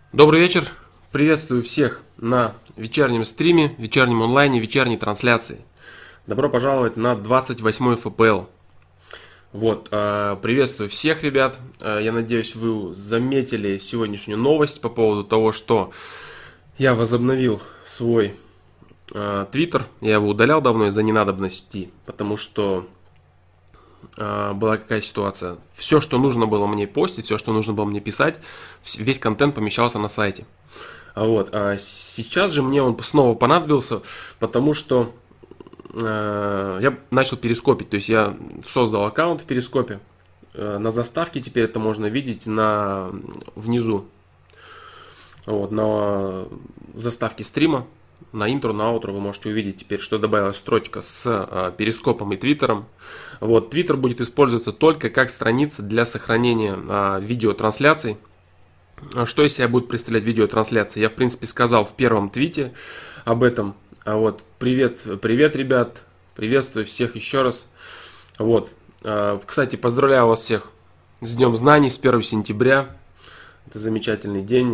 Добрый вечер. Приветствую всех на вечернем стриме, вечернем онлайне, вечерней трансляции. Добро пожаловать на 28-й ФПЛ. Приветствую всех, ребят. Я надеюсь, вы заметили сегодняшнюю новость по поводу того, что я возобновил свой Твиттер. Я его удалял давно из-за ненадобности, потому что была какая ситуация. Все, что нужно было мне постить, все, что нужно было мне писать, весь контент помещался на сайте. А сейчас же мне он снова понадобился, потому что я начал перископить. То есть я создал аккаунт в перископе. На заставке теперь это можно видеть внизу. На заставке стрима, на интро, на аутро вы можете увидеть теперь, что добавилась строчка с перископом и твиттером. Твиттер будет использоваться только как страница для сохранения видеотрансляций. Что из себя будет представлять видеотрансляция? Я, в принципе, сказал в первом твите об этом. Привет, ребят. Приветствую всех еще раз. Кстати, поздравляю вас всех с Днем Знаний, с 1 сентября. Это замечательный день.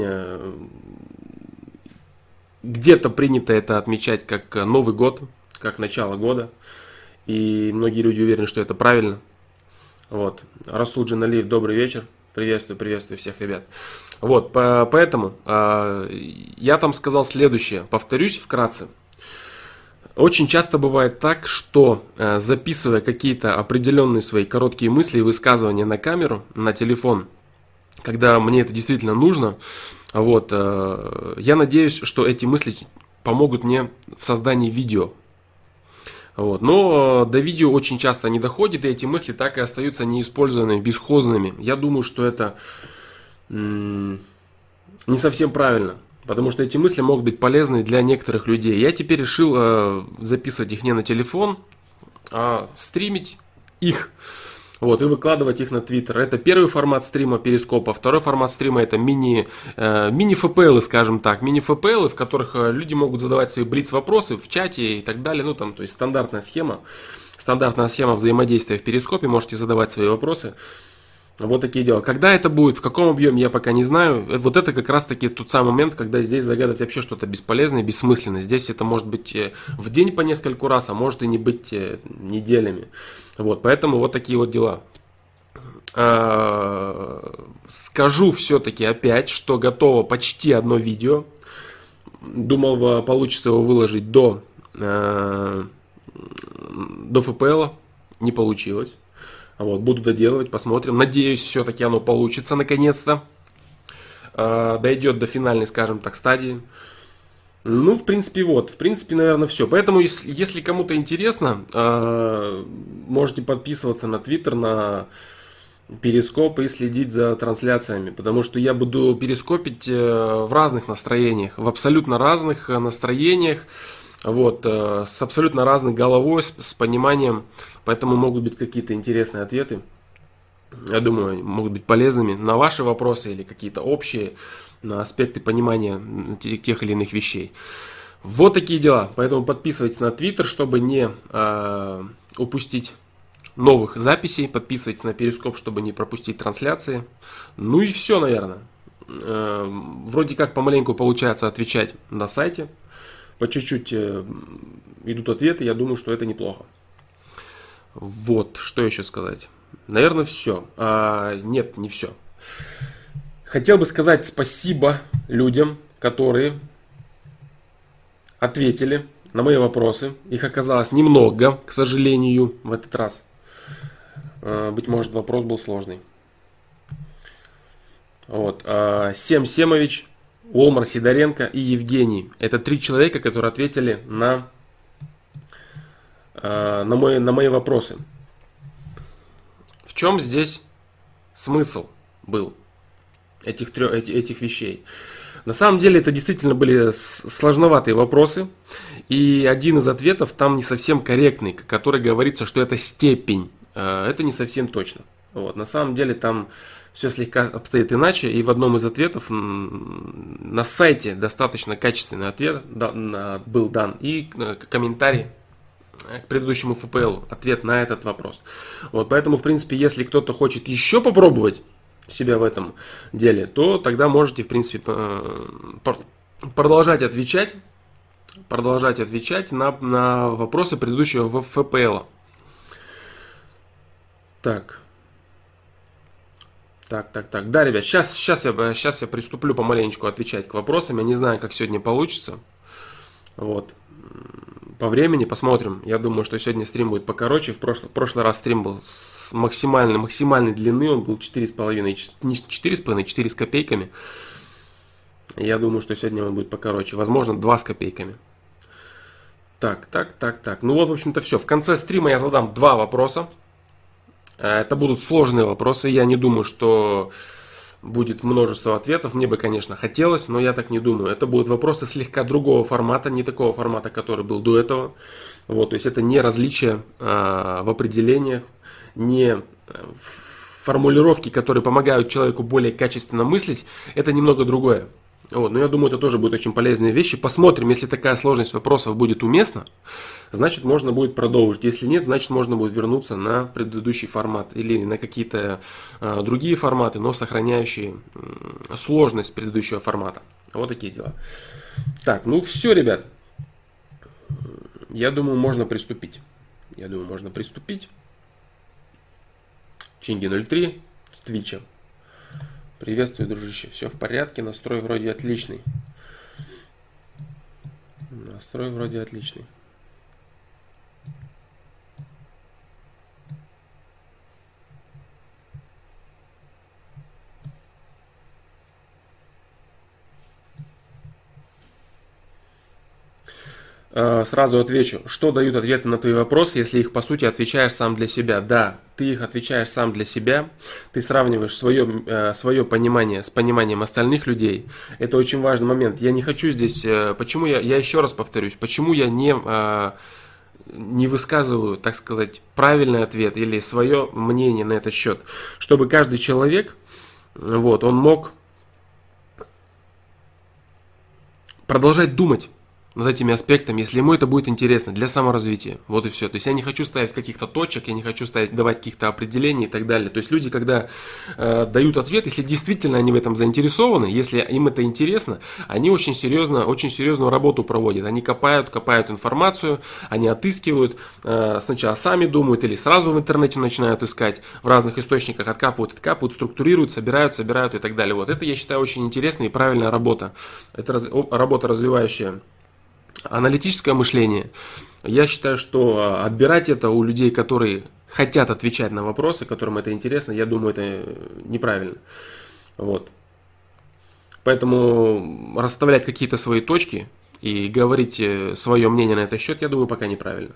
Где-то принято это отмечать как Новый год, как начало года. И многие люди уверены, что это правильно. Расул Джаналиев, добрый вечер. Приветствую всех ребят. Поэтому я там сказал следующее. Повторюсь вкратце. Очень часто бывает так, что записывая какие-то определенные свои короткие мысли и высказывания на камеру, на телефон, когда мне это действительно нужно, я надеюсь, что эти мысли помогут мне в создании видео. Но до видео очень часто не доходит, и эти мысли так и остаются неиспользованными, бесхозными. Я думаю, что это не совсем правильно, потому что эти мысли могут быть полезны для некоторых людей. Я теперь решил записывать их не на телефон, а стримить их. И выкладывать их на Твиттер. Это первый формат стрима перископа. Второй формат стрима это мини-ФПЛы, скажем так. Мини-ФПЛы, в которых люди могут задавать свои блиц-вопросы в чате и так далее. То есть стандартная схема взаимодействия в перископе. Можете задавать свои вопросы. Такие дела. Когда это будет, в каком объеме, я пока не знаю. Это как раз таки тот самый момент, когда здесь загадывать вообще что-то бесполезное, бессмысленное. Здесь это может быть в день по нескольку раз, а может и не быть неделями. Поэтому такие дела. Скажу все-таки опять, что готово почти одно видео. Думал, получится его выложить до ФПЛ. Не получилось. Буду доделывать, посмотрим. Надеюсь, все-таки оно получится наконец-то. Дойдет до финальной, скажем так, стадии. В принципе, наверное, все. Поэтому, если кому-то интересно, можете подписываться на Твиттер, на перископ и следить за трансляциями. Потому что я буду перископить в разных настроениях, в абсолютно разных настроениях. С абсолютно разной головой, с пониманием, поэтому могут быть какие-то интересные ответы, я думаю, могут быть полезными на ваши вопросы или какие-то общие, на аспекты понимания тех или иных вещей. Такие дела, поэтому подписывайтесь на Твиттер, чтобы не упустить новых записей, подписывайтесь на перископ, чтобы не пропустить трансляции, и все, наверное. Вроде как помаленьку получается отвечать на сайте. По чуть-чуть идут ответы, я думаю, что это неплохо. Что еще сказать? Наверное, все. Нет, не все. Хотел бы сказать спасибо людям, которые ответили на мои вопросы. Их оказалось немного, к сожалению, в этот раз. Быть может, вопрос был сложный. Сем Семович, Олмар Сидоренко и Евгений. Это 3 человека, которые ответили на мои вопросы. В чем здесь смысл был этих вещей? На самом деле это действительно были сложноватые вопросы. И один из ответов там не совсем корректный, который говорится, что это степень. Это не совсем точно. На самом деле там все слегка обстоит иначе, и в одном из ответов на сайте достаточно качественный ответ был дан, и комментарий к предыдущему ФПЛ, ответ на этот вопрос. Поэтому, в принципе, если кто-то хочет еще попробовать себя в этом деле, то тогда можете, в принципе, продолжать отвечать на вопросы предыдущего ФПЛ. Так. Да, ребят, сейчас я приступлю помаленечку отвечать к вопросам. Я не знаю, как сегодня получится. Вот. По времени посмотрим. Я думаю, что сегодня стрим будет покороче. В прошлый раз стрим был с максимальной длины. Он был 4,5, не 4,5, 4 с копейками. Я думаю, что сегодня он будет покороче. Возможно, 2 с копейками. Так. Ну вот, в общем-то, все. В конце стрима я задам 2 вопроса. Это будут сложные вопросы. Я не думаю, что будет множество ответов. Мне бы, конечно, хотелось, но я так не думаю. Это будут вопросы слегка другого формата, не такого формата, который был до этого. Вот, то есть это не различия в определениях, не формулировки, которые помогают человеку более качественно мыслить. Это немного другое. Вот, но я думаю, это тоже будут очень полезные вещи. Посмотрим, если такая сложность вопросов будет уместна, значит, можно будет продолжить. Если нет, значит, можно будет вернуться на предыдущий формат или на какие-то другие форматы, но сохраняющие сложность предыдущего формата. Вот такие дела. Так, ну все, ребят. Я думаю, можно приступить. Чинги 03 с Твича. Приветствую, дружище. Все в порядке, настрой вроде отличный. Сразу отвечу, что дают ответы на твои вопросы, если их по сути отвечаешь сам для себя. Да, ты их отвечаешь сам для себя, ты сравниваешь свое понимание с пониманием остальных людей. Это очень важный момент. Я не хочу здесь, почему я еще раз повторюсь, почему я не высказываю, так сказать, правильный ответ или свое мнение на этот счет, чтобы каждый человек, вот, он мог продолжать думать над этими аспектами, если ему это будет интересно для саморазвития. Вот и все. То есть я не хочу ставить каких-то точек, я не хочу давать каких-то определений и так далее. То есть люди, когда дают ответ, если действительно они в этом заинтересованы, если им это интересно, они очень серьезную работу проводят. Они копают информацию, они отыскивают, сначала сами думают или сразу в интернете начинают искать, в разных источниках откапывают, структурируют, собирают и так далее. Вот это, я считаю, очень интересная и правильная работа. Это работа, развивающая аналитическое мышление. Я считаю, что отбирать это у людей, которые хотят отвечать на вопросы, которым это интересно, я думаю, это неправильно. Вот. Поэтому расставлять какие-то свои точки и говорить свое мнение на этот счет, я думаю, пока неправильно.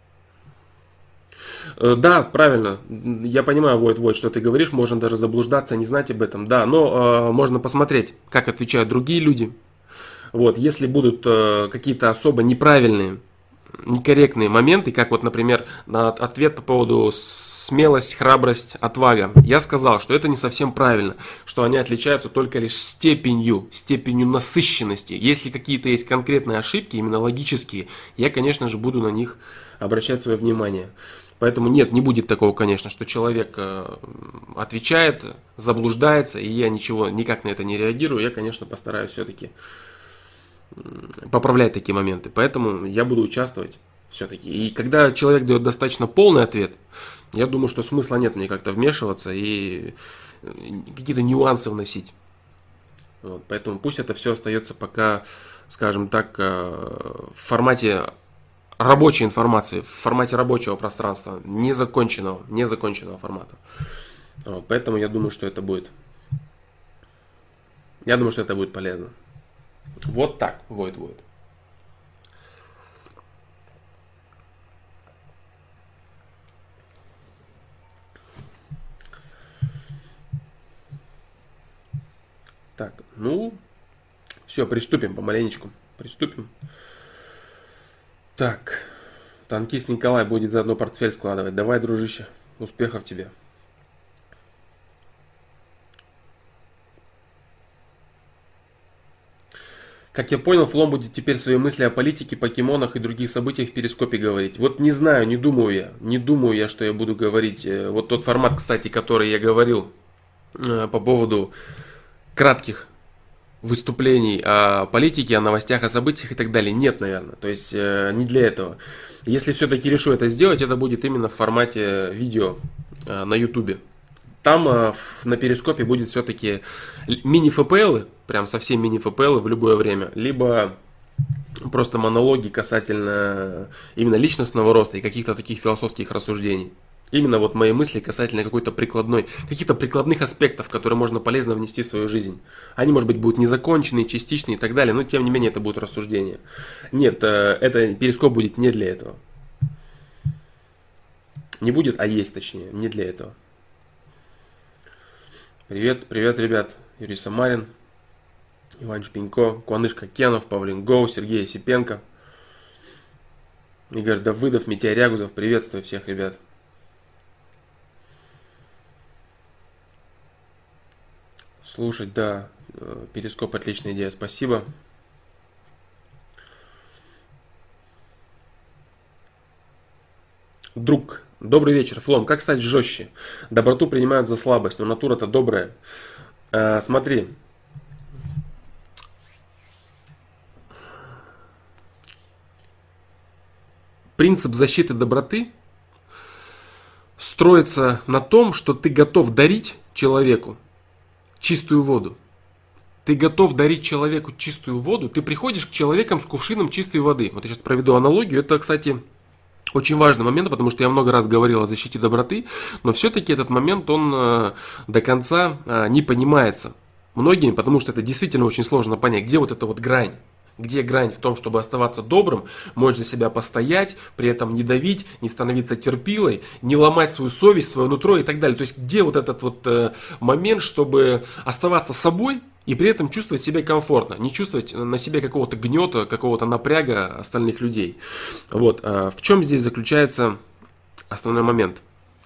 Да, правильно. Я понимаю, Войт, что ты говоришь. Можно даже заблуждаться, не знать об этом. Да, но можно посмотреть, как отвечают другие люди. Вот, если будут какие-то особо неправильные, некорректные моменты, как вот, например, на ответ по поводу смелость, храбрость, отвага, я сказал, что это не совсем правильно, что они отличаются только лишь степенью насыщенности. Если какие-то есть конкретные ошибки, именно логические, я, конечно же, буду на них обращать свое внимание. Поэтому нет, не будет такого, конечно, что человек отвечает, заблуждается, и я никак на это не реагирую. Я, конечно, постараюсь все-таки поправлять такие моменты. Поэтому я буду участвовать все-таки. И когда человек дает достаточно полный ответ, я думаю, что смысла нет мне как-то вмешиваться и какие-то нюансы вносить. Вот, поэтому пусть это все остается пока, скажем так, в формате рабочей информации, в формате рабочего пространства, незаконченного формата. Вот, поэтому я думаю, что это будет полезно. Вот так, Войт. Так, ну, все, приступим помаленечку. Так, танкист Николай будет заодно портфель складывать. Давай, дружище, успехов тебе. Как я понял, Флом будет теперь свои мысли о политике, покемонах и других событиях в Перископе говорить. Вот не думаю я, что я буду говорить. Вот тот формат, кстати, который я говорил по поводу кратких выступлений о политике, о новостях, о событиях и так далее. Нет, наверное. То есть не для этого. Если все-таки решу это сделать, это будет именно в формате видео на YouTube. Там на перископе будет все-таки мини-ФПЛы, прям совсем мини-ФПЛы в любое время, либо просто монологи касательно именно личностного роста и каких-то таких философских рассуждений. Именно вот мои мысли касательно каких-то прикладных аспектов, которые можно полезно внести в свою жизнь. Они, может быть, будут незаконченные, частичные и так далее, но тем не менее это будут рассуждения. Нет, это перископ будет не для этого. Не будет, а есть точнее, не для этого. Привет, ребят. Юрий Самарин, Иван Шпенько, Куанышка Кенов, Павлин Гоу, Сергей Осипенко, Игорь Давыдов, Митяй Рягузов. Приветствую всех, ребят. Слушать, да, перископ отличная идея, спасибо. Друг, добрый вечер. Флом, как стать жестче? Доброту принимают за слабость, но натура-то добрая. Смотри. Принцип защиты доброты строится на том, что ты готов дарить человеку чистую воду. Ты готов дарить человеку чистую воду. Ты приходишь к человекам с кувшином чистой воды. Вот я сейчас проведу аналогию. Это, кстати, очень важный момент, потому что я много раз говорил о защите доброты, но все-таки этот момент, он до конца не понимается многими, потому что это действительно очень сложно понять, где вот эта вот грань. Где грань в том, чтобы оставаться добрым, можешь за себя постоять, при этом не давить, не становиться терпилой, не ломать свою совесть, свое нутро и так далее. То есть где вот этот вот момент, чтобы оставаться собой и при этом чувствовать себя комфортно, не чувствовать на себе какого-то гнета, какого-то напряга остальных людей. Вот. В чем здесь заключается основной момент?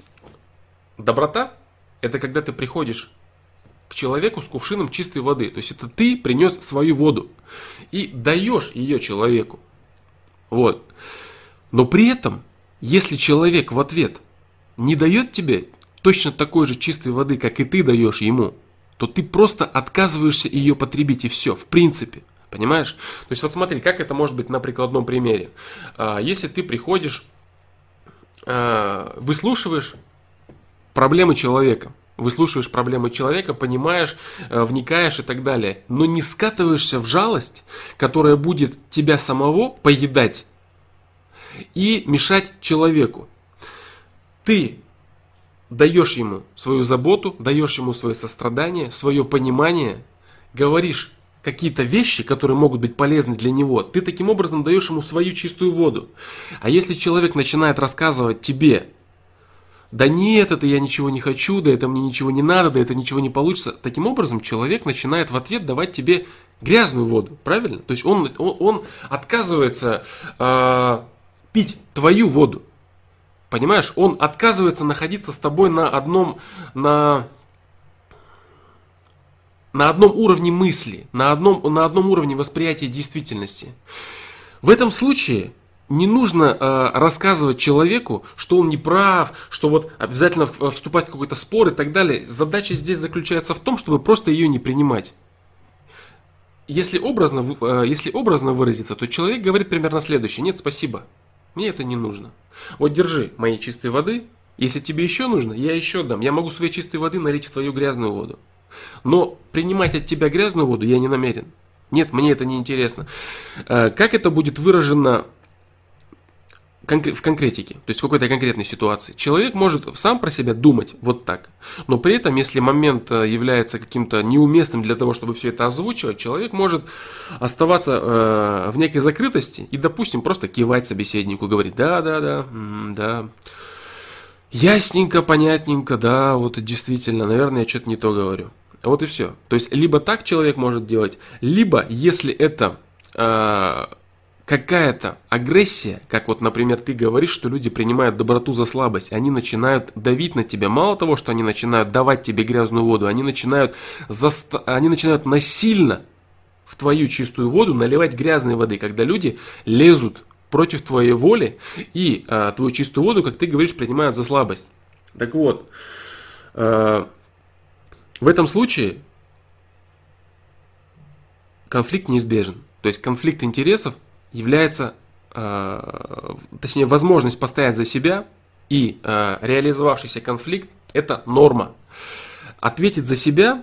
Доброта – это когда ты приходишь к человеку с кувшином чистой воды. То есть это ты принес свою воду и даешь ее человеку. Вот. Но при этом, если человек в ответ не дает тебе точно такой же чистой воды, как и ты даешь ему, то ты просто отказываешься ее потребить, и все, в принципе. Понимаешь? То есть вот смотри, как это может быть на прикладном примере. Если ты приходишь, выслушиваешь проблемы человека, понимаешь, вникаешь и так далее, но не скатываешься в жалость, которая будет тебя самого поедать и мешать человеку. Ты даешь ему свою заботу, даешь ему свое сострадание, свое понимание, говоришь какие-то вещи, которые могут быть полезны для него, ты таким образом даешь ему свою чистую воду. А если человек начинает рассказывать тебе: да нет, это я ничего не хочу, да это мне ничего не надо, да это ничего не получится. Таким образом, человек начинает в ответ давать тебе грязную воду, правильно? То есть он отказывается пить твою воду, понимаешь? Он отказывается находиться с тобой на одном уровне мысли, на одном уровне восприятия действительности. В этом случае не нужно рассказывать человеку, что он не прав, что вот обязательно вступать в какой-то спор и так далее. Задача здесь заключается в том, чтобы просто ее не принимать. Если образно выразиться, то человек говорит примерно следующее: нет, спасибо, мне это не нужно. Вот держи моей чистой воды, если тебе еще нужно, я еще дам. Я могу своей чистой воды налить в твою грязную воду. Но принимать от тебя грязную воду я не намерен. Нет, мне это не интересно. Как это будет выражено в конкретике, то есть в какой-то конкретной ситуации? Человек может сам про себя думать вот так, но при этом, если момент является каким-то неуместным для того, чтобы все это озвучивать, человек может оставаться в некой закрытости и, допустим, просто кивать собеседнику, говорить: да, ясненько, понятненько, да, вот действительно, наверное, я что-то не то говорю. Вот и все. То есть либо так человек может делать, либо если это какая-то агрессия, как вот, например, ты говоришь, что люди принимают доброту за слабость, они начинают давить на тебя. Мало того, что они начинают давать тебе грязную воду, они начинают насильно в твою чистую воду наливать грязной воды, когда люди лезут против твоей воли и твою чистую воду, как ты говоришь, принимают за слабость. Так вот, В этом случае конфликт неизбежен. То есть конфликт интересов является, точнее, возможность постоять за себя и реализовавшийся конфликт – это норма. Ответить за себя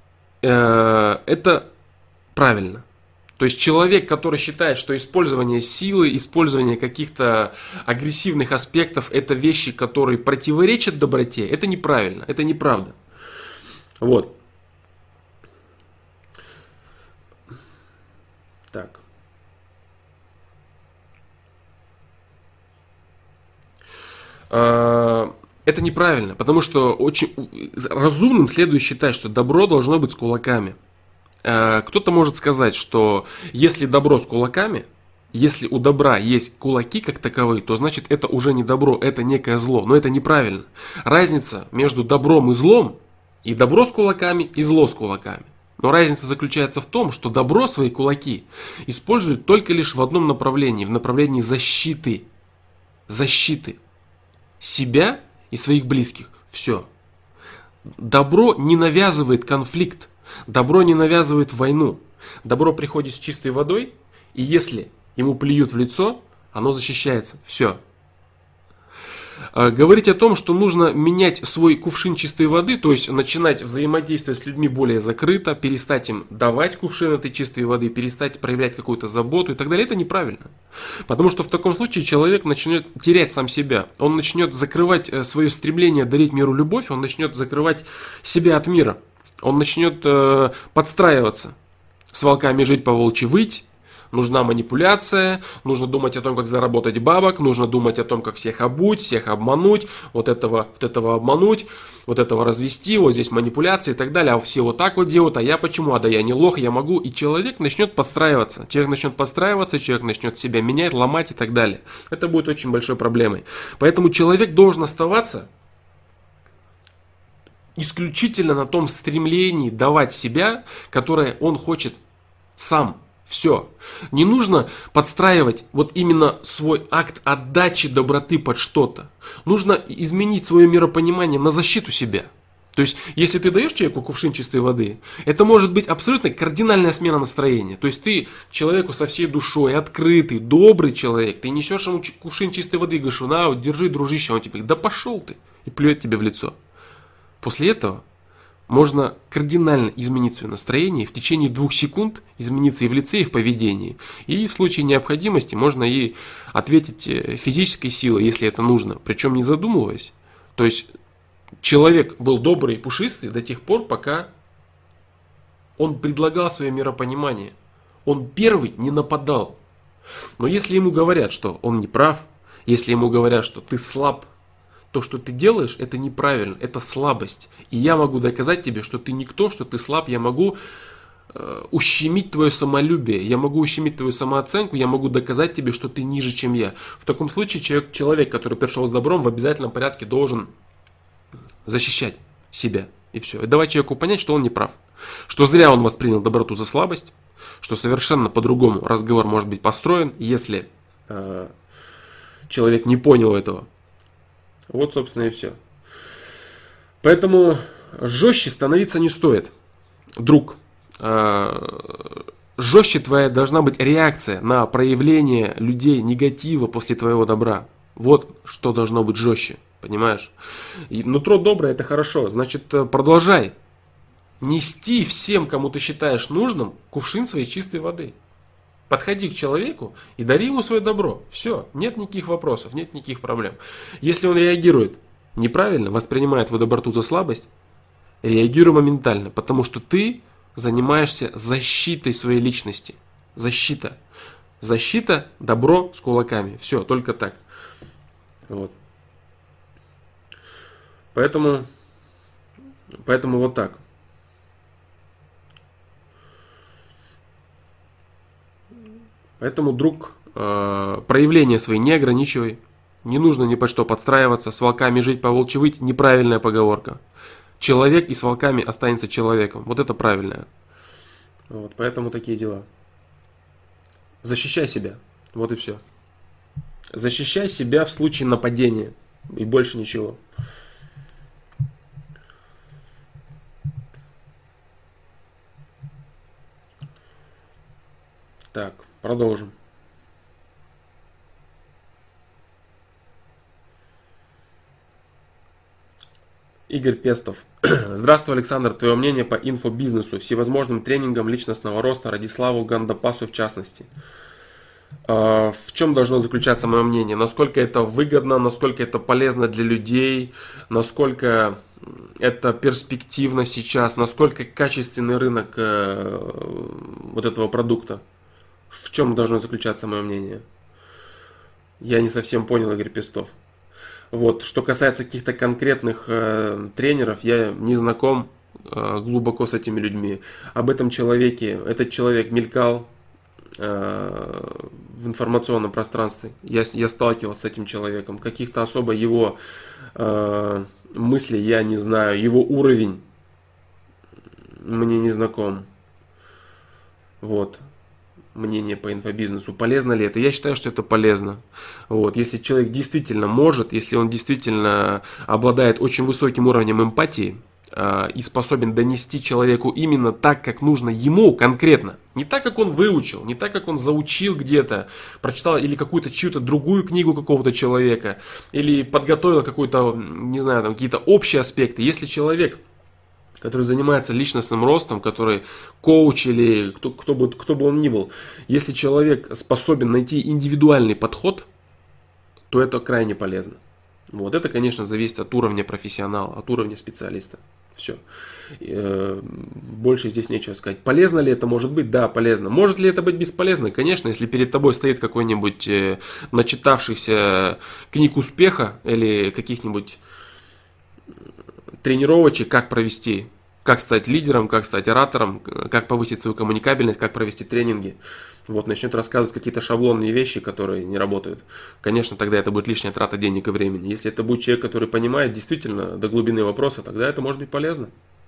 это правильно. То есть человек, который считает, что использование силы, использование каких-то агрессивных аспектов – это вещи, которые противоречат доброте, это неправильно, это неправда. Вот. Так. Это неправильно, потому что очень разумным следует считать, что добро должно быть с кулаками. Кто-то может сказать, что если добро с кулаками, если у добра есть кулаки как таковые, то значит это уже не добро, это некое зло. Но это неправильно. Разница между добром и злом, и добро с кулаками, и зло с кулаками. Но разница заключается в том, что добро свои кулаки использует только лишь в одном направлении, в направлении защиты. Защиты себя и своих близких. Все. Добро не навязывает конфликт. Добро не навязывает войну. Добро приходит с чистой водой, и если ему плюют в лицо, оно защищается. Все. Говорить о том, что нужно менять свой кувшин чистой воды, то есть начинать взаимодействовать с людьми более закрыто, перестать им давать кувшин этой чистой воды, перестать проявлять какую-то заботу и так далее, это неправильно. Потому что в таком случае человек начнет терять сам себя. Он начнет закрывать свое стремление дарить миру любовь, он начнет закрывать себя от мира. Он начнет подстраиваться. С волками жить, по волчьи выть. Нужна манипуляция, нужно думать о том, как заработать бабок, нужно думать о том, как всех обуть, всех обмануть, вот этого обмануть, вот этого развести, вот здесь манипуляции и так далее, а все вот так вот делают, а я почему, да я не лох, я могу, и человек начнет подстраиваться, человек начнет себя менять, ломать и так далее. Это будет очень большой проблемой. Поэтому человек должен оставаться исключительно на том стремлении давать себя, которое он хочет сам. Все. Не нужно подстраивать вот именно свой акт отдачи доброты под что-то. Нужно изменить свое миропонимание на защиту себя. То есть, если ты даешь человеку кувшин чистой воды, это может быть абсолютно кардинальная смена настроения. То есть, ты человеку со всей душой, открытый, добрый человек, ты несешь ему кувшин чистой воды и говоришь: на, вот, держи, дружище, он тебе говорит: да пошел ты, и плюет тебе в лицо. После этого можно кардинально изменить свое настроение, в течение 2 секунд измениться и в лице, и в поведении. И в случае необходимости можно и ответить физической силой, если это нужно, причем не задумываясь. То есть человек был добрый и пушистый до тех пор, пока он предлагал свое миропонимание. Он первый не нападал. Но если ему говорят, что он не прав, если ему говорят, что ты слаб, то, что ты делаешь, это неправильно, это слабость. И я могу доказать тебе, что ты никто, что ты слаб, я могу ущемить твое самолюбие, я могу ущемить твою самооценку, я могу доказать тебе, что ты ниже, чем я. В таком случае человек, который пришел с добром, в обязательном порядке должен защищать себя. И все. И давать человеку понять, что он не прав. Что зря он воспринял доброту за слабость, что совершенно по-другому разговор может быть построен, если человек не понял этого. Вот, собственно, и все. Поэтому жестче становиться не стоит, друг. Жестче твоя должна быть реакция на проявление людей негатива после твоего добра. Вот что должно быть жестче, понимаешь? И нутро доброе — это хорошо, значит, продолжай нести всем, кому ты считаешь нужным, кувшин своей чистой воды. Подходи к человеку и дари ему свое добро. Все, нет никаких вопросов, нет никаких проблем. Если он реагирует неправильно, воспринимает твою доброту за слабость, реагируй моментально, потому что ты занимаешься защитой своей личности. Защита. Защита, добро с кулаками. Все, только так. Вот. Поэтому вот так. Поэтому, друг, проявления свои не ограничивай. Не нужно ни под что подстраиваться. С волками жить, по волчьи выть — неправильная поговорка. Человек и с волками останется человеком. Вот это правильное. Вот, поэтому такие дела. Защищай себя. Вот и все. Защищай себя в случае нападения. И больше ничего. Так, продолжим. Игорь Пестов. Здравствуй, Александр. Твое мнение по инфобизнесу, всевозможным тренингам личностного роста, Радиславу Гандапасу в частности. В чем должно заключаться мое мнение? Насколько это выгодно, насколько это полезно для людей, насколько это перспективно сейчас, насколько качественный рынок вот этого продукта. В чем должно заключаться мое мнение? Я не совсем понял, Игорь Пестов. Вот, что касается каких-то конкретных тренеров, я не знаком глубоко с этими людьми. Об этом человеке, этот человек мелькал в информационном пространстве. Я сталкивался с этим человеком. Каких-то особо его мыслей я не знаю. Его уровень мне не знаком. Вот. Мнение по инфобизнесу. Полезно ли это? Я считаю, что это полезно. Вот. Если человек действительно может, если он действительно обладает очень высоким уровнем эмпатии и способен донести человеку именно так, как нужно ему конкретно. Не так, как он выучил, не так, как он заучил где-то, прочитал или какую-то чью-то другую книгу какого-то человека, или подготовил какой-то, не знаю, там какие-то общие аспекты. Если человек, который занимается личностным ростом, который коуч или кто бы он ни был, если человек способен найти индивидуальный подход, то это крайне полезно. Вот это, конечно, зависит от уровня профессионала, от уровня специалиста. Все. Больше здесь нечего сказать. Полезно ли это может быть? Да, полезно. Может ли это быть бесполезно? Конечно, если перед тобой стоит какой-нибудь начитавшийся книг успеха или каких-нибудь тренировочек, как провести, как стать лидером, как стать оратором, как повысить свою коммуникабельность, как провести тренинги. Вот, начнет рассказывать какие-то шаблонные вещи, которые не работают. Конечно, тогда это будет лишняя трата денег и времени. Если это будет человек, который понимает действительно до глубины вопроса, тогда это может быть полезно.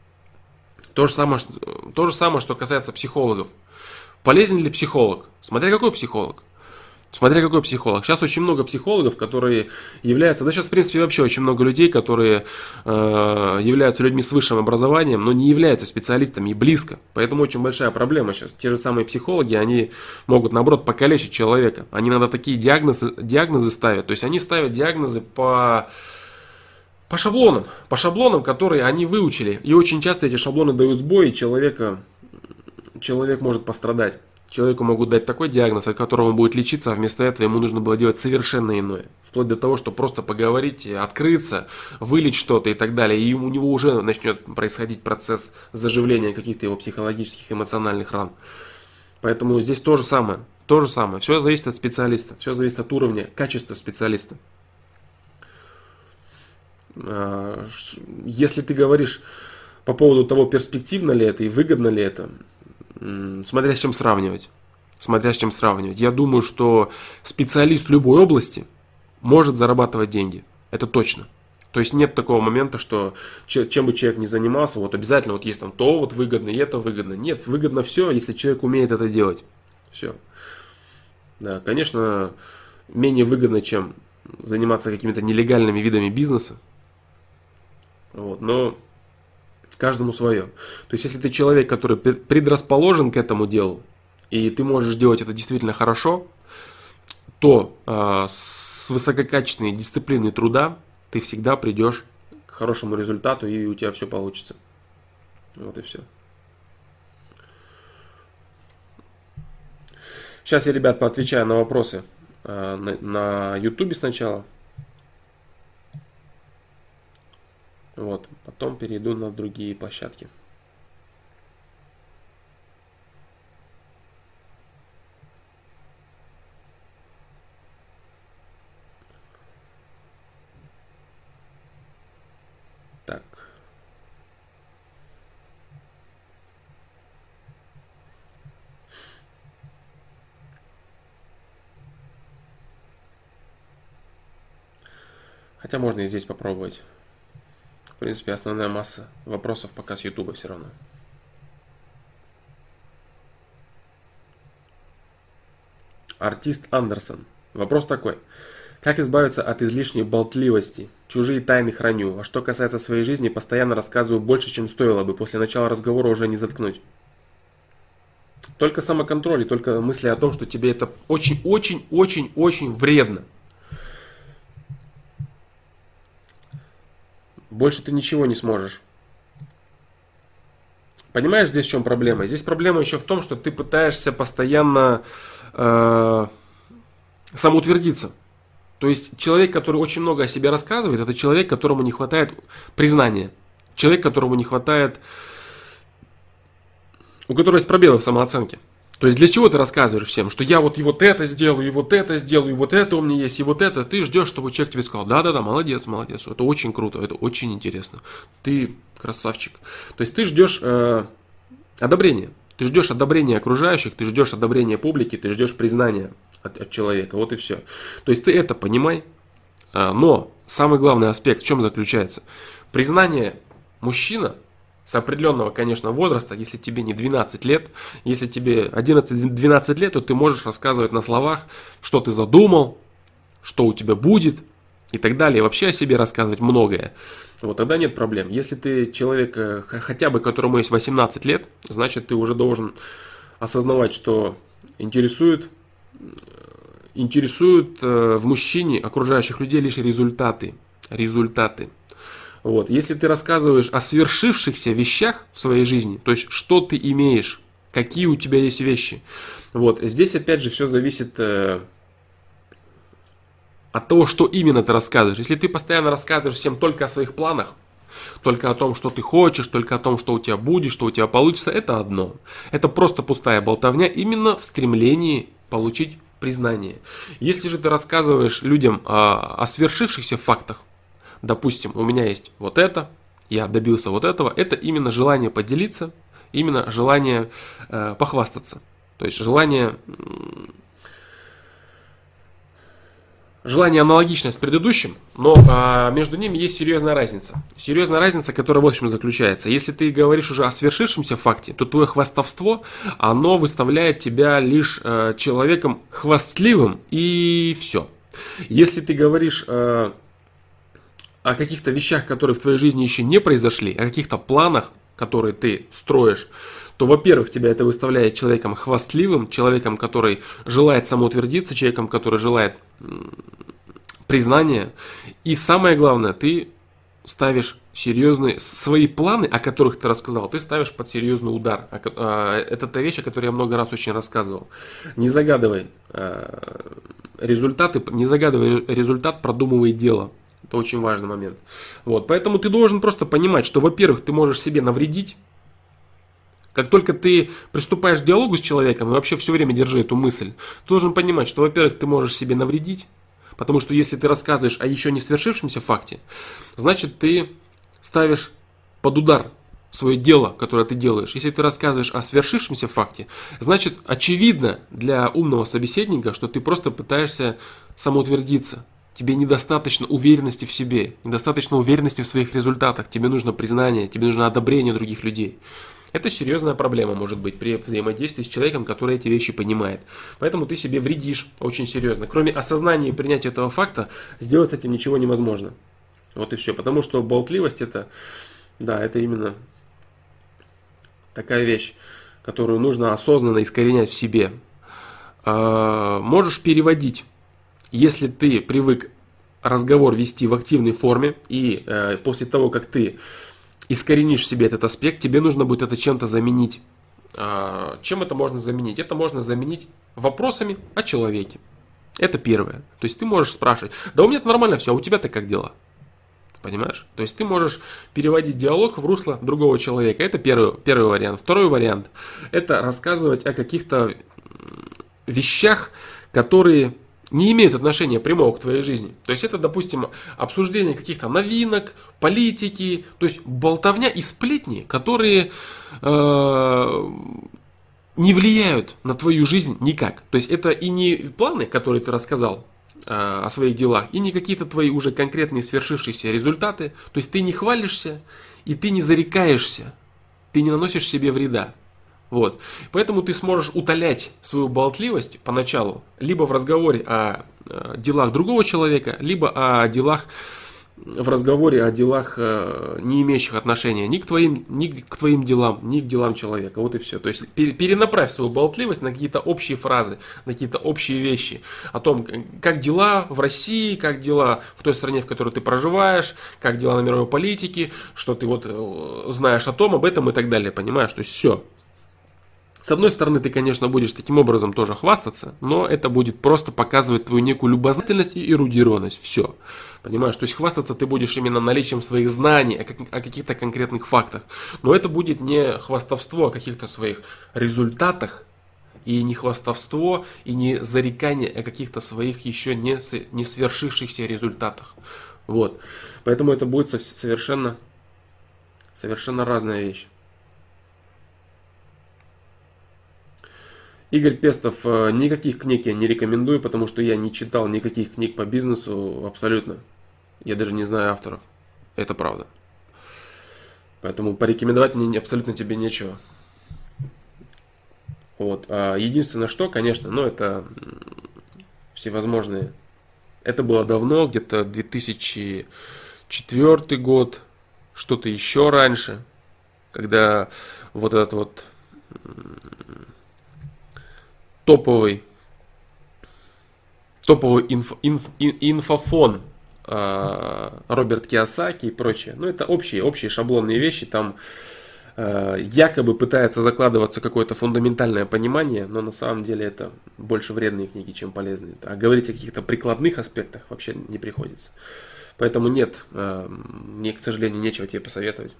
То же самое, что касается психологов. Полезен ли психолог? Смотря какой психолог. Смотря какой психолог. Сейчас очень много психологов, которые являются... Да сейчас, в принципе, вообще очень много людей, которые являются людьми с высшим образованием, но не являются специалистами и близко. Поэтому очень большая проблема сейчас. Те же самые психологи, они могут, наоборот, покалечить человека. Они иногда такие диагнозы ставят. То есть они ставят диагнозы по шаблонам, которые они выучили. И очень часто эти шаблоны дают сбой, и человек может пострадать. Человеку могут дать такой диагноз, от которого он будет лечиться, а вместо этого ему нужно было делать совершенно иное. Вплоть до того, что просто поговорить, открыться, вылить что-то и так далее. И у него уже начнет происходить процесс заживления каких-то его психологических, эмоциональных ран. Поэтому здесь то же самое. Все зависит от специалиста, все зависит от уровня, качества специалиста. Если ты говоришь по поводу того, перспективно ли это и выгодно ли это, смотря с чем сравнивать. Я думаю, что специалист любой области может зарабатывать деньги. Это точно. То есть нет такого момента, что чем бы человек ни занимался, вот обязательно вот есть там то вот выгодно и это выгодно. Нет, выгодно все, если человек умеет это делать. Все. Да, конечно, менее выгодно, чем заниматься какими-то нелегальными видами бизнеса. Вот, но каждому свое. То есть, если ты человек, который предрасположен к этому делу, и ты можешь делать это действительно хорошо, то с высококачественной дисциплиной труда ты всегда придешь к хорошему результату, и у тебя все получится. Вот и все. Сейчас я, ребят, поотвечаю на вопросы на YouTube сначала. Вот, потом перейду на другие площадки. Так. Хотя можно и здесь попробовать. В принципе, основная масса вопросов пока с YouTube все равно. Артист Андерсон. Вопрос такой. Как избавиться от излишней болтливости? Чужие тайны храню. А что касается своей жизни, постоянно рассказываю больше, чем стоило бы. После начала разговора уже не заткнуть. Только самоконтроль и только мысли о том, что тебе это очень-очень-очень-очень вредно. Больше ты ничего не сможешь. Понимаешь, здесь в чем проблема? Здесь проблема еще в том, что ты пытаешься постоянно самоутвердиться. То есть человек, который очень много о себе рассказывает, это человек, которому не хватает признания. Человек, которому не хватает, у которого есть пробелы в самооценке. То есть для чего ты рассказываешь всем, что я вот и вот это сделаю, и вот это сделаю, и вот это у меня есть, и вот это. Ты ждешь, чтобы человек тебе сказал: да-да-да, молодец, молодец, это очень круто, это очень интересно, ты красавчик. То есть ты ждешь одобрения. Ты ждешь одобрения окружающих, ты ждешь одобрения публики, ты ждешь признания от человека. Вот и все. То есть ты это понимай. Но самый главный аспект в чем заключается? Признание мужчина с определенного, конечно, возраста, если тебе не 12 лет, если тебе 11-12 лет, то ты можешь рассказывать на словах, что ты задумал, что у тебя будет и так далее. И вообще о себе рассказывать многое. Вот тогда нет проблем. Если ты человек, хотя бы которому есть 18 лет, значит ты уже должен осознавать, что интересует в мужчине окружающих людей лишь результаты. Вот. Если ты рассказываешь о свершившихся вещах в своей жизни, то есть что ты имеешь, какие у тебя есть вещи, вот. Здесь опять же все зависит от того, что именно ты рассказываешь. Если ты постоянно рассказываешь всем только о своих планах, только о том, что ты хочешь, только о том, что у тебя будет, что у тебя получится, это одно. Это просто пустая болтовня именно в стремлении получить признание. Если же ты рассказываешь людям о свершившихся фактах, допустим, у меня есть вот это, я добился вот этого, это именно желание поделиться, именно желание похвастаться. То есть желание аналогичное с предыдущим, но между ними есть серьезная разница. Серьезная разница, которая вот в чем заключается. Если ты говоришь уже о свершившемся факте, то твое хвастовство, оно выставляет тебя лишь человеком хвастливым, и все. Если ты говоришь о каких-то вещах, которые в твоей жизни еще не произошли, о каких-то планах, которые ты строишь, то, во-первых, тебя это выставляет человеком хвастливым, человеком, который желает самоутвердиться, человеком, который желает признания. И самое главное, ты ставишь серьезные свои планы, о которых ты рассказал, ты ставишь под серьезный удар. Это та вещь, о которой я много раз очень рассказывал. Не загадывай результаты, не загадывай результат, продумывай дело. Это очень важный момент. Вот. Поэтому ты должен просто понимать, что, во-первых, ты можешь себе навредить. Как только ты приступаешь к диалогу с человеком, и вообще все время держи эту мысль, ты должен понимать, что, во-первых, ты можешь себе навредить, потому что если ты рассказываешь о еще не свершившемся факте, значит ты ставишь под удар свое дело, которое ты делаешь. Если ты рассказываешь о свершившемся факте, значит очевидно для умного собеседника, что ты просто пытаешься самоутвердиться. Тебе недостаточно уверенности в себе, недостаточно уверенности в своих результатах. Тебе нужно признание, тебе нужно одобрение других людей. Это серьезная проблема может быть при взаимодействии с человеком, который эти вещи понимает. Поэтому ты себе вредишь очень серьезно. Кроме осознания и принятия этого факта, сделать с этим ничего невозможно. Вот и все. Потому что болтливость это именно такая вещь, которую нужно осознанно искоренять в себе. Можешь переводить. Если ты привык разговор вести в активной форме, и после того, как ты искоренишь в себе этот аспект, тебе нужно будет это чем-то заменить. Чем это можно заменить? Это можно заменить вопросами о человеке. Это первое. То есть ты можешь спрашивать: да у меня-то нормально все, а у тебя-то как дела? Понимаешь? То есть ты можешь переводить диалог в русло другого человека. Это первый вариант. Второй вариант – это рассказывать о каких-то вещах, которые не имеют отношения прямого к твоей жизни. То есть это, допустим, обсуждение каких-то новинок, политики, то есть болтовня и сплетни, которые не влияют на твою жизнь никак. То есть это и не планы, которые ты рассказал о своих делах, и не какие-то твои уже конкретные свершившиеся результаты. То есть ты не хвалишься, и ты не зарекаешься, ты не наносишь себе вреда. Вот. Поэтому ты сможешь утолять свою болтливость поначалу либо в разговоре о делах другого человека, либо о делах в разговоре о делах, не имеющих отношения ни к твоим делам, ни к делам человека. Вот и все. То есть перенаправь свою болтливость на какие-то общие фразы, на какие-то общие вещи. О том, как дела в России, как дела в той стране, в которой ты проживаешь, как дела на мировой политике, что ты вот знаешь о том, об этом и так далее. Понимаешь? То есть все. С одной стороны, ты, конечно, будешь таким образом тоже хвастаться, но это будет просто показывать твою некую любознательность и эрудированность. Все. Понимаешь? То есть хвастаться ты будешь именно наличием своих знаний о каких-то конкретных фактах. Но это будет не хвастовство о каких-то своих результатах, и не хвастовство, и не зарекание о каких-то своих еще не свершившихся результатах. Вот. Поэтому это будет совершенно разная вещь. Игорь Пестов, никаких книг я не рекомендую, потому что я не читал никаких книг по бизнесу абсолютно. Я даже не знаю авторов. Это правда. Поэтому порекомендовать мне абсолютно тебе нечего. Вот. А единственное, что, конечно, это всевозможные. Это было давно, где-то 2004 год, что-то еще раньше, когда вот этот вот топовый инфофон Роберт Кийосаки и прочее. Это общие шаблонные вещи. Там якобы пытается закладываться какое-то фундаментальное понимание, но на самом деле это больше вредные книги, чем полезные. А говорить о каких-то прикладных аспектах вообще не приходится. Поэтому нет, мне, к сожалению, нечего тебе посоветовать.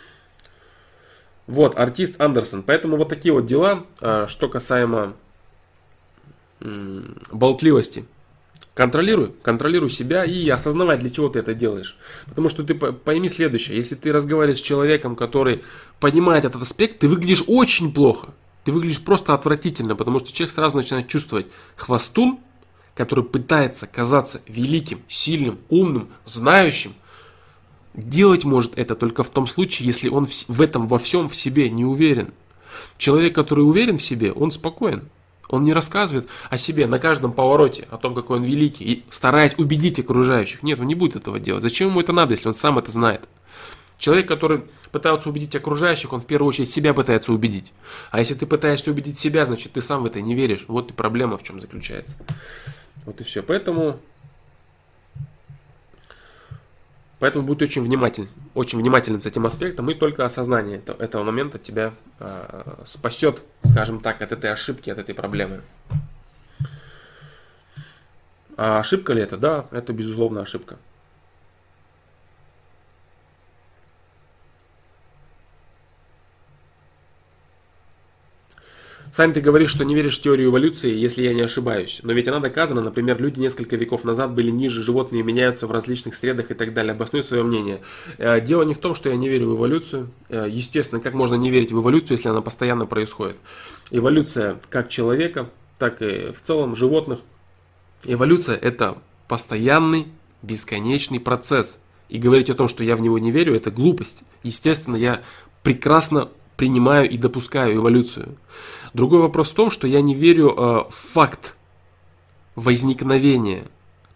Вот, артист Андерсон. Поэтому вот такие вот дела, что касаемо болтливости. Контролируй себя и осознавай, для чего ты это делаешь. Потому что ты пойми следующее. Если ты разговариваешь с человеком, который понимает этот аспект, ты выглядишь очень плохо. Ты выглядишь просто отвратительно, потому что человек сразу начинает чувствовать хвостун, который пытается казаться великим, сильным, умным, знающим. Делать может это только в том случае, если он в этом во всем в себе не уверен. Человек, который уверен в себе, он спокоен. Он не рассказывает о себе на каждом повороте, о том, какой он великий, и стараясь убедить окружающих. Нет, он не будет этого делать. Зачем ему это надо, если он сам это знает? Человек, который пытается убедить окружающих, он в первую очередь себя пытается убедить. А если ты пытаешься убедить себя, значит ты сам в это не веришь. Вот и проблема в чем заключается. Вот и все. Поэтому будь очень внимателен с этим аспектом, и только осознание этого момента тебя спасет, скажем так, от этой ошибки, от этой проблемы. А ошибка ли это? Да, это безусловно ошибка. Сам ты говоришь, что не веришь в теорию эволюции, если я не ошибаюсь. Но ведь она доказана. Например, люди несколько веков назад были ниже, животные меняются в различных средах и так далее. Обоснуй свое мнение. Дело не в том, что я не верю в эволюцию. Естественно, как можно не верить в эволюцию, если она постоянно происходит? Эволюция как человека, так и в целом животных. Эволюция – это постоянный, бесконечный процесс. И говорить о том, что я в него не верю, это глупость. Естественно, я прекрасно принимаю и допускаю эволюцию. Другой вопрос в том, что я не верю в факт возникновения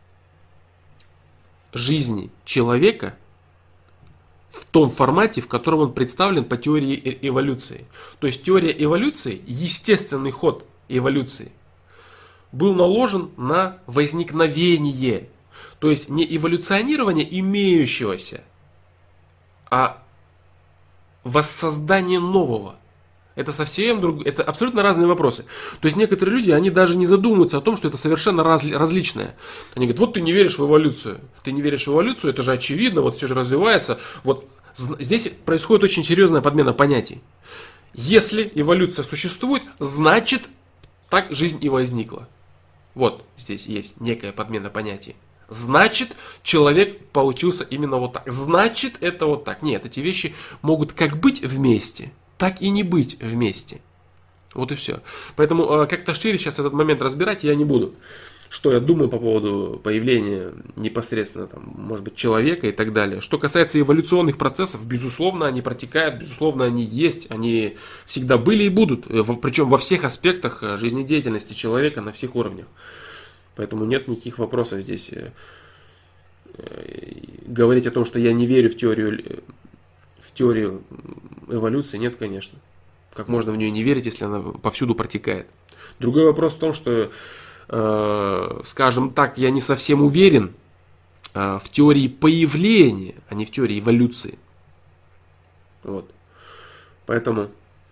жизни человека в том формате, в котором он представлен по теории эволюции. То есть теория эволюции, естественный ход эволюции, был наложен на возникновение. То есть не эволюционирование имеющегося, а воссоздание нового. Это это абсолютно разные вопросы. То есть некоторые люди, они даже не задумываются о том, что это совершенно различное. Они говорят, вот ты не веришь в эволюцию. Ты не веришь в эволюцию, это же очевидно, вот все же развивается. Вот здесь происходит очень серьезная подмена понятий. Если эволюция существует, значит так жизнь и возникла. Вот здесь есть некая подмена понятий. Значит, человек получился именно вот так. Значит, это вот так. Нет, эти вещи могут как быть вместе, так и не быть вместе. Вот и все. Поэтому как-то шире сейчас этот момент разбирать я не буду. Что я думаю по поводу появления непосредственно, может быть, человека и так далее. Что касается эволюционных процессов, безусловно, они протекают, безусловно, они есть, они всегда были и будут. Причем во всех аспектах жизнедеятельности человека на всех уровнях. Поэтому нет никаких вопросов здесь. говорить о том, что я не верю в теорию эволюции, нет, конечно. Как можно в нее не верить, если она повсюду протекает? Другой вопрос в том, что, скажем так, я не совсем уверен в теории появления, а не в теории эволюции. Вот. Поэтому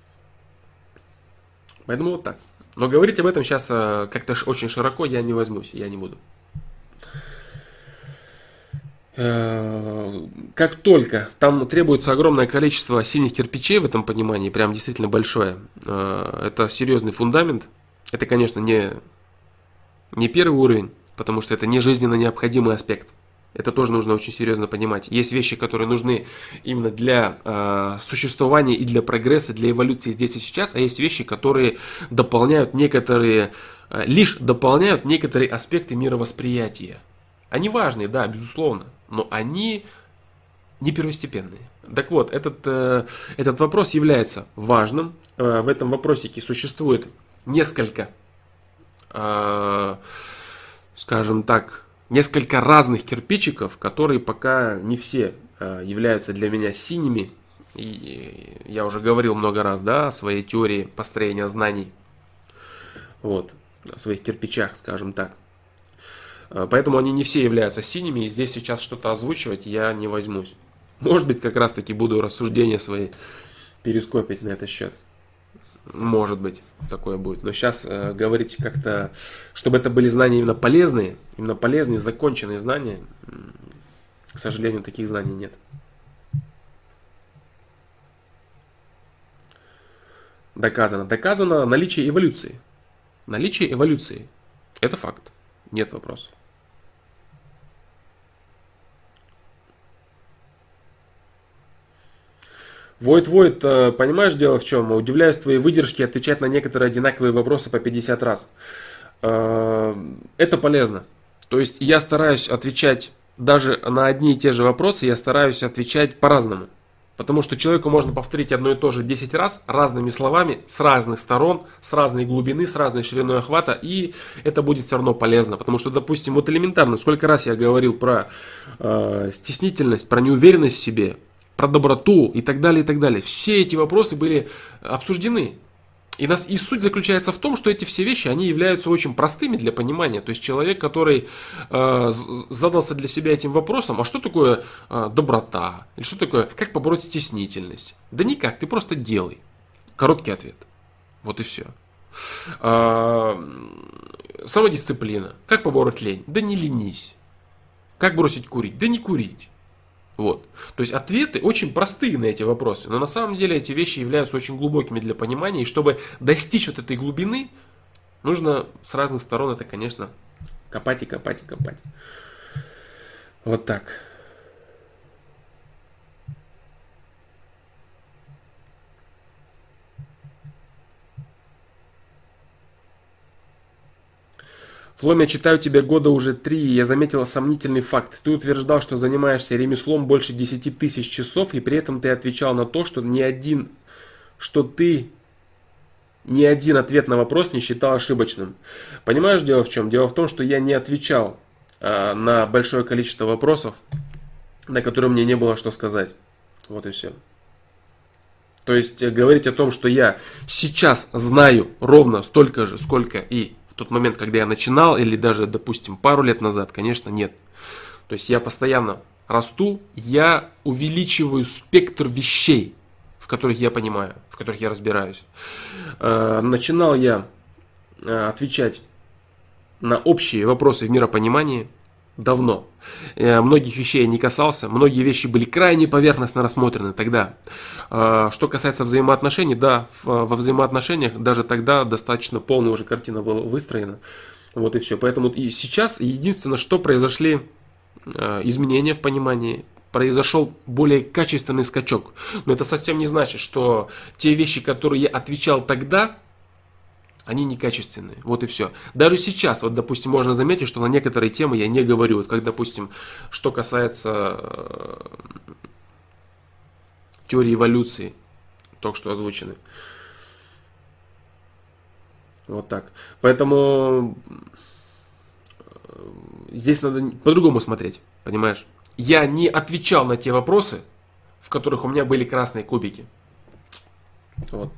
вот так. Но говорить об этом сейчас как-то очень широко я не возьмусь, я не буду. Как только там требуется огромное количество синих кирпичей в этом понимании, прям действительно большое, это серьезный фундамент. Это, конечно, не первый уровень, потому что это не жизненно необходимый аспект. Это тоже нужно очень серьезно понимать. Есть вещи, которые нужны именно для существования и для прогресса, для эволюции здесь и сейчас, а есть вещи, которые лишь дополняют некоторые аспекты мировосприятия. Они важные, да, безусловно, но они не первостепенные. Так вот, этот вопрос является важным. В этом вопросике существует несколько, скажем так, несколько разных кирпичиков, которые пока не все являются для меня синими. И я уже говорил много раз, да, о своей теории построения знаний. Вот, о своих кирпичах, скажем так. Поэтому они не все являются синими, и здесь сейчас что-то озвучивать я не возьмусь. Может быть, как раз таки буду рассуждения свои перископить на этот счет. Может быть, такое будет. Но сейчас говорить как-то, чтобы это были знания именно полезные, законченные знания, к сожалению, таких знаний нет. Доказано наличие эволюции. Наличие эволюции. Это факт. Нет вопросов. Войт, понимаешь, дело в чем? Удивляюсь твоей выдержке отвечать на некоторые одинаковые вопросы по 50 раз. Это полезно. То есть я стараюсь отвечать даже на одни и те же вопросы, я стараюсь отвечать по-разному. Потому что человеку можно повторить одно и то же 10 раз разными словами, с разных сторон, с разной глубины, с разной шириной охвата, и это будет все равно полезно. Потому что, допустим, вот элементарно, сколько раз я говорил про стеснительность, про неуверенность в себе, про доброту и так далее, и так далее. Все эти вопросы были обсуждены. И суть заключается в том, что эти все вещи, они являются очень простыми для понимания. То есть человек, который задался для себя этим вопросом, а что такое доброта? Или что такое, как побороть стеснительность? Да никак, ты просто делай. Короткий ответ. Вот и все. Самодисциплина. Как побороть лень? Да не ленись. Как бросить курить? Да не курить. Вот. То есть ответы очень простые на эти вопросы, но на самом деле эти вещи являются очень глубокими для понимания, и чтобы достичь вот этой глубины, нужно с разных сторон это, конечно, копать и копать и копать. Вот так. Флом, я читаю тебя года уже 3, и я заметила сомнительный факт. Ты утверждал, что занимаешься ремеслом больше 10 тысяч часов, и при этом ты отвечал на то, что ты ни один ответ на вопрос не считал ошибочным. Понимаешь, дело в чем? Дело в том, что я не отвечал на большое количество вопросов, на которые мне не было что сказать. Вот и все. То есть говорить о том, что я сейчас знаю ровно столько же, сколько и в тот момент, когда я начинал, или даже, допустим, пару лет назад, конечно, нет. То есть я постоянно расту, я увеличиваю спектр вещей, в которых я понимаю, в которых я разбираюсь. Начинал я отвечать на общие вопросы в миропонимании давно. Многих вещей я не касался, многие вещи были крайне поверхностно рассмотрены тогда. Что касается взаимоотношений, да, во взаимоотношениях даже тогда достаточно полная уже картина была выстроена. Вот и все. Поэтому и сейчас единственное, что произошли изменения в понимании, произошел более качественный скачок. Но это совсем не значит, что те вещи, которые я отвечал тогда, они некачественные. Вот и все. Даже сейчас, вот, допустим, можно заметить, что на некоторые темы я не говорю. Вот как, допустим, что касается теории эволюции, только что озвучены. Вот так. Поэтому здесь надо по-другому смотреть, понимаешь? Я не отвечал на те вопросы, в которых у меня были красные кубики. Вот.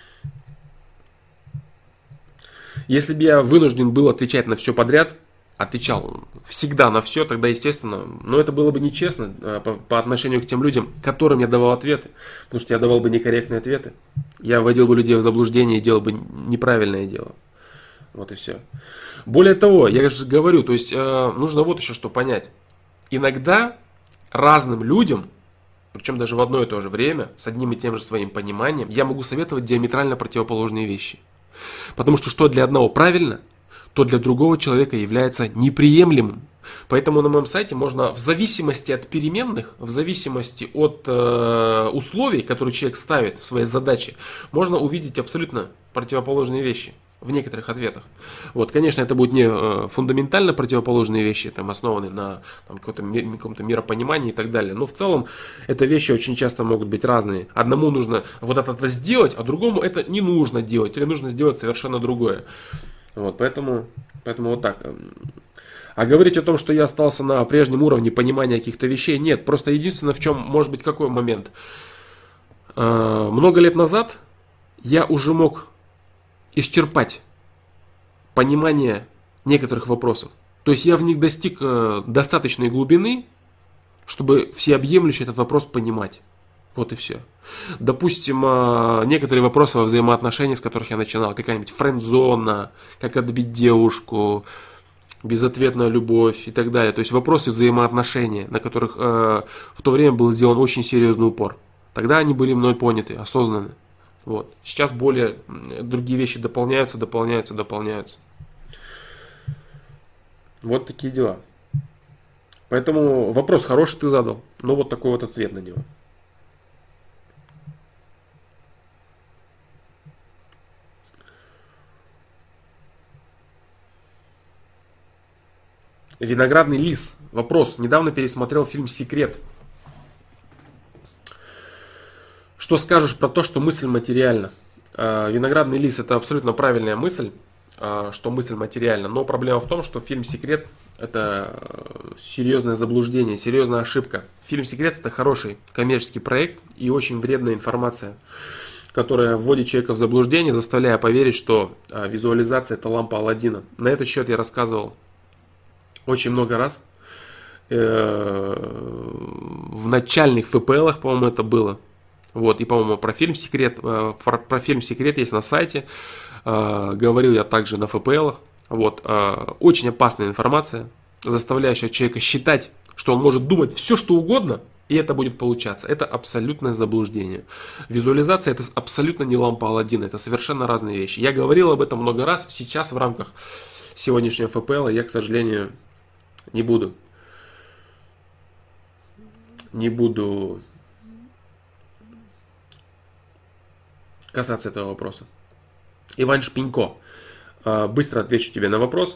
Если бы я вынужден был отвечать на все подряд, отвечал всегда на все, тогда, естественно, но это было бы нечестно по отношению к тем людям, которым я давал ответы, потому что я давал бы некорректные ответы. Я вводил бы людей в заблуждение и делал бы неправильное дело. Вот и все. Более того, я же говорю, то есть нужно вот еще что понять. Иногда разным людям, причем даже в одно и то же время, с одним и тем же своим пониманием, я могу советовать диаметрально противоположные вещи. Потому что для одного правильно, то для другого человека является неприемлемым. Поэтому на моем сайте можно в зависимости от переменных, в зависимости от условий, которые человек ставит в своей задаче, можно увидеть абсолютно противоположные вещи в некоторых ответах. Вот, конечно, это будут не фундаментально противоположные вещи, там, основанные на каком-то миропонимании и так далее. Но в целом, это вещи очень часто могут быть разные. Одному нужно вот это сделать, а другому это не нужно делать. Или нужно сделать совершенно другое. Вот, поэтому вот так. А говорить о том, что я остался на прежнем уровне понимания каких-то вещей, нет. Просто единственное, в чем может быть какой момент. Много лет назад я уже мог исчерпать понимание некоторых вопросов. То есть я в них достиг достаточной глубины, чтобы всеобъемлюще этот вопрос понимать. Вот и все. Допустим, некоторые вопросы во взаимоотношениях, с которых я начинал, какая-нибудь френдзона, как отбить девушку, безответная любовь и так далее. То есть вопросы взаимоотношений, на которых в то время был сделан очень серьезный упор. Тогда они были мной поняты, осознаны. Вот. Сейчас более другие вещи дополняются. Вот такие дела. Поэтому вопрос хороший ты задал, но вот такой вот ответ на него. Виноградный лис. Вопрос. Недавно пересмотрел фильм «Секрет». Что скажешь про то, что мысль материальна? Виноградный лис — это абсолютно правильная мысль, что мысль материальна. Но проблема в том, что фильм «Секрет» — это серьезное заблуждение, серьезная ошибка. Фильм «Секрет» — это хороший коммерческий проект и очень вредная информация, которая вводит человека в заблуждение, заставляя поверить, что визуализация — это лампа Аладдина. На этот счет я рассказывал очень много раз. В начальных ФПЛах, по-моему, это было. Вот, и, по-моему, про фильм «Секрет», про фильм «Секрет» есть на сайте. Говорил я также на ФПЛах. Вот, очень опасная информация, заставляющая человека считать, что он может думать все, что угодно, и это будет получаться. Это абсолютное заблуждение. Визуализация — это абсолютно не лампа Аладдина, это совершенно разные вещи. Я говорил об этом много раз. Сейчас в рамках сегодняшнего ФПЛ я, к сожалению, не буду касаться этого вопроса. Иван Шпинько. Быстро отвечу тебе на вопрос.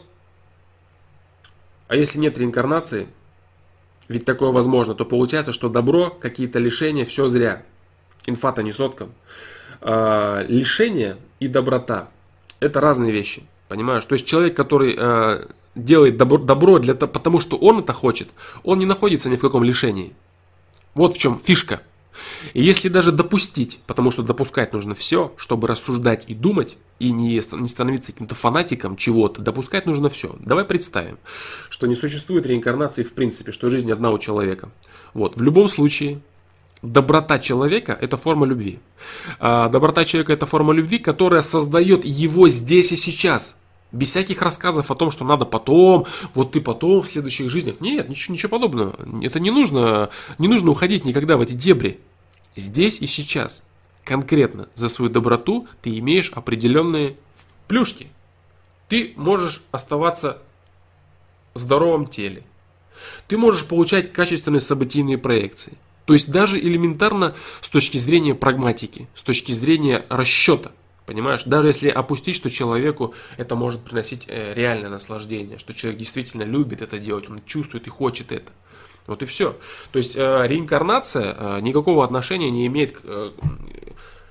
А если нет реинкарнации, ведь такое возможно, то получается, что добро, какие-то лишения, все зря. Инфа-то не соткам. Лишение и доброта — это разные вещи. Понимаешь? То есть человек, который делает добро потому, что он это хочет, он не находится ни в каком лишении. Вот в чем фишка. И если даже допустить, потому что допускать нужно все, чтобы рассуждать и думать, и не становиться каким-то фанатиком чего-то, допускать нужно все. Давай представим, что не существует реинкарнации в принципе, что жизнь одна у человека. Вот. В любом случае, доброта человека — это форма любви. Доброта человека — это форма любви, которая создает его здесь и сейчас. Без всяких рассказов о том, что надо потом, вот ты потом в следующих жизнях. Нет, ничего подобного. Это не нужно уходить никогда в эти дебри. Здесь и сейчас, конкретно за свою доброту ты имеешь определенные плюшки. Ты можешь оставаться в здоровом теле. Ты можешь получать качественные событийные проекции. То есть даже элементарно с точки зрения прагматики, с точки зрения расчета. Понимаешь, даже если опустить, что человеку это может приносить реальное наслаждение, что человек действительно любит это делать, он чувствует и хочет это. Вот и все. То есть реинкарнация никакого отношения не имеет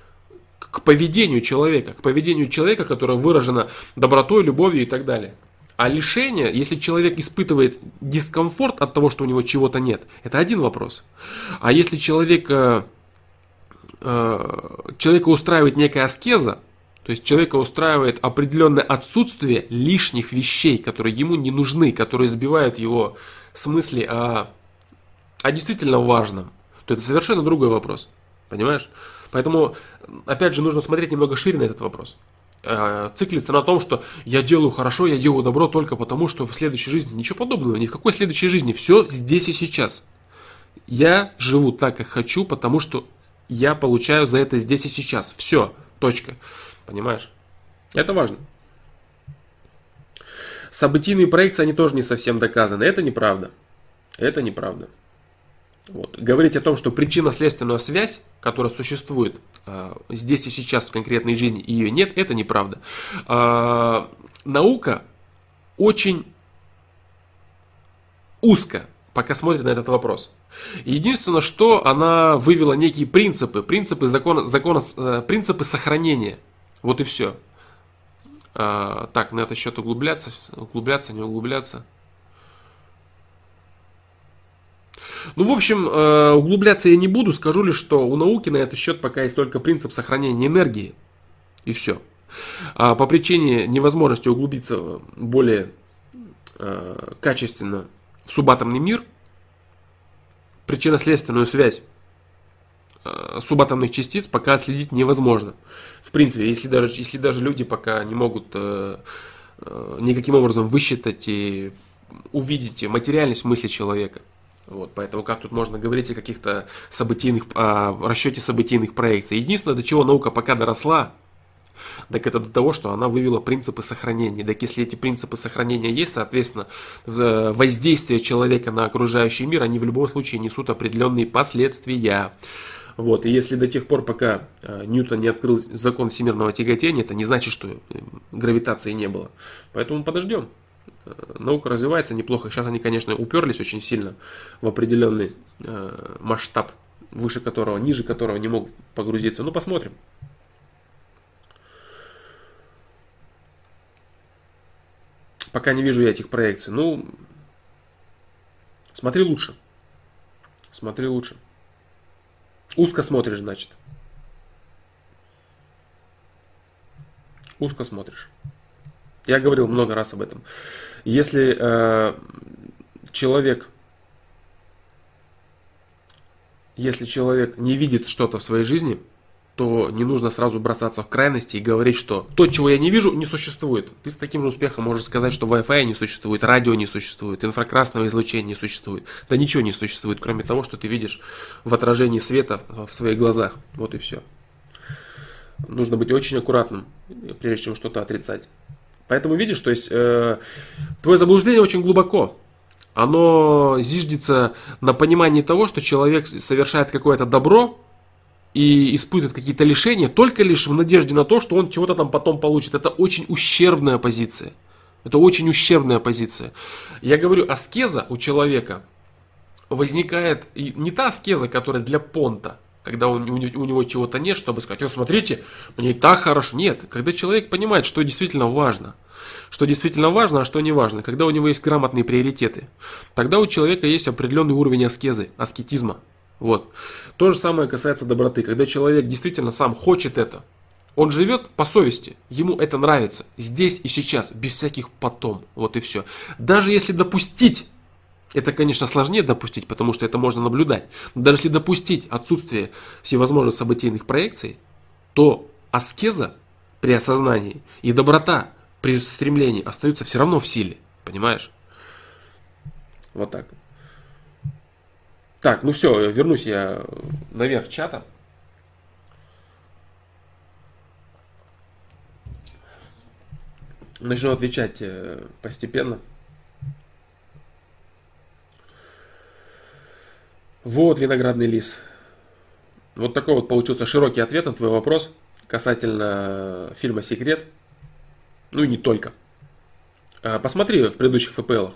к поведению человека, которое выражено добротой, любовью и так далее. А лишение, если человек испытывает дискомфорт от того, что у него чего-то нет, это один вопрос. А если человека устраивает некая аскеза, то есть человека устраивает определенное отсутствие лишних вещей, которые ему не нужны, которые сбивают его с мысли о действительно важном, то это совершенно другой вопрос. Понимаешь? Поэтому, опять же, нужно смотреть немного шире на этот вопрос. Циклиться на том, что я делаю хорошо, я делаю добро только потому, что в следующей жизни. Ничего подобного, ни в какой следующей жизни. Все здесь и сейчас. Я живу так, как хочу, потому что я получаю за это здесь и сейчас. Все. Точка. Понимаешь? Это важно. Событийные проекции, они тоже не совсем доказаны. Это неправда. Это неправда. Вот. Говорить о том, что причинно-следственная связь, которая существует здесь и сейчас в конкретной жизни, и ее нет, это неправда. Наука очень узко пока смотрит на этот вопрос. Единственное, что она вывела некие принципы сохранения. Вот и все. Так, на этот счет углубляться, не углубляться. Ну, в общем, углубляться я не буду, скажу лишь, что у науки на этот счет пока есть только принцип сохранения энергии, и все. По причине невозможности углубиться более качественно в субатомный мир, причинно-следственную связь субатомных частиц пока отследить невозможно. В принципе, если даже люди пока не могут никаким образом высчитать и увидеть материальность мысли человека. Вот, поэтому как тут можно говорить о каких-то расчете событийных проекций. Единственное, до чего наука пока доросла, так это до того, что она вывела принципы сохранения. Так если эти принципы сохранения есть, соответственно, воздействие человека на окружающий мир, они в любом случае несут определенные последствия. Вот, и если до тех пор, пока Ньютон не открыл закон всемирного тяготения, это не значит, что гравитации не было. Поэтому подождем. Наука развивается неплохо. Сейчас они, конечно, уперлись очень сильно в определенный масштаб, ниже которого не могут погрузиться. Ну, посмотрим. Пока не вижу я этих проекций. Ну, смотри лучше. Смотри лучше. Узко смотришь, значит. Узко смотришь. Я говорил много раз об этом. Если человек не видит что-то в своей жизни, то не нужно сразу бросаться в крайности и говорить, что то, чего я не вижу, не существует. Ты с таким же успехом можешь сказать, что Wi-Fi не существует, радио не существует, инфракрасного излучения не существует. Да ничего не существует, кроме того, что ты видишь в отражении света в своих глазах. Вот и все. Нужно быть очень аккуратным, прежде чем что-то отрицать. Поэтому видишь, то есть твое заблуждение очень глубоко. Оно зиждется на понимании того, что человек совершает какое-то добро и испытывает какие-то лишения только лишь в надежде на то, что он чего-то там потом получит. Это очень ущербная позиция. Это очень ущербная позиция. Я говорю, аскеза у человека возникает не та аскеза, которая для понта, когда у него чего-то нет, чтобы сказать, о, смотрите, мне и так хорошо. Нет, когда человек понимает, что действительно важно, а что не важно, когда у него есть грамотные приоритеты, тогда у человека есть определенный уровень аскезы, аскетизма. Вот. То же самое касается доброты. Когда человек действительно сам хочет это, он живет по совести, ему это нравится, здесь и сейчас, без всяких потом. Вот и все. Даже если допустить, это, конечно, сложнее допустить, потому что это можно наблюдать. Но даже если допустить отсутствие всевозможных событийных проекций, то аскеза при осознании и доброта при стремлении остаются все равно в силе. Понимаешь? Вот так. Так, ну все, вернусь я наверх чата. Начну отвечать постепенно. Вот виноградный лис. Вот такой вот получился широкий ответ на твой вопрос касательно фильма «Секрет». Ну и не только. Посмотри в предыдущих ФПЛах.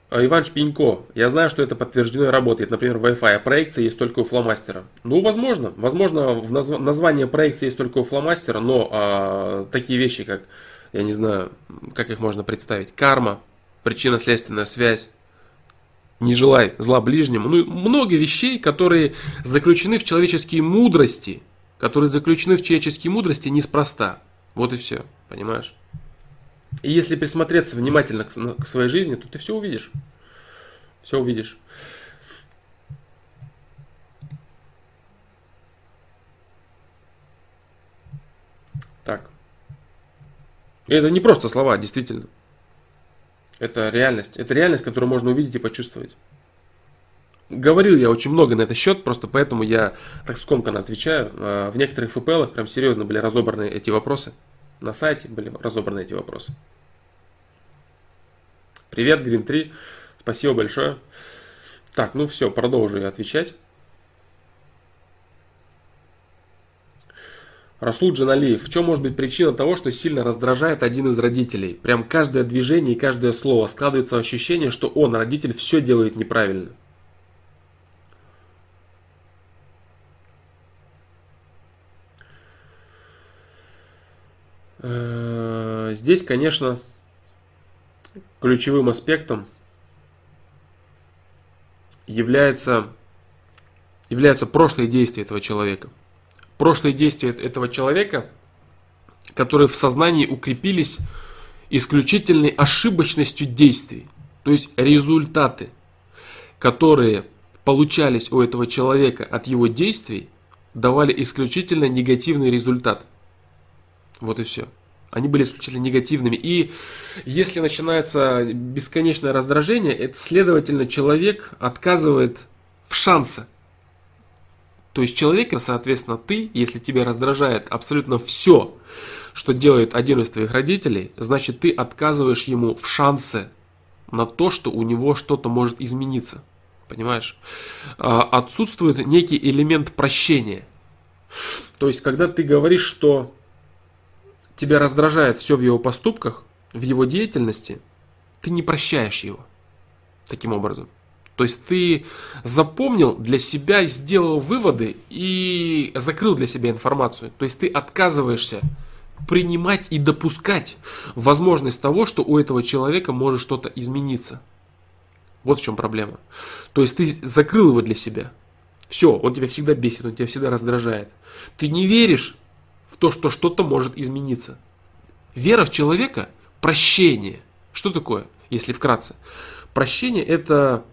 Иван Шпинько. Я знаю, что это подтверждено и работает. Например, Wi-Fi, а проекция есть только у фломастера. Ну, возможно. Возможно, в название проекции есть только у фломастера, но такие вещи, как, я не знаю, как их можно представить, карма, причинно-следственная связь, не желай зла ближнему. Ну, много вещей, которые заключены в человеческие мудрости, неспроста. Вот и все, понимаешь? И если присмотреться внимательно к своей жизни, то ты все увидишь. Все увидишь. Так. И это не просто слова, действительно. Это реальность. Это реальность, которую можно увидеть и почувствовать. Говорил я очень много на этот счет, просто поэтому я так скомканно отвечаю. В некоторых ФПЛах прям серьезно были разобраны эти вопросы. На сайте были разобраны эти вопросы. Привет, Green 3. Спасибо большое. Так, ну все, продолжу я отвечать. Расул Джаналиев. В чем может быть причина того, что сильно раздражает один из родителей? Прям каждое движение и каждое слово складывается ощущение, что он, родитель, все делает неправильно. Здесь, конечно, ключевым аспектом является прошлые действия этого человека. Прошлые действия этого человека, которые в сознании укрепились исключительной ошибочностью действий. То есть результаты, которые получались у этого человека от его действий, давали исключительно негативный результат. Вот и все. Они были исключительно негативными. И если начинается бесконечное раздражение, это, следовательно, человек отказывает в шансе. То есть человека, соответственно, ты, если тебя раздражает абсолютно все, что делает один из твоих родителей, значит, ты отказываешь ему в шансе на то, что у него что-то может измениться. Понимаешь? Отсутствует некий элемент прощения. То есть, когда ты говоришь, что тебя раздражает все в его поступках, в его деятельности, ты не прощаешь его таким образом. То есть ты запомнил для себя, сделал выводы и закрыл для себя информацию. То есть ты отказываешься принимать и допускать возможность того, что у этого человека может что-то измениться. Вот в чем проблема. То есть ты закрыл его для себя. Все, он тебя всегда бесит, он тебя всегда раздражает. Ты не веришь в то, что что-то может измениться. Вера в человека – прощение. Что такое, если вкратце? Прощение – это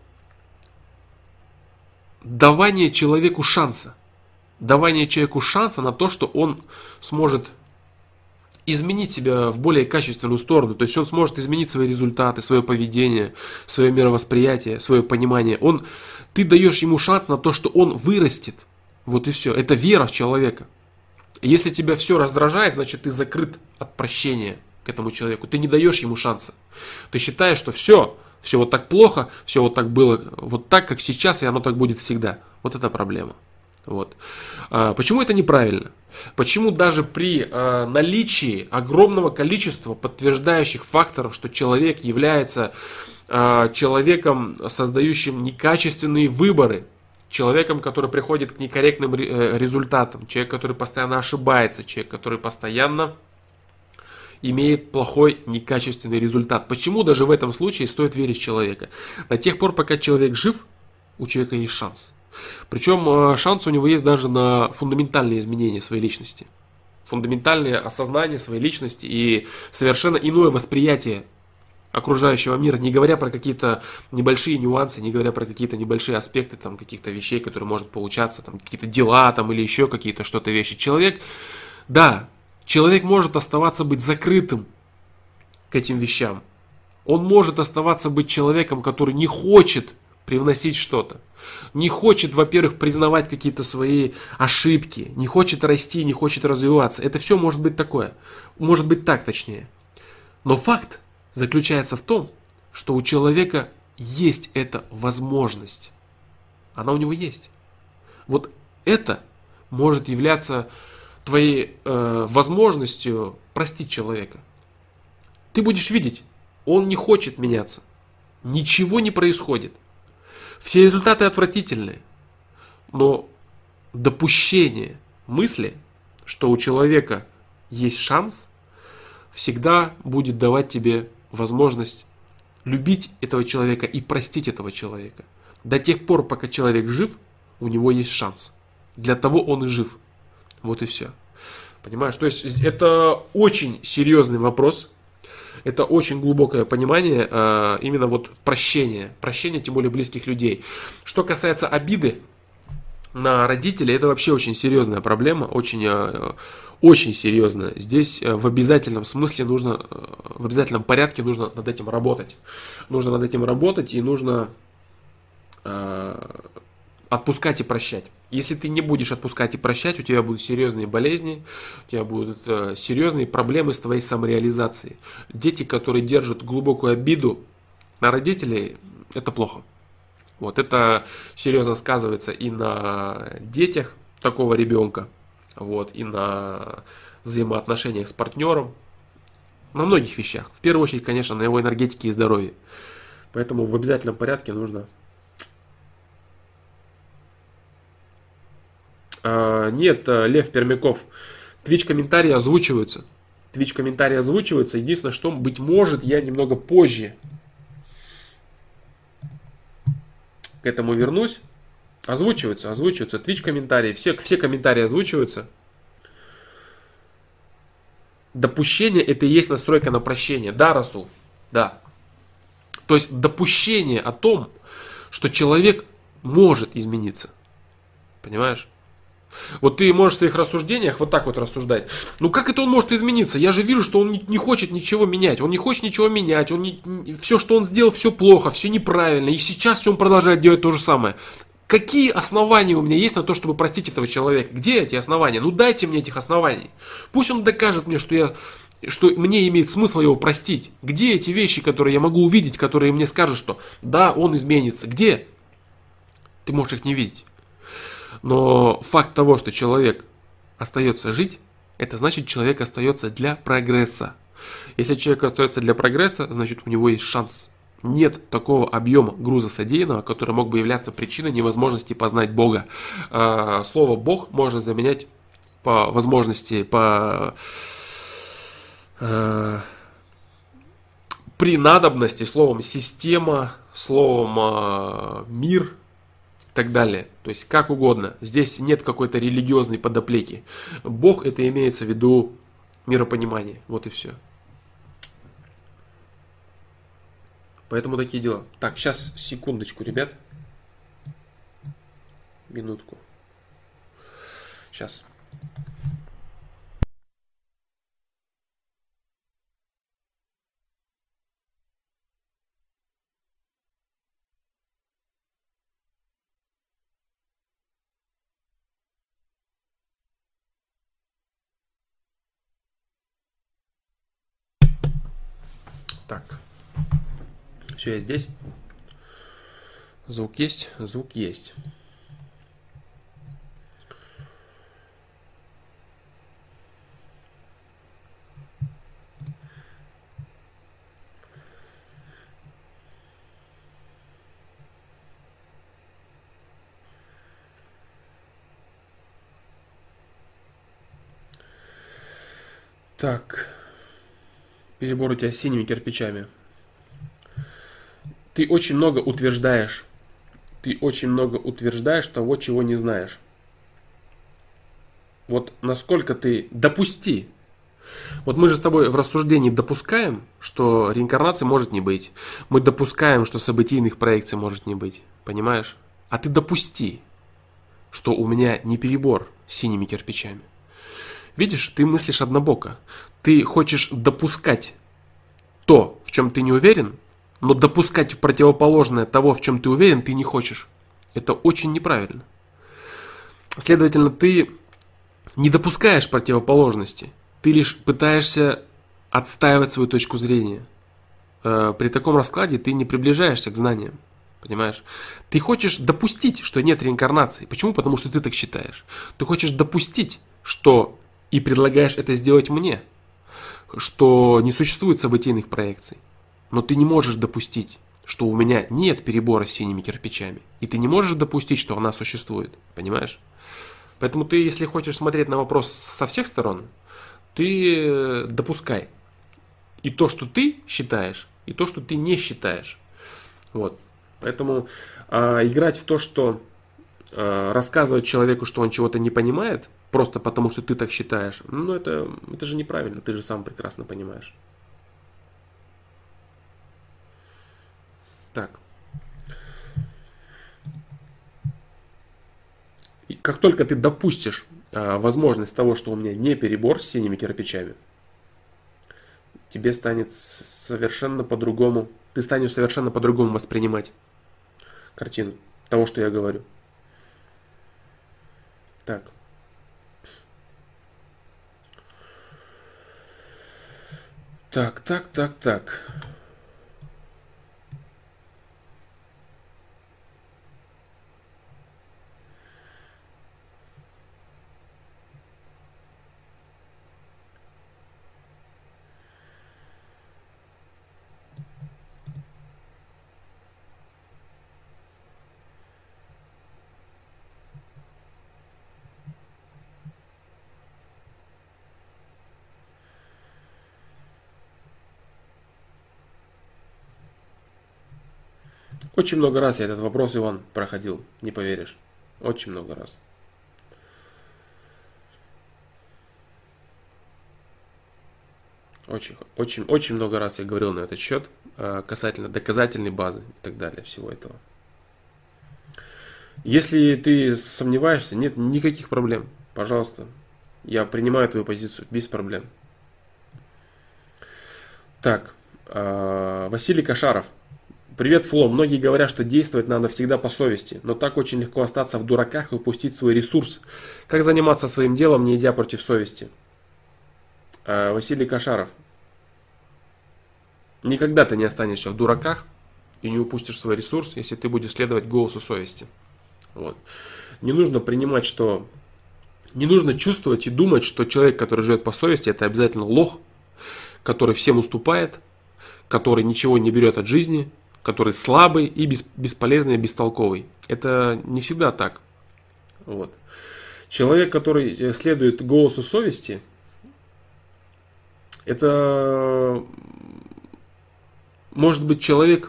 давание человеку шанса. Давание человеку шанса на то, что он сможет изменить себя в более качественную сторону. То есть он сможет изменить свои результаты, свое поведение, свое мировосприятие, свое понимание. Ты даешь ему шанс на то, что он вырастет. Вот и все. Это вера в человека. Если тебя все раздражает, значит ты закрыт от прощения к этому человеку. Ты не даешь ему шанса. Ты считаешь, что все вот так плохо, все вот так было, вот так, как сейчас, и оно так будет всегда. Вот это проблема. Вот. Почему это неправильно? Почему даже при наличии огромного количества подтверждающих факторов, что человек является человеком, создающим некачественные выборы, человеком, который приходит к некорректным результатам, человек, который постоянно ошибается, человек, который постоянно имеет плохой, некачественный результат. Почему даже в этом случае стоит верить в человека? До тех пор, пока человек жив, у человека есть шанс. Причем шанс у него есть даже на фундаментальные изменения своей личности. Фундаментальное осознание своей личности и совершенно иное восприятие окружающего мира, не говоря про какие-то небольшие нюансы, не говоря про какие-то небольшие аспекты там, каких-то вещей, которые может получаться, там, какие-то дела там, или еще какие-то что-то вещи. Человек может оставаться быть закрытым к этим вещам. Он может оставаться быть человеком, который не хочет привносить что-то. Не хочет, во-первых, признавать какие-то свои ошибки, не хочет расти, не хочет развиваться. Это все может быть такое. Может быть так, точнее. Но факт заключается в том, что у человека есть эта возможность. Она у него есть. Вот это может являться твоей возможностью простить человека. Ты будешь видеть, он не хочет меняться. Ничего не происходит. Все результаты отвратительные. Но допущение мысли, что у человека есть шанс, всегда будет давать тебе возможность любить этого человека и простить этого человека. До тех пор, пока человек жив, у него есть шанс. Для того он и жив. Вот и все. Понимаешь? То есть это очень серьезный вопрос. Это очень глубокое понимание именно вот прощения. Прощения, тем более близких людей. Что касается обиды на родителей, это вообще очень серьезная проблема. Очень серьезная. Здесь в обязательном смысле нужно, в обязательном порядке нужно над этим работать. Нужно над этим работать и нужно отпускать и прощать. Если ты не будешь отпускать и прощать, у тебя будут серьезные болезни, у тебя будут серьезные проблемы с твоей самореализацией. Дети, которые держат глубокую обиду на родителей, это плохо. Вот это серьезно сказывается и на детях такого ребенка, вот, и на взаимоотношениях с партнером, на многих вещах. В первую очередь, конечно, на его энергетике и здоровье. Поэтому в обязательном порядке нужно... Нет, Лев Пермяков, Twitch комментарии озвучиваются. Twitch комментарии озвучиваются. Единственное, что, быть может, я немного позже к этому вернусь. Озвучиваются. Twitch комментарии. Все комментарии озвучиваются. Допущение — это и есть настройка на прощение. Да, Расул? Да. То есть допущение о том, что человек может измениться. Понимаешь? Вот ты можешь в своих рассуждениях вот так вот рассуждать. Ну как это он может измениться? Я же вижу, что он не хочет ничего менять. Он не хочет ничего менять. Все, что он сделал, все плохо, все неправильно. И сейчас он продолжает делать то же самое. Какие основания у меня есть на то, чтобы простить этого человека? Где эти основания? Ну дайте мне этих оснований. Пусть он докажет мне, что мне имеет смысл его простить. Где эти вещи, которые я могу увидеть, которые мне скажут, что да, он изменится? Где? Ты можешь их не видеть. Но факт того, что человек остается жить, это значит, человек остается для прогресса. Если человек остается для прогресса, значит, у него есть шанс. Нет такого объема груза содеянного, который мог бы являться причиной невозможности познать Бога. Слово «Бог» можно заменять по возможности, при надобности словом «система», словом «мир», и так далее. То есть как угодно. Здесь нет какой-то религиозной подоплеки. Бог — это имеется в виду миропонимание. Вот и все. Поэтому такие дела. Так, сейчас секундочку, ребят. Минутку. Сейчас. Так. Все, я здесь. Звук есть? Звук есть. Так. Перебор у тебя с синими кирпичами. Ты очень много утверждаешь. Ты очень много утверждаешь того, чего не знаешь. Вот насколько ты... Допусти. Вот мы же с тобой в рассуждении допускаем, что реинкарнации может не быть. Мы допускаем, что событийных проекций может не быть. Понимаешь? А ты допусти, что у меня не перебор с синими кирпичами. Видишь, ты мыслишь однобоко. Ты хочешь допускать то, в чем ты не уверен, но допускать в противоположное того, в чем ты уверен, ты не хочешь. Это очень неправильно. Следовательно, ты не допускаешь противоположности. Ты лишь пытаешься отстаивать свою точку зрения. При таком раскладе ты не приближаешься к знаниям. Понимаешь? Ты хочешь допустить, что нет реинкарнации. Почему? Потому что ты так считаешь. Ты хочешь допустить, что... И предлагаешь это сделать мне. Что не существует событийных проекций. Но ты не можешь допустить. что у меня нет перебора с синими кирпичами. И ты не можешь допустить, что она существует. Понимаешь? Поэтому ты, если хочешь смотреть на вопрос со всех сторон, ты допускай и то, что ты считаешь, и то, что ты не считаешь. Вот. Поэтому играть в то, что рассказывать человеку, что он чего-то не понимает, просто потому что ты так считаешь, ну это же неправильно, ты же сам прекрасно понимаешь. Так. И как только ты допустишь возможность того, что у меня не перебор с синими кирпичами, тебе станет совершенно по-другому, ты станешь совершенно по-другому воспринимать картину того, что я говорю. Так. Так. Очень много раз я этот вопрос, Иван, проходил, не поверишь. Очень много раз. Очень много раз я говорил на этот счет касательно доказательной базы и так далее, всего этого. Если ты сомневаешься, нет никаких проблем. Пожалуйста, я принимаю твою позицию без проблем. Так, Василий Кашаров. Привет, Фло. Многие говорят, что действовать надо всегда по совести, но так очень легко остаться в дураках и упустить свой ресурс. Как заниматься своим делом, не идя против совести? Василий Кашаров. Никогда ты не останешься в дураках и не упустишь свой ресурс, если ты будешь следовать голосу совести. Вот. Не нужно принимать, что... Не нужно чувствовать и думать, что человек, который живет по совести, это обязательно лох, который всем уступает, который ничего не берет от жизни, который слабый и бесполезный, бестолковый. Это не всегда так. Вот. Человек, который следует голосу совести, это может быть человек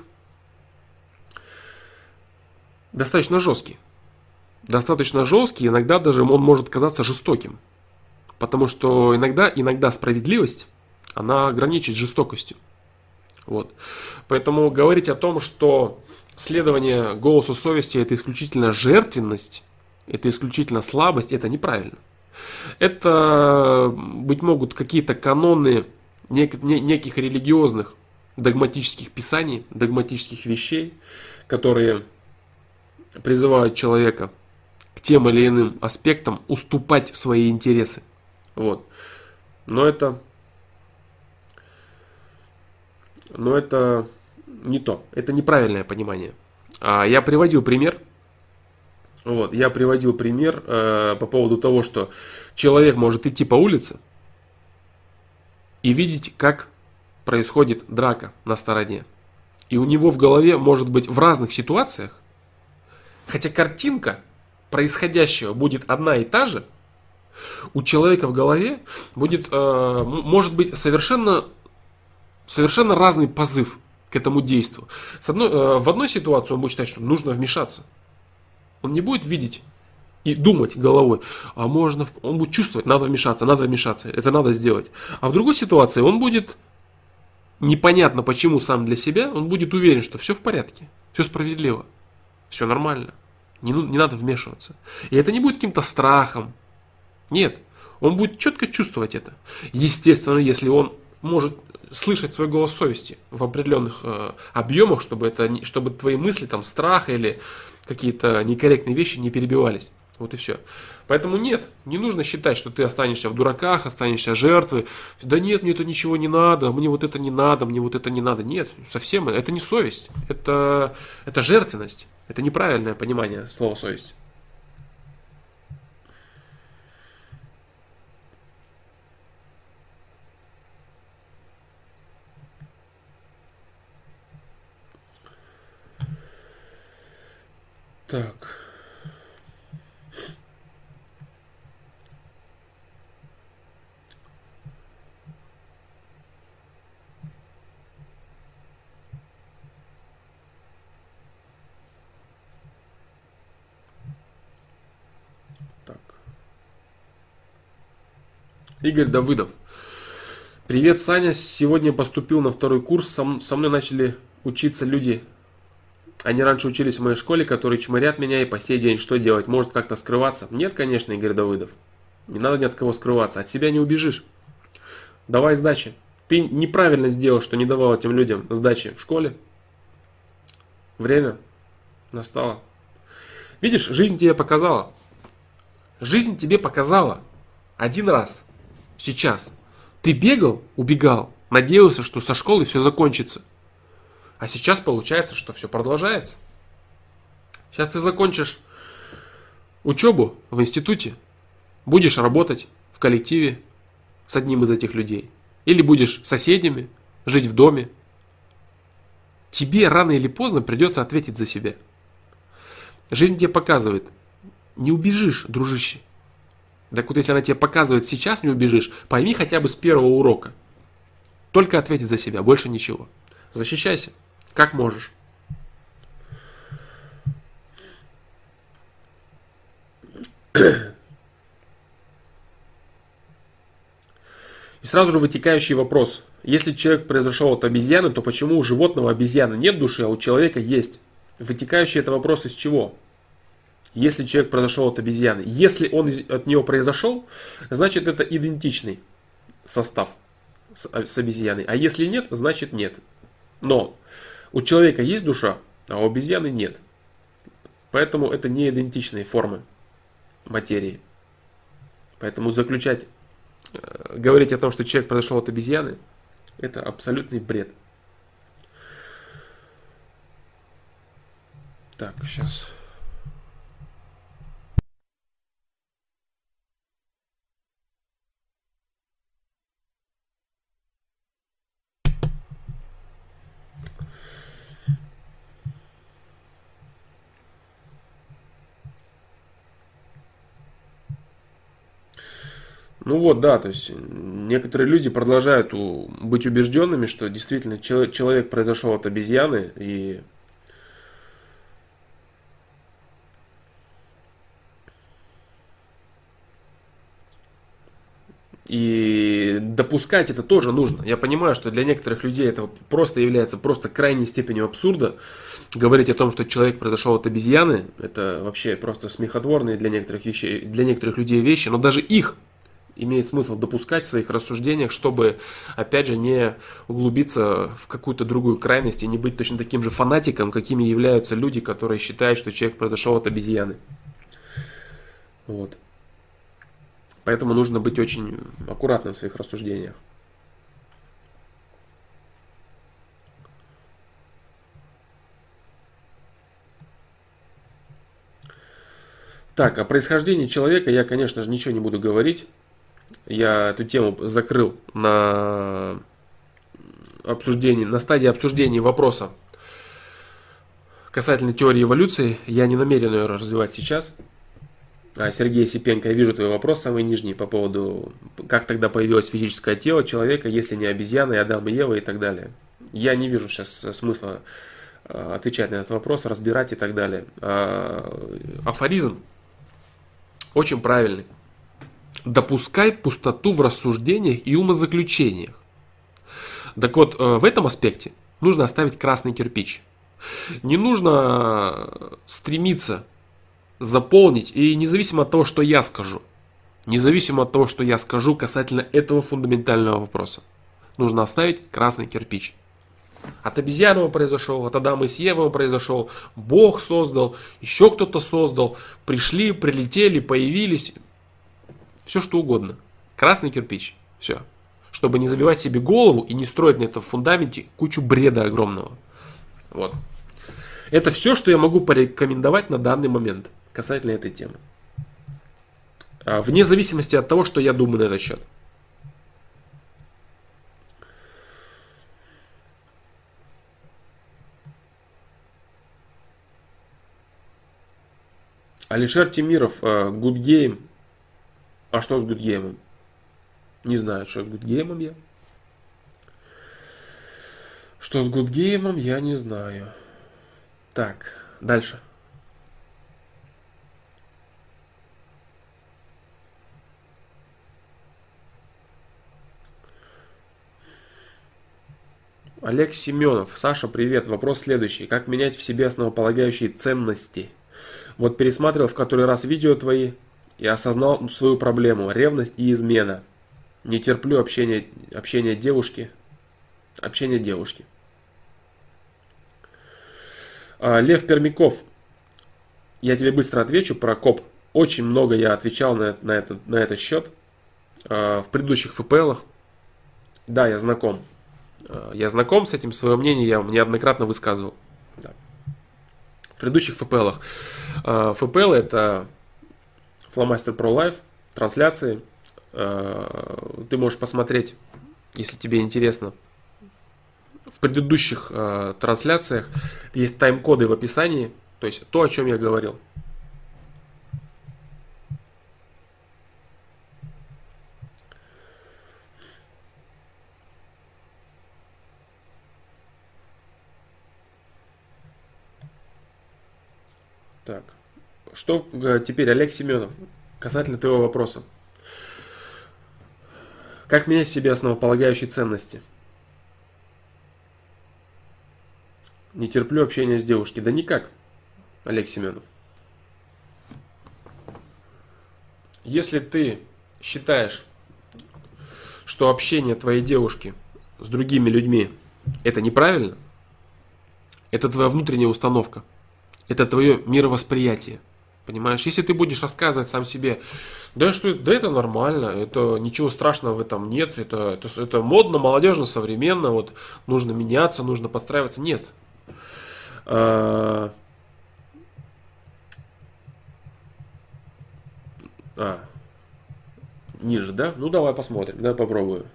достаточно жесткий. Достаточно жесткий, иногда даже он может казаться жестоким. Потому что иногда справедливость, она граничит с жестокостью. Вот. Поэтому говорить о том, что следование голосу совести это исключительно жертвенность, это исключительно слабость, это неправильно. Это, быть могут, какие-то каноны неких религиозных догматических писаний, догматических вещей, которые призывают человека к тем или иным аспектам уступать свои интересы. Вот. Но это не то. Это неправильное понимание. Я приводил пример. Вот, я приводил пример по поводу того, что человек может идти по улице и видеть, как происходит драка на стороне. И у него в голове может быть в разных ситуациях, хотя картинка происходящего будет одна и та же, у человека в голове будет, может быть совершенно разный позыв к этому действию. В одной ситуации он будет считать, что нужно вмешаться. Он не будет видеть и думать головой, он будет чувствовать, надо вмешаться, это надо сделать. А в другой ситуации он будет, непонятно почему сам для себя, он будет уверен, что все в порядке, все справедливо, все нормально, не надо вмешиваться. И это не будет каким-то страхом, нет, он будет четко чувствовать это. Естественно, если он может слышать свой голос совести в определенных объемах, чтобы твои мысли, там, страх или какие-то некорректные вещи не перебивались. Вот и все. Поэтому нет, не нужно считать, что ты останешься в дураках, останешься жертвой. Да нет, мне это ничего не надо, мне вот это не надо, мне вот это не надо. Нет, совсем это не совесть, это жертвенность. Это неправильное понимание слова совесть. Так. Так. Игорь Давыдов. Привет, Саня. Сегодня поступил на второй курс. Со мной начали учиться люди. Они раньше учились в моей школе, которые чморят меня и по сей день. Что делать? Может как-то скрываться? Нет, конечно, Игорь Давыдов. Не надо ни от кого скрываться. От себя не убежишь. Давай сдачи. Ты неправильно сделал, что не давал этим людям сдачи в школе. Время настало. Видишь, жизнь тебе показала. Жизнь тебе показала. Один раз. Сейчас. Ты бегал, убегал, надеялся, что со школы все закончится. А сейчас получается, что все продолжается. Сейчас ты закончишь учебу в институте, будешь работать в коллективе с одним из этих людей. Или будешь соседями, жить в доме. Тебе рано или поздно придется ответить за себя. Жизнь тебе показывает, не убежишь, дружище. Так вот, если она тебе показывает сейчас, не убежишь, пойми хотя бы с первого урока. Только ответить за себя, больше ничего. Защищайся, как можешь. И сразу же вытекающий вопрос. Если человек произошел от обезьяны, то почему у животного обезьяны нет души, а у человека есть? Вытекающий это вопрос из чего? Если человек произошел от обезьяны. Если он от нее произошел, значит это идентичный состав с обезьяной. А если нет, значит нет. Но у человека есть душа, а у обезьяны нет. Поэтому это не идентичные формы материи. Поэтому говорить о том, что человек произошел от обезьяны, это абсолютный бред. Так, сейчас. Ну вот, да, то есть некоторые люди продолжают быть убежденными, что действительно человек произошел от обезьяны, и допускать это тоже нужно. Я понимаю, что для некоторых людей это вот просто является просто крайней степенью абсурда. Говорить о том, что человек произошел от обезьяны, это вообще просто смехотворные для некоторых людей вещи, но даже их имеет смысл допускать в своих рассуждениях, чтобы, опять же, не углубиться в какую-то другую крайность и не быть точно таким же фанатиком, какими являются люди, которые считают, что человек произошел от обезьяны. Вот. Поэтому нужно быть очень аккуратным в своих рассуждениях. Так, о происхождении человека я, конечно же, ничего не буду говорить. Я эту тему закрыл на стадии обсуждения вопроса касательно теории эволюции. Я не намерен ее развивать сейчас. Сергей Сипенко, я вижу твой вопрос, самый нижний, по поводу, как тогда появилось физическое тело человека, если не обезьяны, Адам и Ева и так далее. Я не вижу сейчас смысла отвечать на этот вопрос, разбирать и так далее. Афоризм очень правильный. Допускай пустоту в рассуждениях и умозаключениях. Так вот, в этом аспекте нужно оставить красный кирпич. Не нужно стремиться заполнить, и независимо от того, что я скажу, независимо от того, что я скажу касательно этого фундаментального вопроса, нужно оставить красный кирпич. От обезьяны он произошел, от Адама и Евы он произошел, Бог создал, еще кто-то создал, пришли, прилетели, появились, все что угодно. Красный кирпич, все. Чтобы не забивать себе голову и не строить на этом фундаменте кучу бреда огромного. Вот. Это все, что я могу порекомендовать на данный момент касательно этой темы. Вне зависимости от того, что я думаю на этот счет. Алишер Тимиров, Good Game. А что с Good Game? Не знаю, что с Good Game я. Что с Good Game, я не знаю. Так, дальше. Олег Семенов. Саша, привет. Вопрос следующий. Как менять в себе основополагающие ценности? Вот пересматривал в который раз видео твои и осознал свою проблему. Ревность и измена. Не терплю общение девушки. Общение девушки. Лев Пермяков. Я тебе быстро отвечу про КОП. Очень много я отвечал на этот счет в предыдущих ФПЛах. Да, я знаком. Я знаком с этим, свое мнение я неоднократно высказывал. Да. В предыдущих ФПЛах. ФПЛ это Flowmaster Pro Live, трансляции. Ты можешь посмотреть, если тебе интересно. В предыдущих трансляциях есть тайм-коды в описании. То есть то, о чем я говорил. Так, что теперь, Олег Семенов, касательно твоего вопроса. Как менять в себе основополагающие ценности? Не терплю общения с девушкой. Да никак, Олег Семенов. Если ты считаешь, что общение твоей девушки с другими людьми это неправильно, это твоя внутренняя установка. Это твое мировосприятие. Понимаешь? Если ты будешь рассказывать сам себе, да это нормально, это ничего страшного в этом нет, это модно, молодежно, современно, вот нужно меняться, нужно подстраиваться. Нет. Ниже, да? Ну давай посмотрим, давай попробую.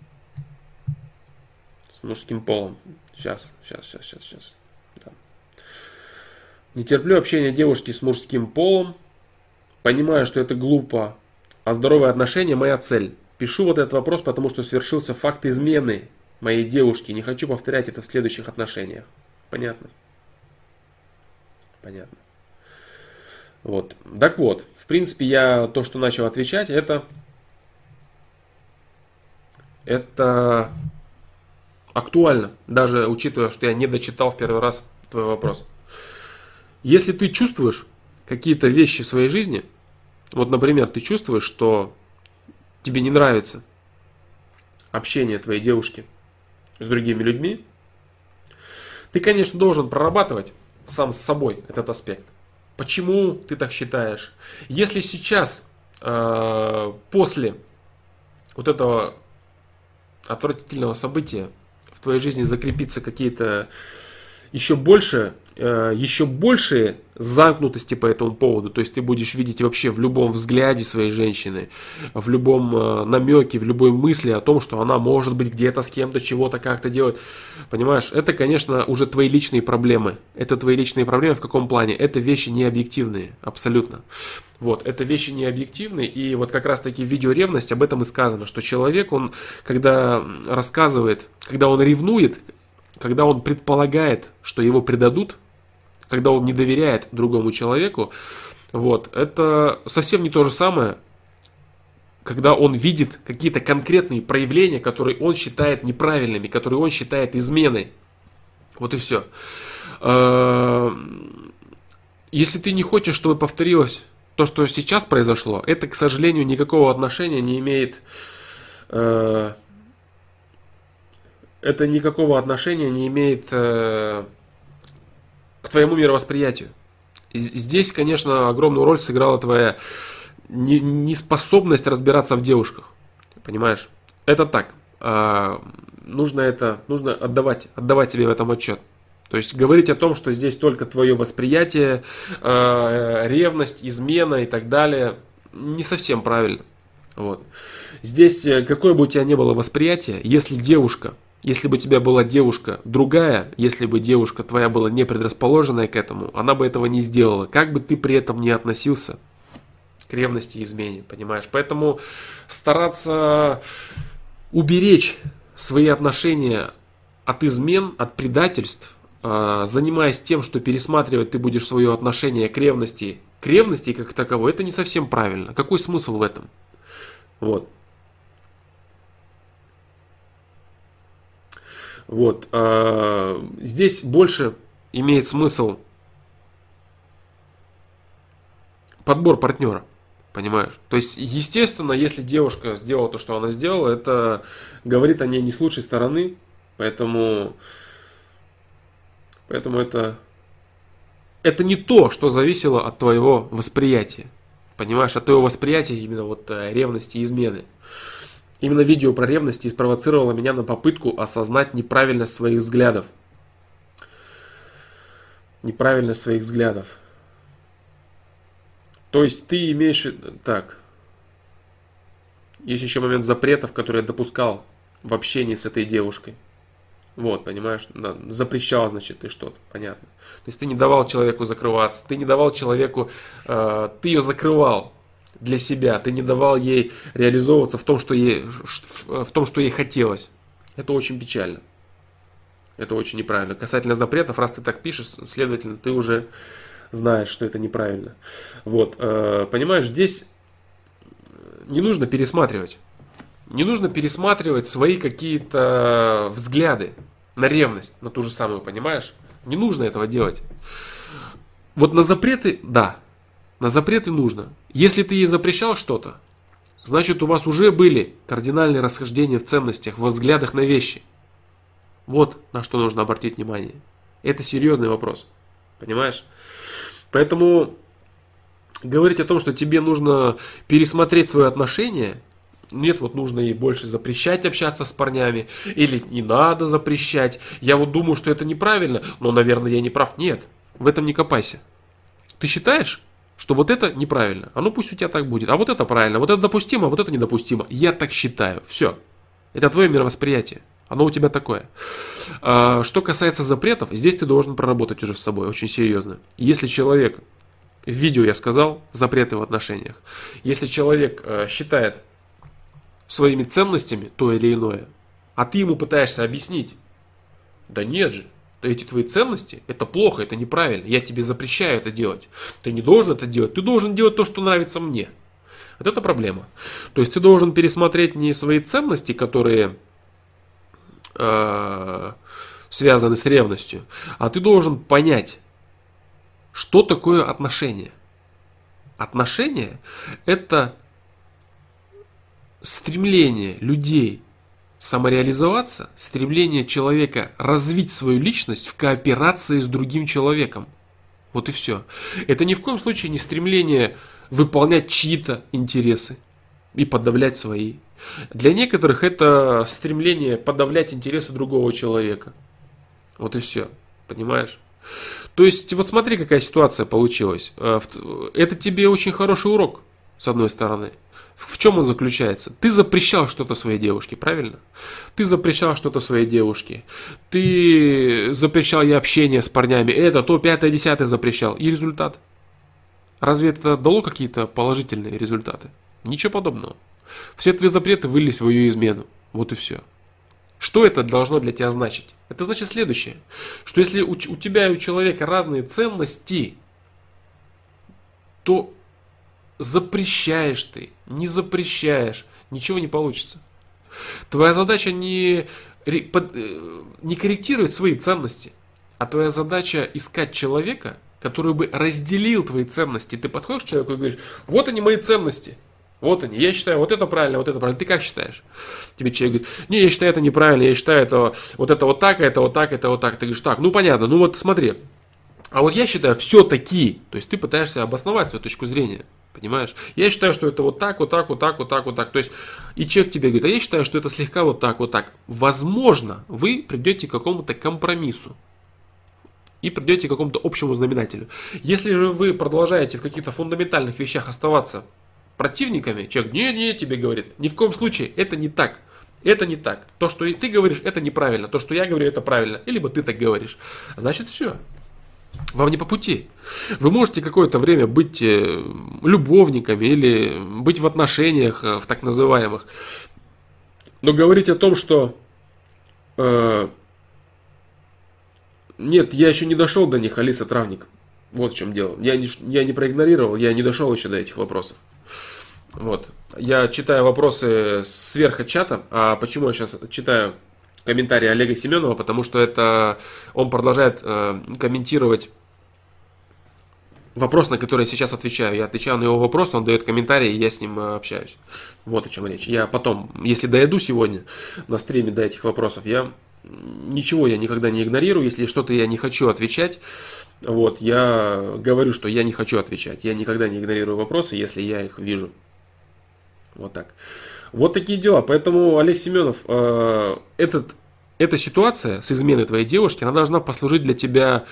С мужским полом. Сейчас. Да. Не терплю общения девушки с мужским полом. Понимаю, что это глупо. А здоровые отношения моя цель. Пишу вот этот вопрос, потому что свершился факт измены моей девушки. Не хочу повторять это в следующих отношениях. Понятно? Понятно. Вот. Так вот, в принципе, я то, что начал отвечать, это актуально. Даже учитывая, что я не дочитал в первый раз твой вопрос. Если ты чувствуешь какие-то вещи в своей жизни, вот, например, ты чувствуешь, что тебе не нравится общение твоей девушки с другими людьми, ты, конечно, должен прорабатывать сам с собой этот аспект. Почему ты так считаешь? Если сейчас, после вот этого отвратительного события в твоей жизни закрепится какие-то еще большие замкнутости по этому поводу. То есть ты будешь видеть вообще в любом взгляде своей женщины, в любом намеке, в любой мысли о том, что она может быть где-то с кем-то, чего-то как-то делать. Понимаешь, это, конечно, уже твои личные проблемы. Это твои личные проблемы в каком плане? Это вещи не объективные, абсолютно. Вот, это вещи не объективные, и вот как раз таки в видео «Ревность» об этом и сказано, что человек, он, когда рассказывает, когда он ревнует, когда он предполагает, что его предадут, когда он не доверяет другому человеку, вот, это совсем не то же самое, когда он видит какие-то конкретные проявления, которые он считает неправильными, которые он считает изменой. Вот и все. Если ты не хочешь, чтобы повторилось то, что сейчас произошло, это, к сожалению, никакого отношения не имеет... Это никакого отношения не имеет к твоему мировосприятию. Здесь, конечно, огромную роль сыграла твоя неспособность разбираться в девушках. Понимаешь? Это так. Нужно отдавать себе в этом отчет. То есть говорить о том, что здесь только твое восприятие, ревность, измена и так далее, не совсем правильно. Вот. Здесь, какое бы у тебя ни было восприятие, если девушка Если бы у тебя была девушка другая, если бы девушка твоя была не предрасположенная к этому, она бы этого не сделала. Как бы ты при этом не относился к ревности и измене, понимаешь? Поэтому стараться уберечь свои отношения от измен, от предательств, занимаясь тем, что пересматривать ты будешь свое отношение к ревности как таковой, это не совсем правильно. Какой смысл в этом? Вот. Вот. Здесь больше имеет смысл подбор партнера. Понимаешь? То есть, естественно, если девушка сделала то, что она сделала, это говорит о ней не с лучшей стороны. Поэтому это не то, что зависело от твоего восприятия. Понимаешь? От твоего восприятия именно вот ревности и измены. Именно видео про ревность спровоцировало меня на попытку осознать неправильность своих взглядов. Неправильность своих взглядов. То есть ты имеешь... Так. Есть еще момент запретов, которые я допускал в общении с этой девушкой. Вот, понимаешь? Запрещал, значит, ты что-то. Понятно. То есть ты не давал человеку закрываться. Ты не давал человеку... ты ее закрывал для себя. Ты не давал ей реализовываться в том, что ей хотелось. Это очень печально. Это очень неправильно. Касательно запретов, раз ты так пишешь, следовательно, ты уже знаешь, что это неправильно. Вот. Понимаешь, здесь не нужно пересматривать. Не нужно пересматривать свои какие-то взгляды на ревность, на ту же самую, понимаешь? Не нужно этого делать. Вот на запреты, да. На запреты нужно. Если ты ей запрещал что-то, значит у вас уже были кардинальные расхождения в ценностях, во взглядах на вещи. Вот на что нужно обратить внимание. Это серьезный вопрос. Понимаешь? Поэтому говорить о том, что тебе нужно пересмотреть свое отношение, нет, вот нужно ей больше запрещать общаться с парнями, или не надо запрещать. Я вот думаю, что это неправильно, но, наверное, я не прав. Нет, в этом не копайся. Ты считаешь, что вот это неправильно? А ну пусть у тебя так будет. А вот это правильно, вот это допустимо, а вот это недопустимо. Я так считаю. Все. Это твое мировосприятие. Оно у тебя такое. Что касается запретов, здесь ты должен проработать уже с собой очень серьезно. Если человек, в видео я сказал, запреты в отношениях. Если человек считает своими ценностями то или иное, а ты ему пытаешься объяснить, да нет же, да эти твои ценности, это плохо, это неправильно, я тебе запрещаю это делать. Ты не должен это делать, ты должен делать то, что нравится мне. Вот это проблема. То есть ты должен пересмотреть не свои ценности, которые связаны с ревностью, а ты должен понять, что такое отношения. Отношения – это стремление людей самореализоваться, стремление человека развить свою личность в кооперации с другим человеком. Вот и все. Это ни в коем случае не стремление выполнять чьи-то интересы и подавлять свои. Для некоторых это стремление подавлять интересы другого человека. Вот и все. Понимаешь? То есть, вот смотри, какая ситуация получилась. Это тебе очень хороший урок, с одной стороны. В чем он заключается? Ты запрещал что-то своей девушке, правильно? Ты запрещал что-то своей девушке. Ты запрещал ей общение с парнями. Это, то, пятое, десятое запрещал. И результат? Разве это дало какие-то положительные результаты? Ничего подобного. Все твои запреты вылились в ее измену. Вот и все. Что это должно для тебя значить? Это значит следующее. Что если у тебя и у человека разные ценности, то запрещаешь ты, не запрещаешь, ничего не получится. Твоя задача не корректировать свои ценности, а твоя задача искать человека, который бы разделил твои ценности. Ты подходишь к человеку и говоришь, вот они мои ценности. Вот они, я считаю, вот это правильно, вот это правильно. Ты как считаешь? Тебе человек говорит, не, я считаю это неправильно, я считаю это вот так, это вот так, это вот так. Ты говоришь, так, ну понятно, ну вот смотри. А вот я считаю все-таки, то есть ты пытаешься обосновать свою точку зрения. Понимаешь? Я считаю, что это вот так, вот так, вот так, вот так, вот так. То есть, и человек тебе говорит, а я считаю, что это слегка вот так, вот так. Возможно, вы придете к какому-то компромиссу. И придете к какому-то общему знаменателю. Если же вы продолжаете в каких-то фундаментальных вещах оставаться противниками, человек, не, тебе говорит, ни в коем случае это не так. Это не так. То, что и ты говоришь, это неправильно. То, что я говорю, это правильно. И либо ты так говоришь. Значит, все. Вам не по пути. Вы можете какое-то время быть любовниками или быть в отношениях, в так называемых. Но говорить о том, что нет, я еще не дошел до них, Алиса Травник. Вот в чем дело. Я не проигнорировал, я не дошел еще до этих вопросов. Вот. Я читаю вопросы сверху чата. А почему я сейчас читаю комментарии Олега Семенова? Потому что это он продолжает комментировать вопрос, на который я сейчас отвечаю. Я отвечаю на его вопрос, он дает комментарий, и я с ним общаюсь. Вот о чем речь. Я потом, если дойду сегодня на стриме до этих вопросов, ничего я никогда не игнорирую. Если что-то я не хочу отвечать, вот, я говорю, что я не хочу отвечать. Я никогда не игнорирую вопросы, если я их вижу. Вот так. Вот такие дела. Поэтому, Олег Семенов, эта ситуация с изменой твоей девушки, она должна послужить для тебя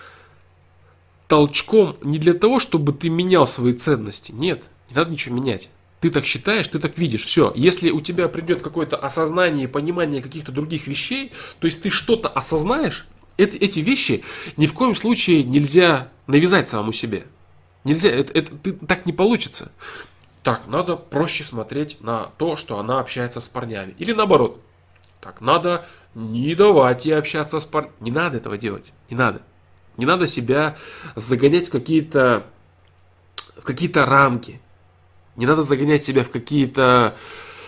толчком не для того, чтобы ты менял свои ценности. Нет, не надо ничего менять. Ты так считаешь, ты так видишь. Все. Если у тебя придет какое-то осознание и понимание каких-то других вещей, то есть ты что-то осознаешь, эти вещи ни в коем случае нельзя навязать самому себе. Нельзя, так не получится. Так, надо проще смотреть на то, что она общается с парнями. Или наоборот. Так, надо не давать ей общаться с парнями. Не надо этого делать. Не надо. Не надо себя загонять в какие-то рамки. Не надо загонять себя в какие-то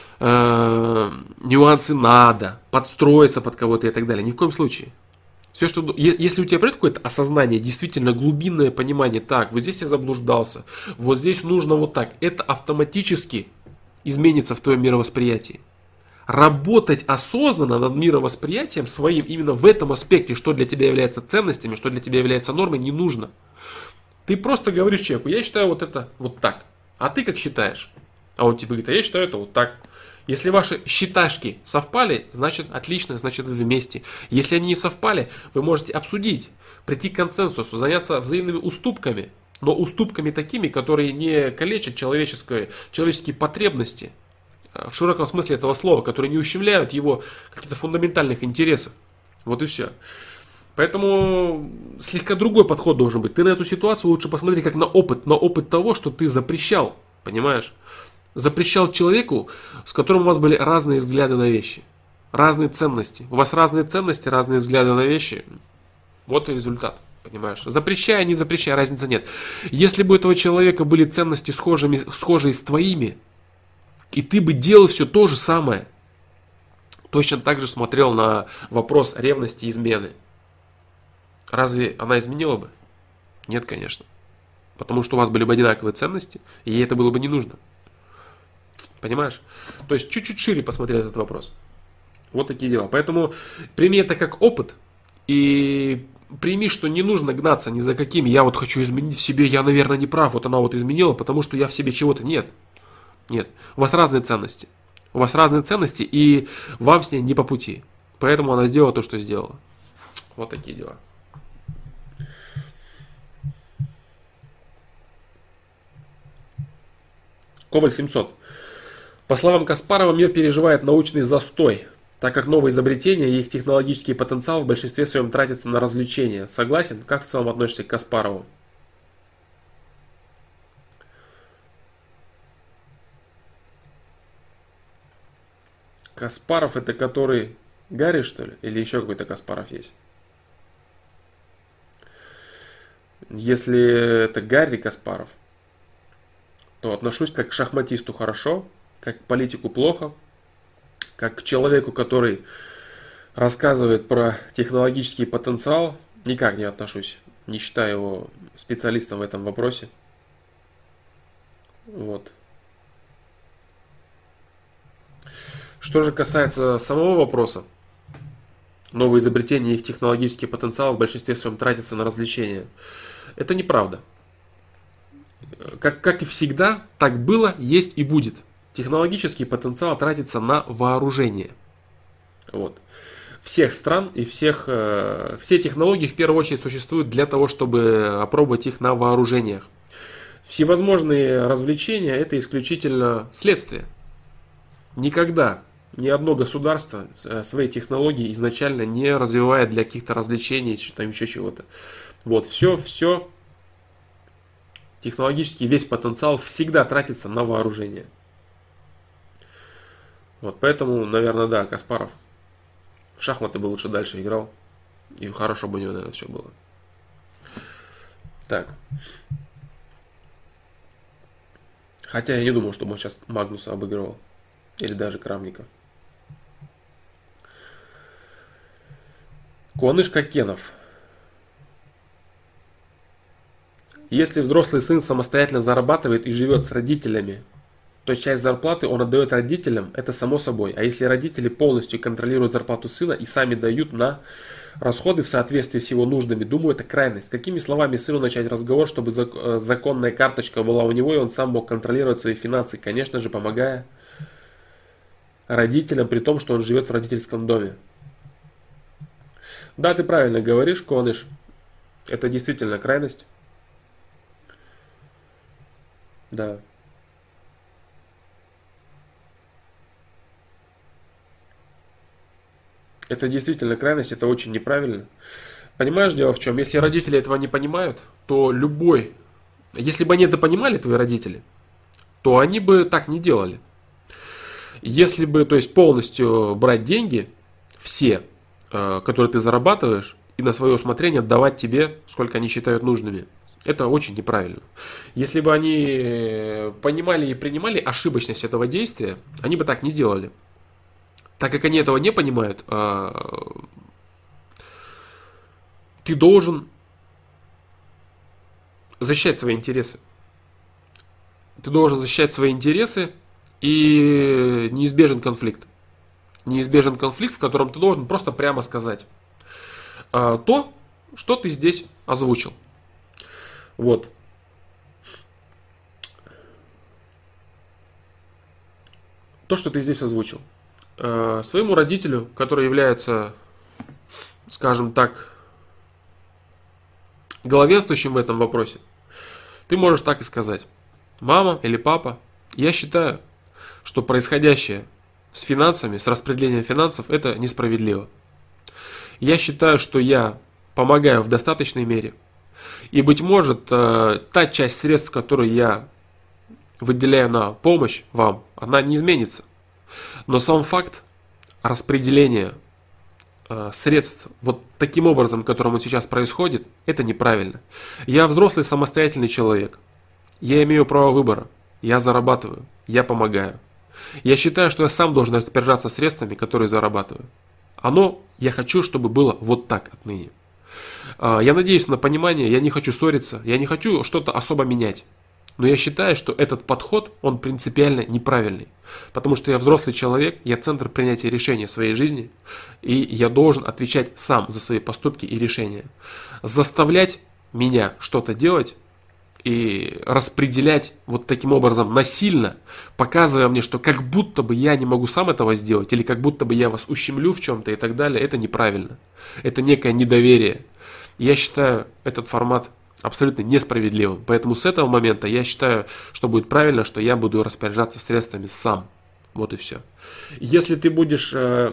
нюансы надо, подстроиться под кого-то и так далее. Ни в коем случае. Все, что, если у тебя придет какое-то осознание, действительно глубинное понимание, так, вот здесь я заблуждался, вот здесь нужно вот так, это автоматически изменится в твоем мировосприятии. Работать осознанно над мировосприятием своим именно в этом аспекте, что для тебя является ценностями, что для тебя является нормой, не нужно. Ты просто говоришь человеку, я считаю вот это вот так, а ты как считаешь? А он тебе говорит, а я считаю это вот так. Если ваши считашки совпали, значит отлично, значит вы вместе. Если они не совпали, вы можете обсудить, прийти к консенсусу, заняться взаимными уступками, но уступками такими, которые не калечат человеческие потребности, в широком смысле этого слова, которые не ущемляют его каких-то фундаментальных интересов. Вот и все. Поэтому слегка другой подход должен быть. Ты на эту ситуацию лучше посмотри как на опыт того, что ты запрещал, понимаешь? Запрещал человеку, с которым у вас были разные взгляды на вещи, разные ценности. У вас разные ценности, разные взгляды на вещи. Вот и результат, понимаешь? Запрещая, не запрещая, разницы нет. Если бы у этого человека были ценности схожие с твоими, и ты бы делал все то же самое, точно так же смотрел на вопрос ревности и измены. Разве она изменила бы? Нет, конечно. Потому что у вас были бы одинаковые ценности, и ей это было бы не нужно. Понимаешь? То есть чуть-чуть шире посмотреть этот вопрос. Вот такие дела. Поэтому прими это как опыт и прими, что не нужно гнаться ни за каким. Я вот хочу изменить в себе, я, наверное, не прав. Вот она вот изменила, потому что я в себе чего-то. Нет. Нет. У вас разные ценности. У вас разные ценности, и вам с ней не по пути. Поэтому она сделала то, что сделала. Вот такие дела. Коваль 700. По словам Каспарова, мир переживает научный застой, так как новые изобретения и их технологический потенциал в большинстве своем тратятся на развлечения. Согласен? Как в целом относишься к Каспарову? Каспаров это который Гарри, что ли? Или еще какой-то Каспаров есть? Если это Гарри Каспаров, то отношусь как к шахматисту хорошо, как к политику плохо, как к человеку, который рассказывает про технологический потенциал, никак не отношусь. Не считаю его специалистом в этом вопросе. Вот. Что же касается самого вопроса, новые изобретения и их технологический потенциал в большинстве своем тратятся на развлечения. Это неправда. Как и всегда, так было, есть и будет. Технологический потенциал тратится на вооружение. Вот. Всех стран и все технологии в первую очередь существуют для того, чтобы опробовать их на вооружениях. Всевозможные развлечения это исключительно следствие. Никогда Ни одно государство свои технологии изначально не развивает для каких-то развлечений, там еще чего-то. Вот, все, технологически весь потенциал всегда тратится на вооружение. Вот, поэтому, наверное, да, Каспаров в шахматы бы лучше дальше играл. И хорошо бы у него, наверное, все было. Так. Хотя я не думал, что он сейчас Магнуса обыгрывал. Или даже Крамника. Куаныш Кокенов. Если взрослый сын самостоятельно зарабатывает и живет с родителями, то часть зарплаты он отдает родителям, это само собой. А если родители полностью контролируют зарплату сына и сами дают на расходы в соответствии с его нуждами, думаю, это крайность. Какими словами сыну начать разговор, чтобы законная карточка была у него, и он сам мог контролировать свои финансы, конечно же, помогая родителям, при том, что он живет в родительском доме. Да, ты правильно говоришь, Коныш. Это действительно крайность. Да. Это действительно крайность, это очень неправильно. Понимаешь, дело в чем? Если родители этого не понимают, то любой... Если бы они это понимали, твои родители, то они бы так не делали. Если бы, то есть, полностью брать деньги, все, которые ты зарабатываешь, и на свое усмотрение отдавать тебе, сколько они считают нужными. Это очень неправильно. Если бы они понимали и принимали ошибочность этого действия, они бы так не делали. Так как они этого не понимают, ты должен защищать свои интересы. Ты должен защищать свои интересы, и неизбежен конфликт. Неизбежен конфликт, в котором ты должен просто прямо сказать то, что ты здесь озвучил. Вот. То, что ты здесь озвучил. Своему родителю, который является, скажем так, главенствующим в этом вопросе, ты можешь так и сказать. Мама или папа, я считаю, что происходящее с финансами, с распределением финансов, это несправедливо. Я считаю, что я помогаю в достаточной мере. И, быть может, та часть средств, которую я выделяю на помощь вам, она не изменится. Но сам факт распределения средств вот таким образом, которым он сейчас происходит, это неправильно. Я взрослый самостоятельный человек. Я имею право выбора. Я зарабатываю. Я помогаю. Я считаю, что я сам должен распоряжаться средствами, которые зарабатываю. Я хочу, чтобы было вот так отныне. Я надеюсь на понимание, я не хочу ссориться, я не хочу что-то особо менять. Но я считаю, что этот подход, он принципиально неправильный. Потому что я взрослый человек, я центр принятия решений в своей жизни. И я должен отвечать сам за свои поступки и решения. Заставлять меня что-то делать и распределять вот таким образом насильно, показывая мне, что как будто бы я не могу сам этого сделать, или как будто бы я вас ущемлю в чем-то и так далее, это неправильно. Это некое недоверие. Я считаю этот формат абсолютно несправедливым. Поэтому с этого момента я считаю, что будет правильно, что я буду распоряжаться средствами сам. Вот и все. Если ты будешь,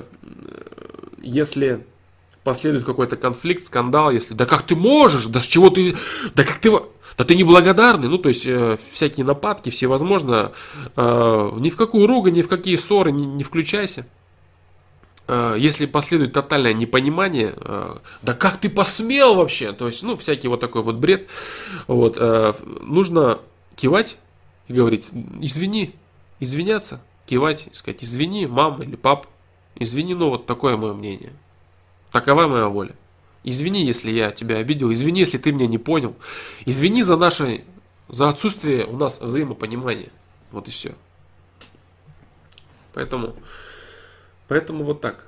если последует какой-то конфликт, скандал, если да как ты можешь, да с чего ты, да как ты, да ты неблагодарный, ну то есть всякие нападки, всевозможно, ни в какую ругань, ни в какие ссоры не включайся. Если последует тотальное непонимание, да как ты посмел вообще, то есть, ну, всякий вот такой вот бред, вот, нужно кивать и говорить, извини, извиняться, кивать и сказать, извини, мама или пап, извини, ну, вот такое мое мнение, такова моя воля. Извини, если я тебя обидел, извини, если ты меня не понял, извини за отсутствие у нас взаимопонимания, вот и все. Поэтому вот так.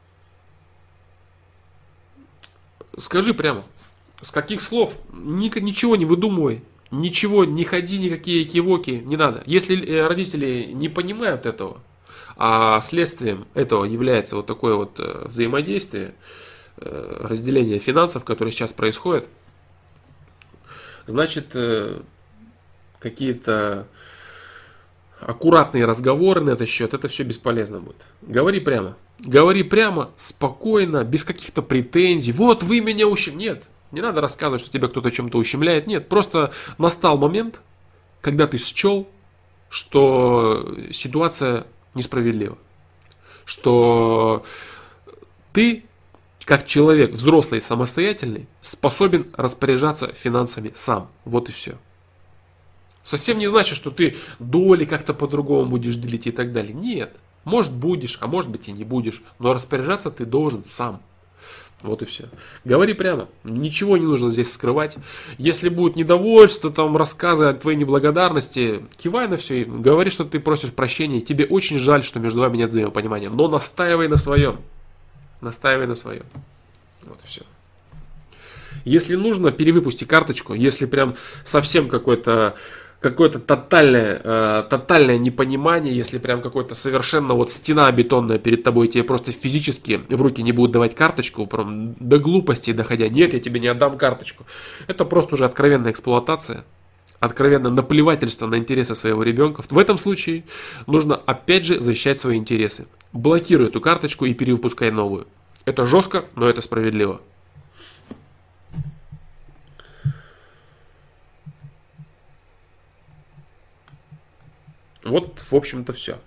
Скажи прямо, с каких слов, ничего не выдумывай, ничего, не ходи, никакие кивоки, не надо. Если родители не понимают этого, а следствием этого является вот такое вот взаимодействие, разделение финансов, которое сейчас происходит, значит, какие-то аккуратные разговоры на этот счет, это все бесполезно будет. Говори прямо. Говори прямо, спокойно, без каких-то претензий. Вот вы меня ущемляете. Нет, не надо рассказывать, что тебя кто-то чем-то ущемляет. Нет, просто настал момент, когда ты счел, что ситуация несправедлива. Что ты, как человек взрослый и самостоятельный, способен распоряжаться финансами сам. Вот и все. Совсем не значит, что ты доли как-то по-другому будешь делить и так далее. Нет. Может будешь, а может быть и не будешь. Но распоряжаться ты должен сам. Вот и все. Говори прямо. Ничего не нужно здесь скрывать. Если будет недовольство, там, рассказы о твоей неблагодарности, кивай на все и говори, что ты просишь прощения. Тебе очень жаль, что между вами нет взаимопонимания. Но настаивай на своем. Настаивай на своем. Вот и все. Если нужно, перевыпусти карточку. Если прям совсем какое-то тотальное непонимание, если прям какой-то совершенно вот стена бетонная перед тобой, тебе просто физически в руки не будут давать карточку, прям до глупости доходя, нет, я тебе не отдам карточку. Это просто уже откровенная эксплуатация, откровенное наплевательство на интересы своего ребенка. В этом случае нужно опять же защищать свои интересы. Блокируй эту карточку и перевыпускай новую. Это жестко, но это справедливо. Вот, в общем-то, все.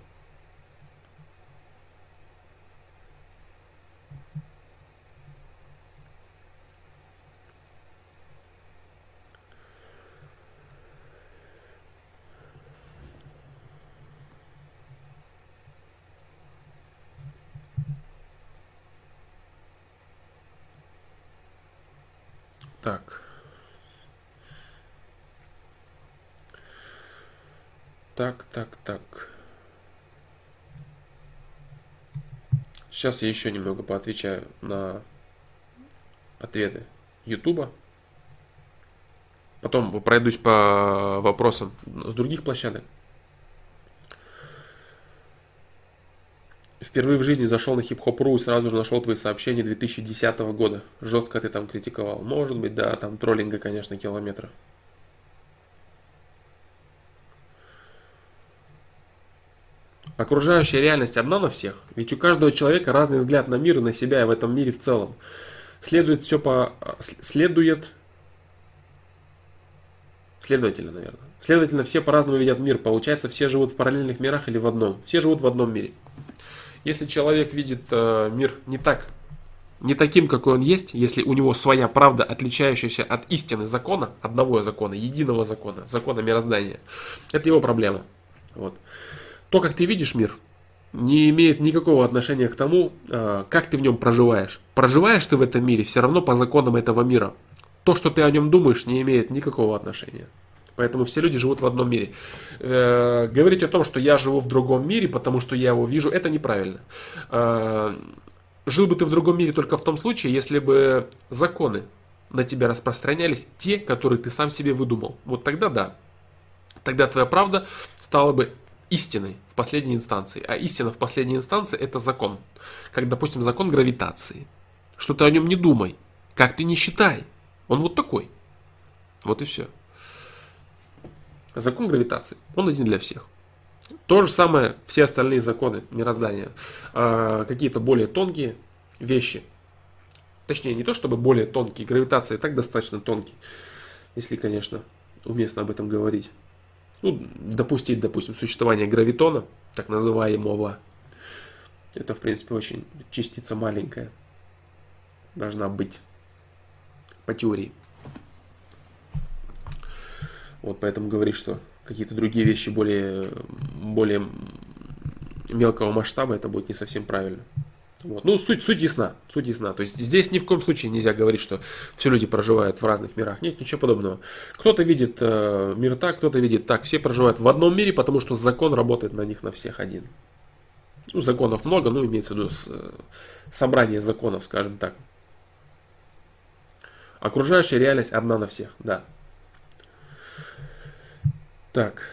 Так. Так. Сейчас я еще немного поотвечаю на ответы Ютуба. Потом пройдусь по вопросам с других площадок. Впервые в жизни зашел на хип-хоп.ру и сразу же нашел твои сообщения 2010 года. Жестко ты там критиковал. Может быть, да, там троллинга, конечно, километра. Окружающая реальность одна на всех, ведь у каждого человека разный взгляд на мир и на себя и в этом мире в целом. Следовательно, наверное. Следовательно, все по-разному видят мир. Получается, все живут в параллельных мирах или в одном. Все живут в одном мире. Если человек видит мир не таким, какой он есть, если у него своя правда, отличающаяся от истины закона, одного закона, единого закона, закона мироздания, это его проблема. Вот. То, как ты видишь мир, не имеет никакого отношения к тому, как ты в нем проживаешь. Проживаешь ты в этом мире все равно по законам этого мира. То, что ты о нем думаешь, не имеет никакого отношения. Поэтому все люди живут в одном мире. Говорить о том, что я живу в другом мире, потому что я его вижу, это неправильно. Жил бы ты в другом мире только в том случае, если бы законы на тебя распространялись, те, которые ты сам себе выдумал. Вот тогда да. Тогда твоя правда стала бы истиной в последней инстанции. А истина в последней инстанции это закон. Как, допустим, закон гравитации. Что ты о нем не думай. Как ты не считай. Он вот такой. Вот и все. Закон гравитации. Он один для всех. То же самое все остальные законы мироздания. Какие-то более тонкие вещи. Точнее, не то чтобы более тонкие. Гравитация и так достаточно тонкий. Если, конечно, уместно об этом говорить. Допустить, допустим, существование гравитона, так называемого. Это, в принципе, очень частица маленькая. Должна быть. По теории. Вот поэтому говоришь, что какие-то другие вещи более мелкого масштаба, это будет не совсем правильно. Вот. Ну, суть ясна. Суть ясна. То есть здесь ни в коем случае нельзя говорить, что все люди проживают в разных мирах. Нет, ничего подобного. Кто-то видит мир так, кто-то видит так. Все проживают в одном мире, потому что закон работает на них на всех один. Ну, законов много, но имеется в виду собрание законов, скажем так. Окружающая реальность одна на всех, да. Так,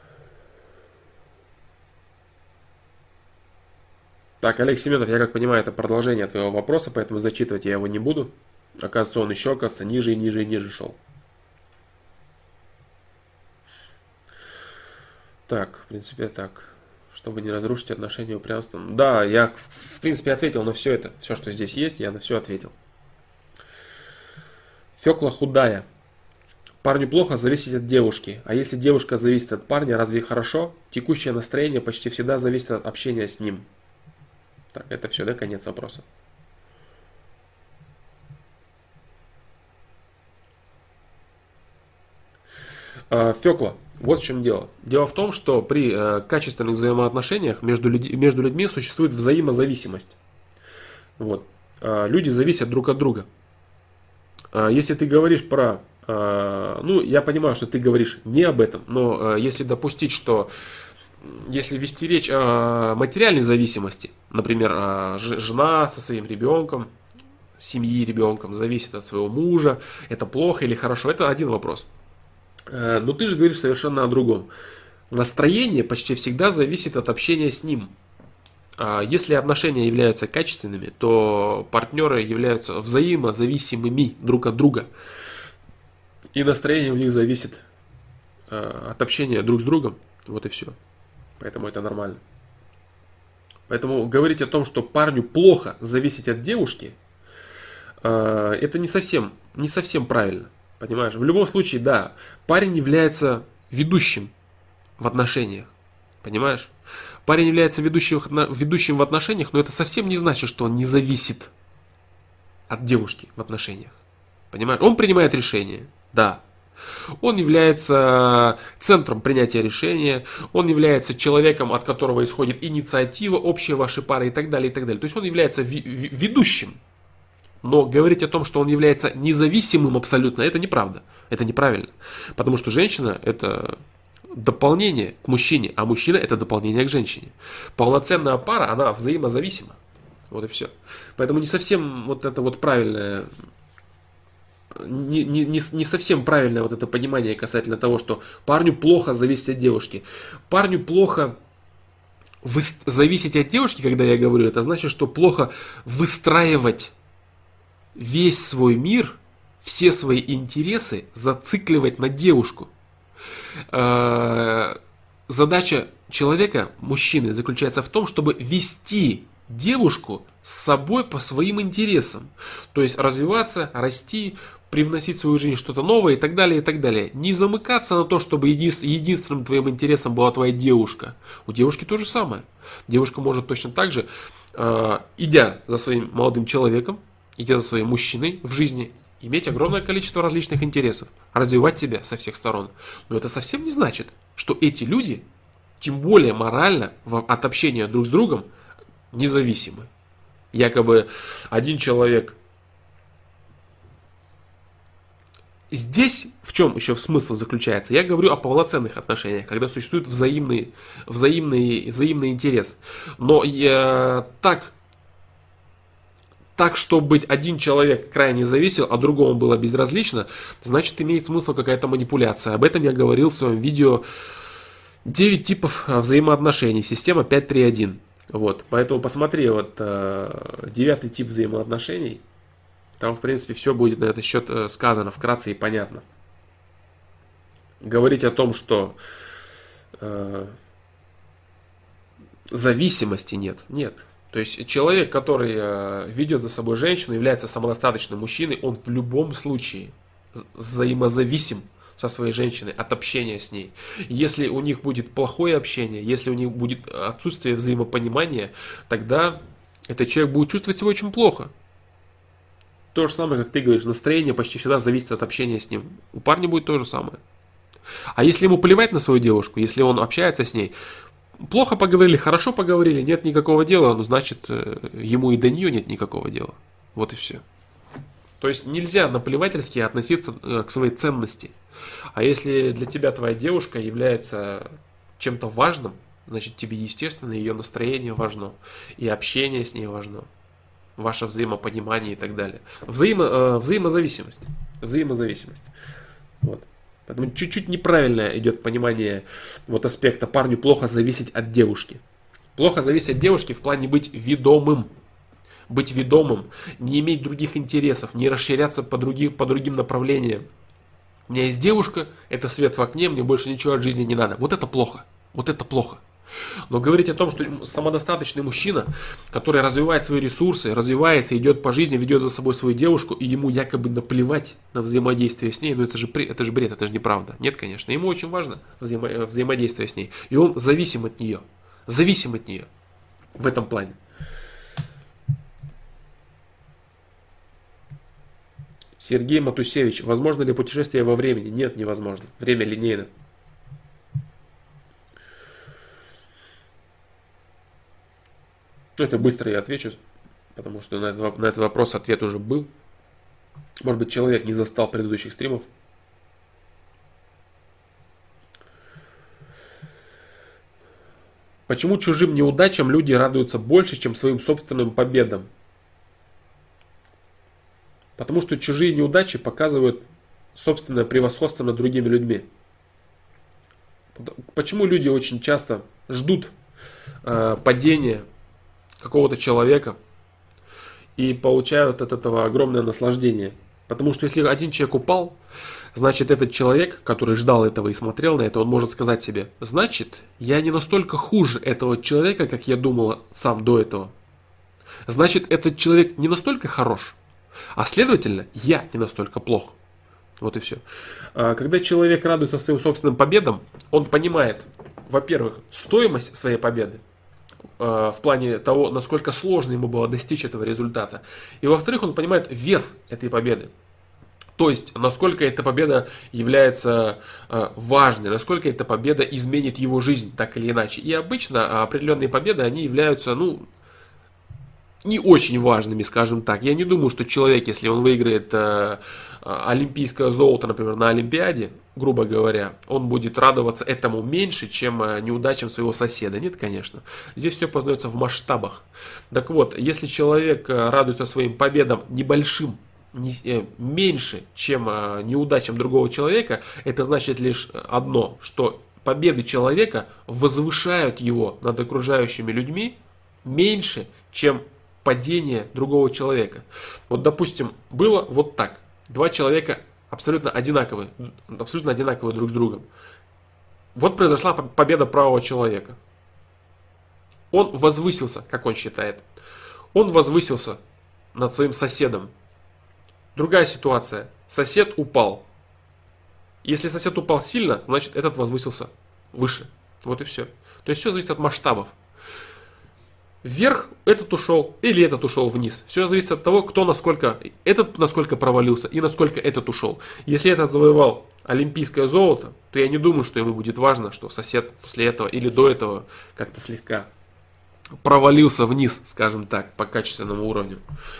Олег Семенов, я как понимаю, это продолжение твоего вопроса, поэтому зачитывать я его не буду. Оказывается, он еще, ниже и ниже и ниже шел. Так, в принципе, так. Чтобы не разрушить отношения упрямством. Да, я, в принципе, ответил на все это. Все, что здесь есть, я на все ответил. Фёкла худая. Парню плохо зависеть от девушки. А если девушка зависит от парня, разве хорошо? Текущее настроение почти всегда зависит от общения с ним. Так, это все, да, конец вопроса. Фёкла, вот в чем дело. Дело в том, что при качественных взаимоотношениях между людьми существует взаимозависимость. Вот. Люди зависят друг от друга. Если ты говоришь про... Ну, я понимаю, что ты говоришь не об этом, но если допустить, что... Если вести речь о материальной зависимости, например, жена со своим ребенком, семьи ребенком зависит от своего мужа, это плохо или хорошо, это один вопрос. Но ты же говоришь совершенно о другом. Настроение почти всегда зависит от общения с ним. Если отношения являются качественными, то партнеры являются взаимозависимыми друг от друга. И настроение у них зависит от общения друг с другом. Вот и все. Поэтому это нормально. Поэтому говорить о том, что парню плохо зависеть от девушки, это не совсем правильно. Понимаешь? В любом случае, да, парень является ведущим в отношениях. Понимаешь? Парень является ведущим в отношениях, но это совсем не значит, что он не зависит от девушки в отношениях. Понимаешь? Он принимает решения, да. Он является центром принятия решения, он является человеком, от которого исходит инициатива, общая вашей пары и так далее, и так далее. То есть он является ведущим. Но говорить о том, что он является независимым абсолютно, это неправда. Это неправильно. Потому что женщина – это дополнение к мужчине, а мужчина – это дополнение к женщине. Полноценная пара, она взаимозависима. Вот и все. Поэтому не совсем вот это вот правильное, не совсем правильное вот это понимание касательно того, что парню плохо зависеть от девушки. Парню плохо зависеть от девушки, когда я говорю, это значит, что плохо выстраивать весь свой мир, все свои интересы зацикливать на девушку. Задача человека, мужчины, заключается в том, чтобы вести девушку с собой по своим интересам. То есть развиваться, расти, привносить в свою жизнь что-то новое и так далее, и так далее. Не замыкаться на то, чтобы единственным твоим интересом была твоя девушка. У девушки то же самое. Девушка может точно так же, идя за своим молодым человеком, идя за своим мужчиной в жизни, иметь огромное количество различных интересов, развивать себя со всех сторон. Но это совсем не значит, что эти люди, тем более морально, от общения друг с другом, независимы. Якобы один человек... Здесь в чем еще смысл заключается? Я говорю о полноценных отношениях, когда существует взаимный интерес. Но так, чтобы один человек крайне зависел, а другому было безразлично, значит, имеет смысл какая-то манипуляция. Об этом я говорил в своем видео 9 типов взаимоотношений, система 5.3.1. Вот, поэтому посмотри, вот 9 тип взаимоотношений, там, в принципе, все будет на этот счет сказано вкратце и понятно. Говорить о том, что зависимости нет. То есть человек, который ведет за собой женщину, является самодостаточным мужчиной, он в любом случае взаимозависим со своей женщиной от общения с ней. Если у них будет плохое общение, если у них будет отсутствие взаимопонимания, тогда этот человек будет чувствовать себя очень плохо. То же самое, как ты говоришь, настроение почти всегда зависит от общения с ним. У парня будет то же самое. А если ему плевать на свою девушку, если он общается с ней, плохо поговорили, хорошо поговорили, нет никакого дела, ну значит ему и до нее нет никакого дела. Вот и все. То есть нельзя наплевательски относиться к своей ценности. А если для тебя твоя девушка является чем-то важным, значит тебе, естественно, ее настроение важно, и общение с ней важно, ваше взаимопонимание и так далее. Взаимозависимость. Вот. Поэтому чуть-чуть неправильно идет понимание вот аспекта парню плохо зависеть от девушки. Плохо зависеть от девушки в плане быть ведомым. Быть ведомым, не иметь других интересов, не расширяться по другим направлениям. У меня есть девушка, это свет в окне, мне больше ничего от жизни не надо. Вот это плохо. Вот это плохо. Но говорить о том, что самодостаточный мужчина, который развивает свои ресурсы, развивается, идет по жизни, ведет за собой свою девушку, и ему якобы наплевать на взаимодействие с ней, ну это же бред, это же неправда. Нет, конечно. Ему очень важно взаимодействие с ней. И он зависим от нее. Зависим от нее. В этом плане. Сергей Матусевич. Возможно ли путешествие во времени? Нет, невозможно. Время линейно. Ну, это быстро я отвечу, потому что на этот вопрос ответ уже был. Может быть, человек не застал предыдущих стримов. Почему чужим неудачам люди радуются больше, чем своим собственным победам? Потому что чужие неудачи показывают собственное превосходство над другими людьми. Почему люди очень часто ждут падения какого-то человека и получают от этого огромное наслаждение? Потому что если один человек упал, значит этот человек, который ждал этого и смотрел на это, он может сказать себе: значит, я не настолько хуже этого человека, как я думал сам до этого. Значит, этот человек не настолько хорош, а следовательно, я не настолько плох. Вот и все. Когда человек радуется своим собственным победам, он понимает, во-первых, стоимость своей победы, в плане того, насколько сложно ему было достичь этого результата. И во-вторых, он понимает вес этой победы. То есть, насколько эта победа является важной, насколько эта победа изменит его жизнь так или иначе. И обычно определенные победы, они являются, не очень важными, скажем так. Я не думаю, что человек, если он выиграет олимпийское золото, например, на Олимпиаде, грубо говоря, он будет радоваться этому меньше, чем неудачам своего соседа. Нет, конечно. Здесь все познается в масштабах. Так вот, если человек радуется своим победам небольшим, меньше, чем неудачам другого человека, это значит лишь одно, что победы человека возвышают его над окружающими людьми меньше, чем падение другого человека. Вот, допустим, было вот так. Два человека абсолютно одинаковые друг с другом. Вот произошла победа правого человека. Он возвысился, как он считает. Он возвысился над своим соседом. Другая ситуация. Сосед упал. Если сосед упал сильно, значит этот возвысился выше. Вот и все. То есть все зависит от масштабов. Вверх этот ушел или этот ушел вниз. Все зависит от того, этот насколько провалился и насколько этот ушел. Если этот завоевал олимпийское золото, то я не думаю, что ему будет важно, что сосед после этого или до этого как-то слегка провалился вниз, скажем так, по качественному уровню.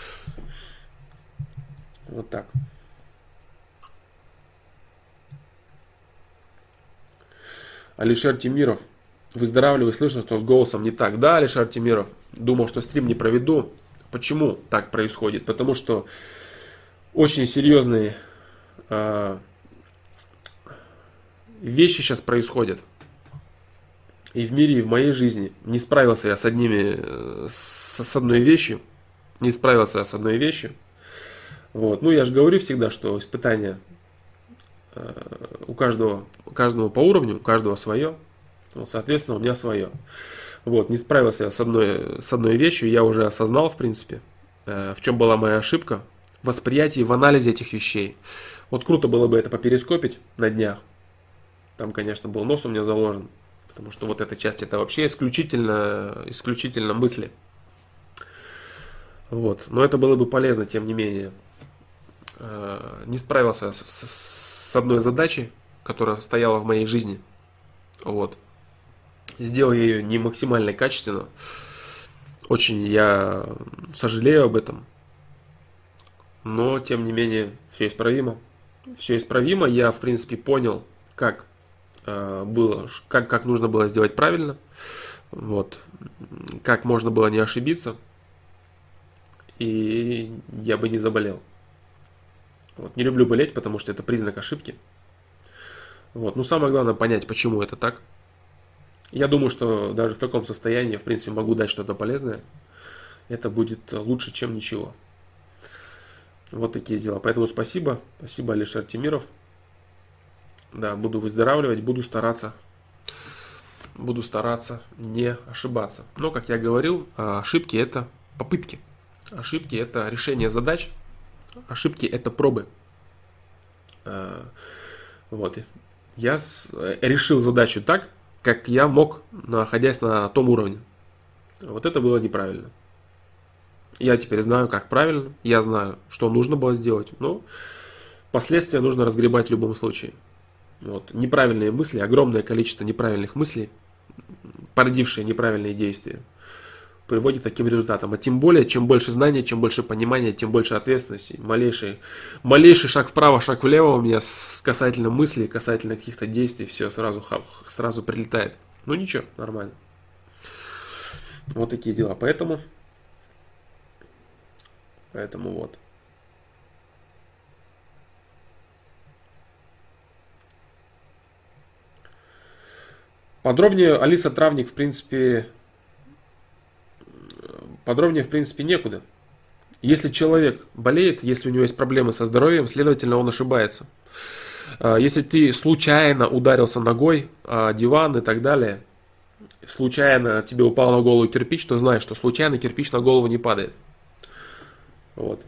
Вот так. Алишер Тимиров. Выздоравливай, слышно, что с голосом не так. Да, Алишер Тимиров, думал, что стрим не проведу. Почему так происходит? Потому что очень серьезные вещи сейчас происходят. И в мире, и в моей жизни. Не справился я с одной вещью. Не справился я с одной вещью. Вот. Ну, я же говорю всегда, что испытания у каждого по уровню, у каждого свое. Вот, соответственно, у меня свое. Вот, не справился я с одной вещью, я уже осознал, в принципе, в чем была моя ошибка. В восприятии, в анализе этих вещей. Вот круто было бы это поперископить на днях. Там, конечно, был нос у меня заложен. Потому что вот эта часть, это вообще исключительно мысли. Вот. Но это было бы полезно, тем не менее. Не справился с одной задачей, которая стояла в моей жизни. Вот. Сделал я ее не максимально качественно. Очень я сожалею об этом. Но, тем не менее, все исправимо. Все исправимо. Я, в принципе, понял, как нужно было сделать правильно. Вот. Как можно было не ошибиться. И я бы не заболел. Вот. Не люблю болеть, потому что это признак ошибки. Вот. Но самое главное понять, почему это так. Я думаю, что даже в таком состоянии я, в принципе, могу дать что-то полезное. Это будет лучше, чем ничего. Вот такие дела. Поэтому спасибо. Спасибо, Алишер Тимиров. Да, буду выздоравливать, буду стараться буду стараться не ошибаться. Но, как я говорил, ошибки это попытки. Ошибки это решение задач. Ошибки это пробы. Вот. Я решил задачу так, как я мог, находясь на том уровне. Вот это было неправильно. Я теперь знаю, как правильно. Я знаю, что нужно было сделать. Но последствия нужно разгребать в любом случае. Вот. Неправильные мысли, огромное количество неправильных мыслей, породившие неправильные действия, приводит к таким результатам. А тем более, чем больше знаний, чем больше понимания, тем больше ответственности. Малейший шаг вправо, шаг влево у меня касательно мыслей, касательно каких-то действий, все сразу прилетает. Ну ничего, нормально. Вот такие дела. Поэтому вот. Подробнее Алиса Травник, в принципе, некуда. Если человек болеет, если у него есть проблемы со здоровьем, следовательно, он ошибается. Если ты случайно ударился ногой о диван и так далее, случайно тебе упал на голову кирпич, то знаешь, что случайно кирпич на голову не падает. Вот.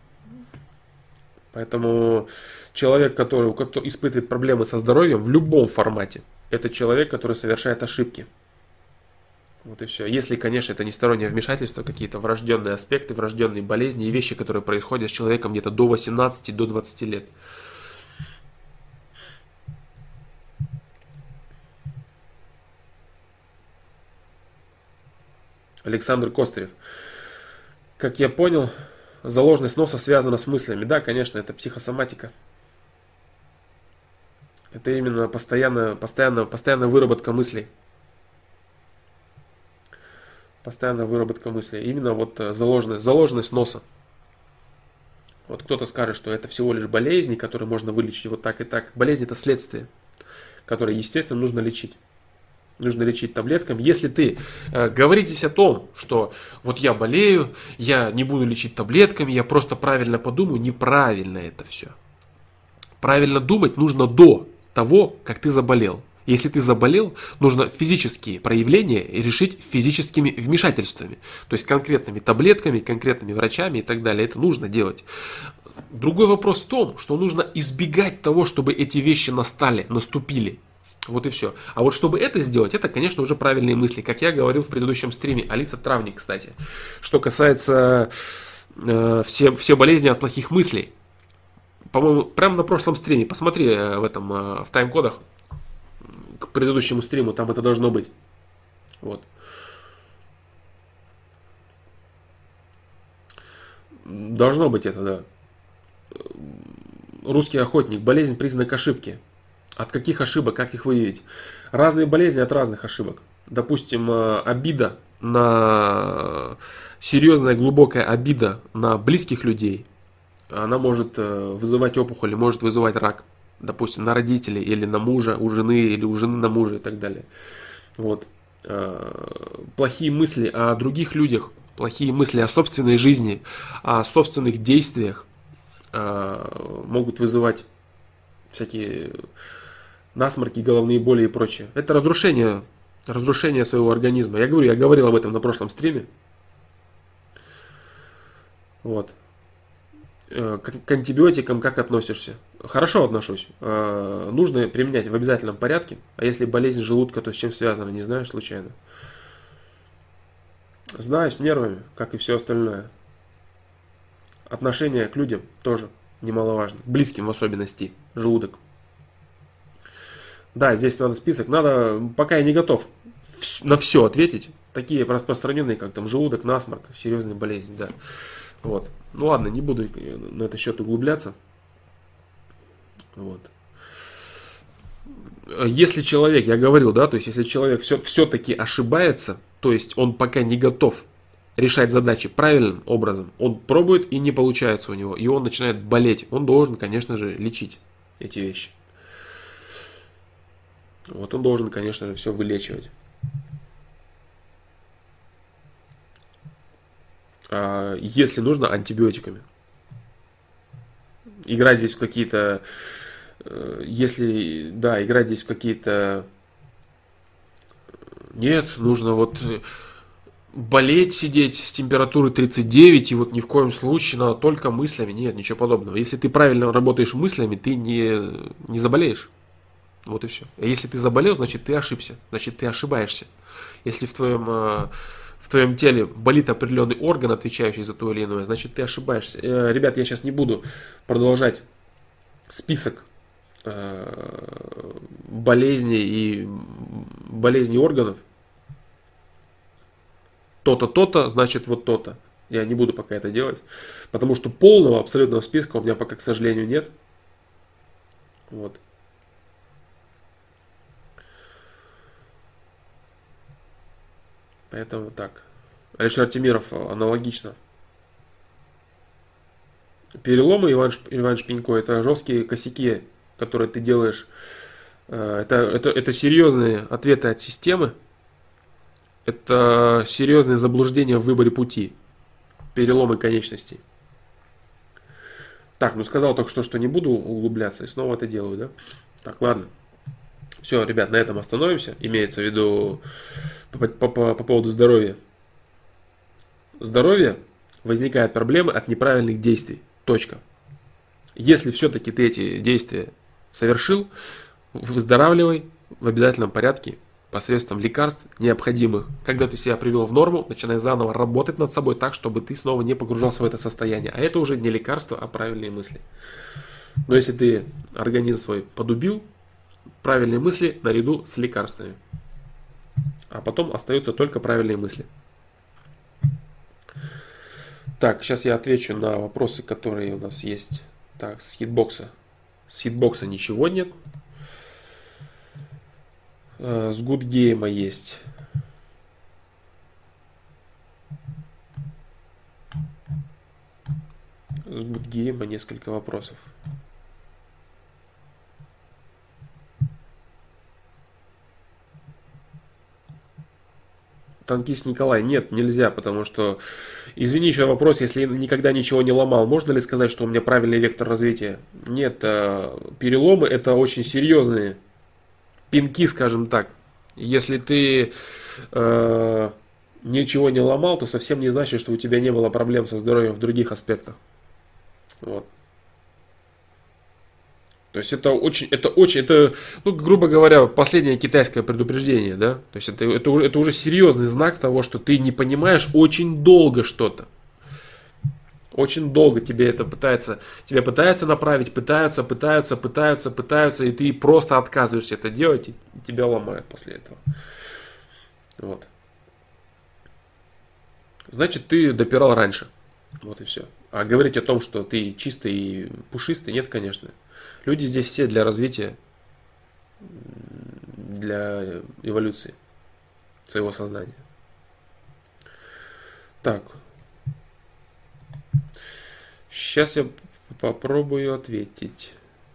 Поэтому человек, который испытывает проблемы со здоровьем в любом формате, это человек, который совершает ошибки. Вот и все. Если, конечно, это не стороннее вмешательство, какие-то врожденные аспекты, врожденные болезни и вещи, которые происходят с человеком где-то до 18, до 20 лет. Александр Костырев. Как я понял, заложенность носа связана с мыслями. Да, конечно, это психосоматика. Это именно постоянная выработка мыслей. Постоянная выработка мыслей. Именно вот заложенность носа. Вот кто-то скажет, что это всего лишь болезни, которые можно вылечить вот так и так. Болезнь это следствие, которое, естественно, нужно лечить. Нужно лечить таблетками. Если ты говоритесь о том, что вот я болею, я не буду лечить таблетками, я просто правильно подумаю, неправильно это все. Правильно думать нужно до того, как ты заболел. Если ты заболел, нужно физические проявления решить физическими вмешательствами. То есть конкретными таблетками, конкретными врачами и так далее. Это нужно делать. Другой вопрос в том, что нужно избегать того, чтобы эти вещи наступили. Вот и все. А вот чтобы это сделать, это, конечно, уже правильные мысли. Как я говорил в предыдущем стриме, Алиса Травник, кстати. Что касается все болезни от плохих мыслей. По-моему, прямо на прошлом стриме, посмотри в тайм-кодах к предыдущему стриму, там это должно быть. Вот. Должно быть это, да. Русский охотник. Болезнь признак ошибки. От каких ошибок, как их выявить? Разные болезни от разных ошибок. Допустим, обида серьезная глубокая обида на близких людей, она может вызывать опухоль, может вызывать рак. Допустим, на родителей или на мужа, у жены или у жены на мужа и так далее. Вот. Плохие мысли о других людях, плохие мысли о собственной жизни, о собственных действиях могут вызывать всякие насморки, головные боли и прочее. Это разрушение своего организма. Я говорил об этом на прошлом стриме. Вот. К антибиотикам как относишься? Хорошо отношусь. Нужно применять в обязательном порядке. А если болезнь желудка, то с чем связано, не знаешь случайно? Знаю, с нервами, как и все остальное. Отношение к людям тоже немаловажно. К близким в особенности. Желудок. Да, здесь надо список. Пока я не готов на все ответить. Такие распространенные, как там желудок, насморк, серьезные болезни, да. Вот. Ну ладно, не буду на этот счет углубляться. Вот. Если человек, я говорил, да, то есть если человек все-таки ошибается, то есть он пока не готов решать задачи правильным образом, он пробует и не получается у него, и он начинает болеть, он должен, конечно же, лечить эти вещи. Вот он должен, конечно же, все вылечивать. Если нужно, антибиотиками. Играть здесь в какие-то... играть здесь в какие-то Нет, нужно вот болеть, сидеть с температурой 39, и вот ни в коем случае надо только мыслями. Нет, ничего подобного. Если ты правильно работаешь мыслями, ты не заболеешь. Вот и все. А если ты заболел, значит ты ошибся, значит ты ошибаешься. Если в твоем теле болит определенный орган, отвечающий за то или иное, значит ты ошибаешься. Ребят, я сейчас не буду продолжать список болезней и болезней органов. То-то, то-то, значит вот то-то. Я не буду пока это делать, потому что полного абсолютного списка у меня пока, к сожалению, нет. Вот. Поэтому так. Алишер Тимиров аналогично. Переломы, Иван Шпинько, это жесткие косяки, которые ты делаешь. Это серьезные ответы от системы. Это серьезные заблуждения в выборе пути. Переломы конечностей. Так, ну сказал только что не буду углубляться, и снова это делаю, да? Так, ладно. Все, ребят, на этом остановимся. Имеется в виду по поводу здоровья. Здоровье возникают проблемы от неправильных действий. Точка. Если все-таки ты эти действия совершил, выздоравливай в обязательном порядке посредством лекарств необходимых. Когда ты себя привел в норму, начинай заново работать над собой так, чтобы ты снова не погружался в это состояние. А это уже не лекарство, а правильные мысли. Но если ты организм свой подубил, правильные мысли наряду с лекарствами. А потом остаются только правильные мысли. Так, сейчас я отвечу на вопросы, которые у нас есть. Так, с хитбокса. С хитбокса ничего нет. С гудгейма есть. С гудгейма несколько вопросов. Танкист Николай, нет, нельзя, потому что, извини, еще вопрос, если я никогда ничего не ломал, можно ли сказать, что у меня правильный вектор развития? Нет, переломы это очень серьезные пинки, скажем так. Если ты ничего не ломал, то совсем не значит, что у тебя не было проблем со здоровьем в других аспектах. Вот. То есть это, ну, грубо говоря, последнее китайское предупреждение, да? То есть это уже серьезный знак того, что ты не понимаешь очень долго что-то. Очень долго тебя пытаются направить, пытаются, и ты просто отказываешься это делать, и тебя ломают после этого. Вот. Значит, ты допирал раньше. Вот и все. А говорить о том, что ты чистый и пушистый, нет, конечно. Люди здесь все для развития, для эволюции своего сознания. Так. Сейчас я попробую ответить.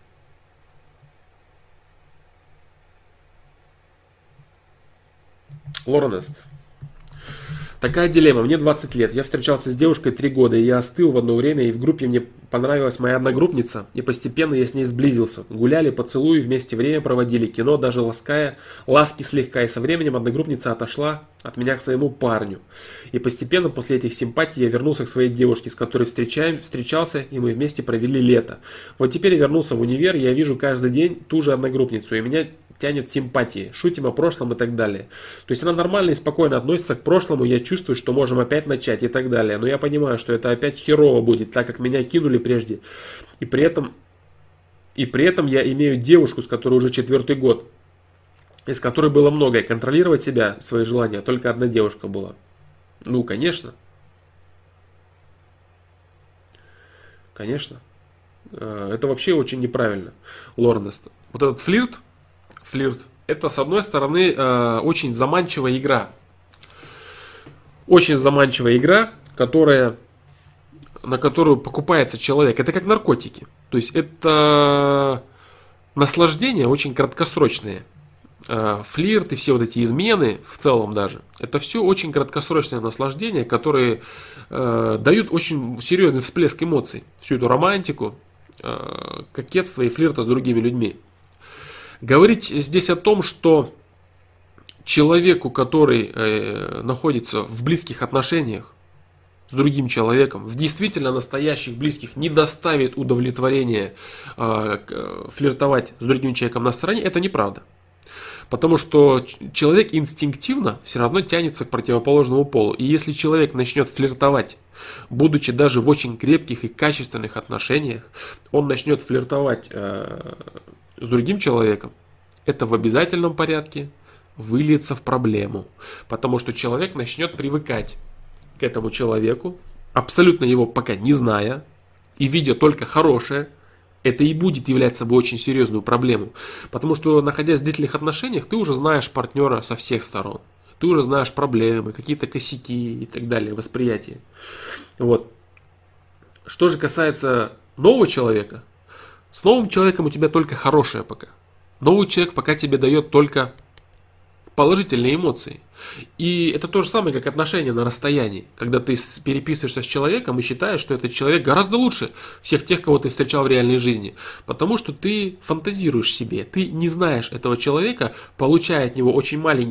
Лорнест. Такая дилемма. Мне 20 лет. Я встречался с девушкой 3 года, и я остыл в одно время, и в группе мне понравилась моя одногруппница, и постепенно я с ней сблизился. Гуляли, поцелуи, вместе время проводили, кино, даже ласки слегка, и со временем одногруппница отошла от меня к своему парню. И постепенно после этих симпатий я вернулся к своей девушке, с которой встречался, и мы вместе провели лето. Вот теперь я вернулся в универ, и я вижу каждый день ту же одногруппницу, и меня тянет симпатии, шутим о прошлом и так далее. То есть она нормально и спокойно относится к прошлому, я чувствую, что можем опять начать и так далее. Но я понимаю, что это опять херово будет, так как меня кинули прежде. И при этом я имею девушку, с которой уже 4-й год, из которой было многое. Контролировать себя, свои желания, только одна девушка была. Ну, конечно. Конечно. Это вообще очень неправильно, Лорнест. Вот этот флирт, это, с одной стороны, очень заманчивая игра. Очень заманчивая игра, на которую покупается человек. Это как наркотики. То есть это наслаждения очень краткосрочные. Флирт и все вот эти измены, в целом даже, это все очень краткосрочные наслаждения, которые дают очень серьезный всплеск эмоций. Всю эту романтику, кокетство и флирта с другими людьми. Говорить здесь о том, что человеку, который находится в близких отношениях с другим человеком, в действительно настоящих близких, не доставит удовлетворения флиртовать с другим человеком на стороне, это неправда. Потому что человек инстинктивно все равно тянется к противоположному полу. И если человек начнет флиртовать, будучи даже в очень крепких и качественных отношениях, он начнет флиртовать с другим человеком, это в обязательном порядке выльется в проблему. Потому что человек начнет привыкать к этому человеку, абсолютно его пока не зная и видя только хорошее. Это и будет являть собой очень серьезную проблему. Потому что, находясь в длительных отношениях, ты уже знаешь партнера со всех сторон. Ты уже знаешь проблемы, какие-то косяки и так далее, восприятие. Вот. Что же касается нового человека, с новым человеком у тебя только хорошее пока. Новый человек пока тебе дает только положительные эмоции. И это то же самое, как отношения на расстоянии. Когда ты переписываешься с человеком и считаешь, что этот человек гораздо лучше всех тех, кого ты встречал в реальной жизни. Потому что ты фантазируешь себе. Ты не знаешь этого человека, получая от него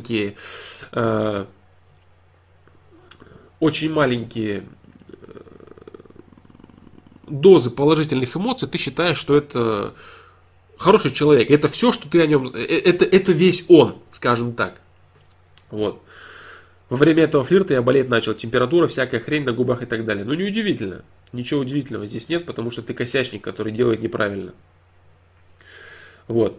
очень маленькие дозы положительных эмоций. Ты считаешь, что это хороший человек. Это все, что ты о нем... Это весь он, скажем так. Вот. Во время этого флирта я болеть начал. Температура, всякая хрень на губах и так далее. Ну, неудивительно. Ничего удивительного здесь нет, потому что ты косячник, который делает неправильно. Вот.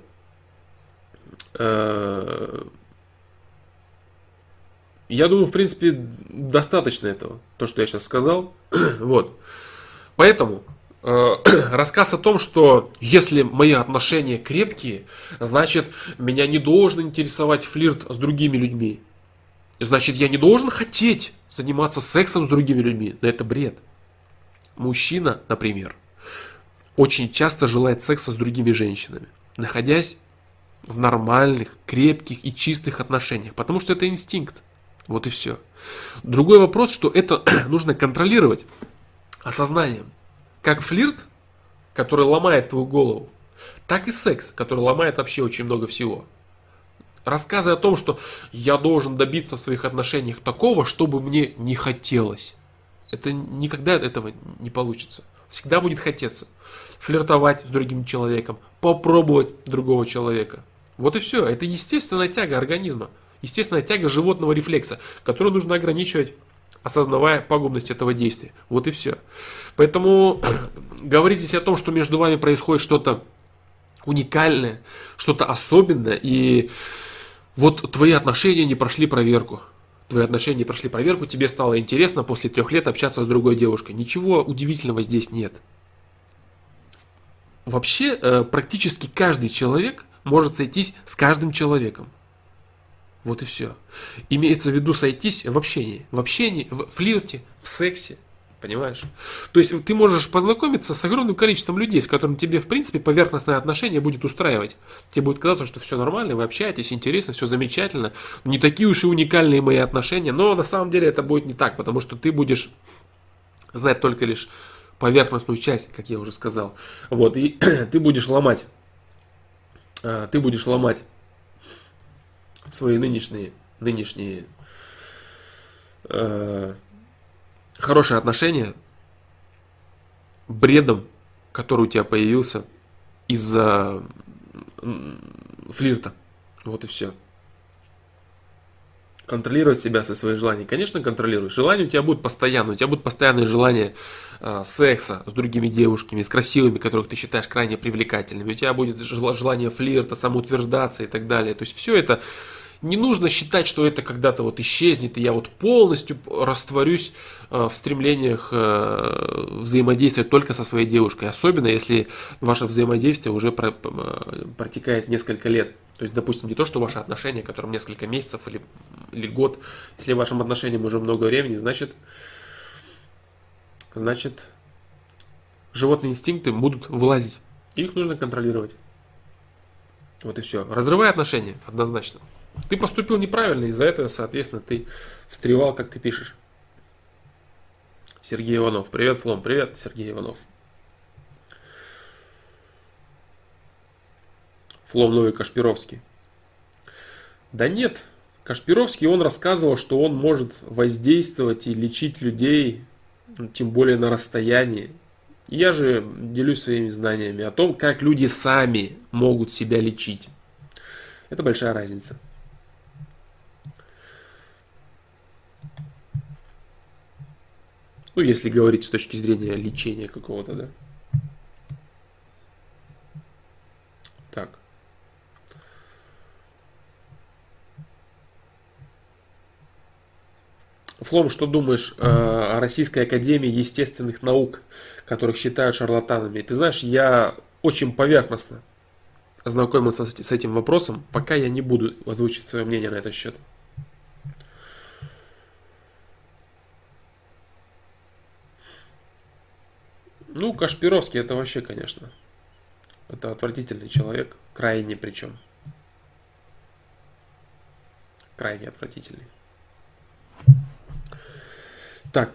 Я думаю, в принципе, достаточно этого. То, что я сейчас сказал. Вот. Поэтому рассказ о том, что если мои отношения крепкие, значит, меня не должен интересовать флирт с другими людьми. Значит, я не должен хотеть заниматься сексом с другими людьми. Но это бред. Мужчина, например, очень часто желает секса с другими женщинами, находясь в нормальных, крепких и чистых отношениях. Потому что это инстинкт. Вот и все. Другой вопрос, что это нужно контролировать осознанием. Как флирт, который ломает твою голову, так и секс, который ломает вообще очень много всего. Рассказы о том, что я должен добиться в своих отношениях такого, чтобы мне не хотелось. Это никогда этого не получится. Всегда будет хотеться. Флиртовать с другим человеком, попробовать другого человека. Вот и все. Это естественная тяга организма. Естественная тяга животного рефлекса, которую нужно ограничивать, осознавая пагубность этого действия. Вот и все. Поэтому говорите себе о том, что между вами происходит что-то уникальное, что-то особенное, и вот твои отношения не прошли проверку. Твои отношения не прошли проверку, тебе стало интересно после 3 лет общаться с другой девушкой. Ничего удивительного здесь нет. Вообще, практически каждый человек может сойтись с каждым человеком. Вот и все. Имеется в виду сойтись в общении. В общении, в флирте, в сексе. Понимаешь? То есть ты можешь познакомиться с огромным количеством людей, с которыми тебе, в принципе, поверхностное отношение будет устраивать. Тебе будет казаться, что все нормально, вы общаетесь, интересно, все замечательно. Не такие уж и уникальные мои отношения. Но на самом деле это будет не так, потому что ты будешь знать только лишь поверхностную часть, как я уже сказал. Вот, и ты будешь ломать свои нынешние хорошие отношения бредом, который у тебя появился из-за флирта. Вот и все. Контролировать себя со своими желаниями. Конечно, контролируй. Желания у тебя будут постоянно. У тебя будут постоянные желания секса с другими девушками, с красивыми, которых ты считаешь крайне привлекательными. У тебя будет желание флирта, самоутверждаться и так далее. То есть все это не нужно считать, что это когда-то вот исчезнет, и я вот полностью растворюсь в стремлениях взаимодействовать только со своей девушкой. Особенно, если ваше взаимодействие уже протекает несколько лет. То есть, допустим, не то, что ваши отношения, которым несколько месяцев или год, если вашим отношениям уже много времени, значит, животные инстинкты будут вылазить. И их нужно контролировать. Вот и все. Разрывай отношения, однозначно. Ты поступил неправильно, из-за этого, соответственно, ты встревал, как ты пишешь. Сергей Иванов. Привет, Флом. Привет, Сергей Иванов. Флом Новый Кашпировский. Да нет, Кашпировский, он рассказывал, что он может воздействовать и лечить людей, тем более на расстоянии. Я же делюсь своими знаниями о том, как люди сами могут себя лечить. Это большая разница. Ну, если говорить с точки зрения лечения какого-то, да. Так. Флом, что думаешь о Российской Академии Естественных Наук, которых считают шарлатанами? Ты знаешь, я очень поверхностно ознакомился с этим вопросом, пока я не буду озвучивать свое мнение на этот счет. Ну, Кашпировский это вообще, конечно, это отвратительный человек, крайне причем. Крайне отвратительный. Так,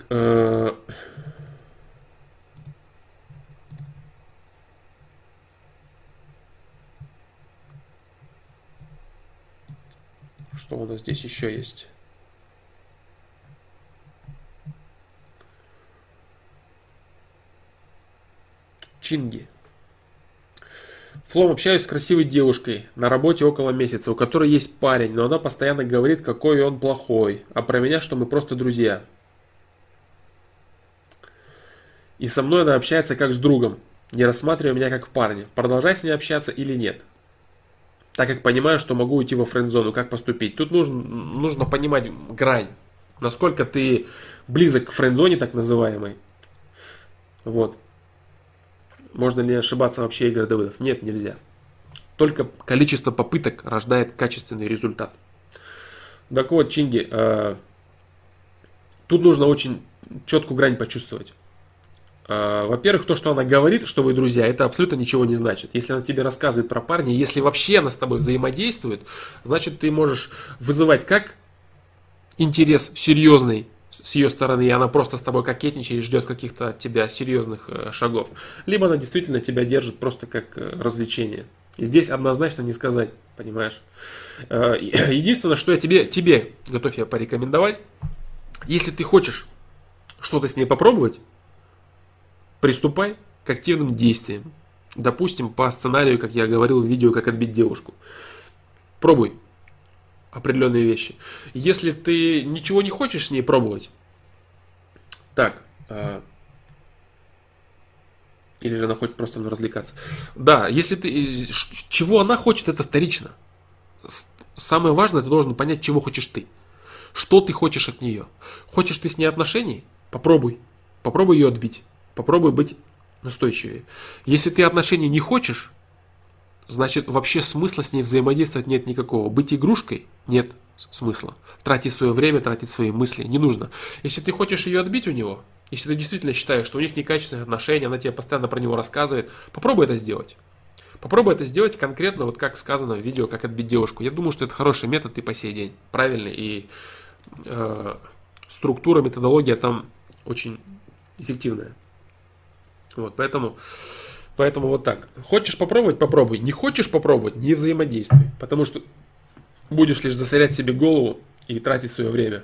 что у нас здесь еще есть? Чинги. Флом, общаюсь с красивой девушкой на работе около месяца, у которой есть парень, но она постоянно говорит, какой он плохой, а про меня, что мы просто друзья. И со мной она общается как с другом, не рассматривая меня как парня. Продолжать с ней общаться или нет? Так как понимаю, что могу уйти во френд-зону, как поступить? Тут нужно понимать грань. Насколько ты близок к френд-зоне, так называемой. Вот. Можно ли ошибаться вообще, Игорь Давыдов? Нет, нельзя. Только количество попыток рождает качественный результат. Так вот, Чинги, тут нужно очень четкую грань почувствовать. Во-первых, то, что она говорит, что вы друзья, это абсолютно ничего не значит. Если она тебе рассказывает про парня, если вообще она с тобой взаимодействует, значит ты можешь вызывать как интерес серьезный с ее стороны, и она просто с тобой кокетничает и ждет каких-то от тебя серьезных шагов. Либо она действительно тебя держит просто как развлечение. И здесь однозначно не сказать, понимаешь. Единственное, что я тебе готов я порекомендовать, если ты хочешь что-то с ней попробовать, приступай к активным действиям. Допустим, по сценарию, как я говорил в видео, как отбить девушку. Пробуй определенные вещи. Если ты ничего не хочешь с ней пробовать, так, или же она хочет просто развлекаться. Да, если ты, чего она хочет, это вторично. Самое важное, ты должен понять, чего хочешь ты. Что ты хочешь от нее. Хочешь ты с ней отношений? Попробуй. Попробуй ее отбить. Попробуй быть настойчивее. Если ты отношений не хочешь, значит вообще смысла с ней взаимодействовать нет никакого. Быть игрушкой нет смысла. Тратить свое время, тратить свои мысли не нужно. Если ты хочешь ее отбить у него, если ты действительно считаешь, что у них некачественные отношения, она тебе постоянно про него рассказывает, попробуй это сделать. Попробуй это сделать конкретно, вот как сказано в видео, как отбить девушку. Я думаю, что это хороший метод и по сей день. Правильный. И структура, методология там очень эффективная. Вот, поэтому вот так. Хочешь попробовать, попробуй. Не хочешь попробовать, не взаимодействуй. Потому что будешь лишь засорять себе голову и тратить свое время.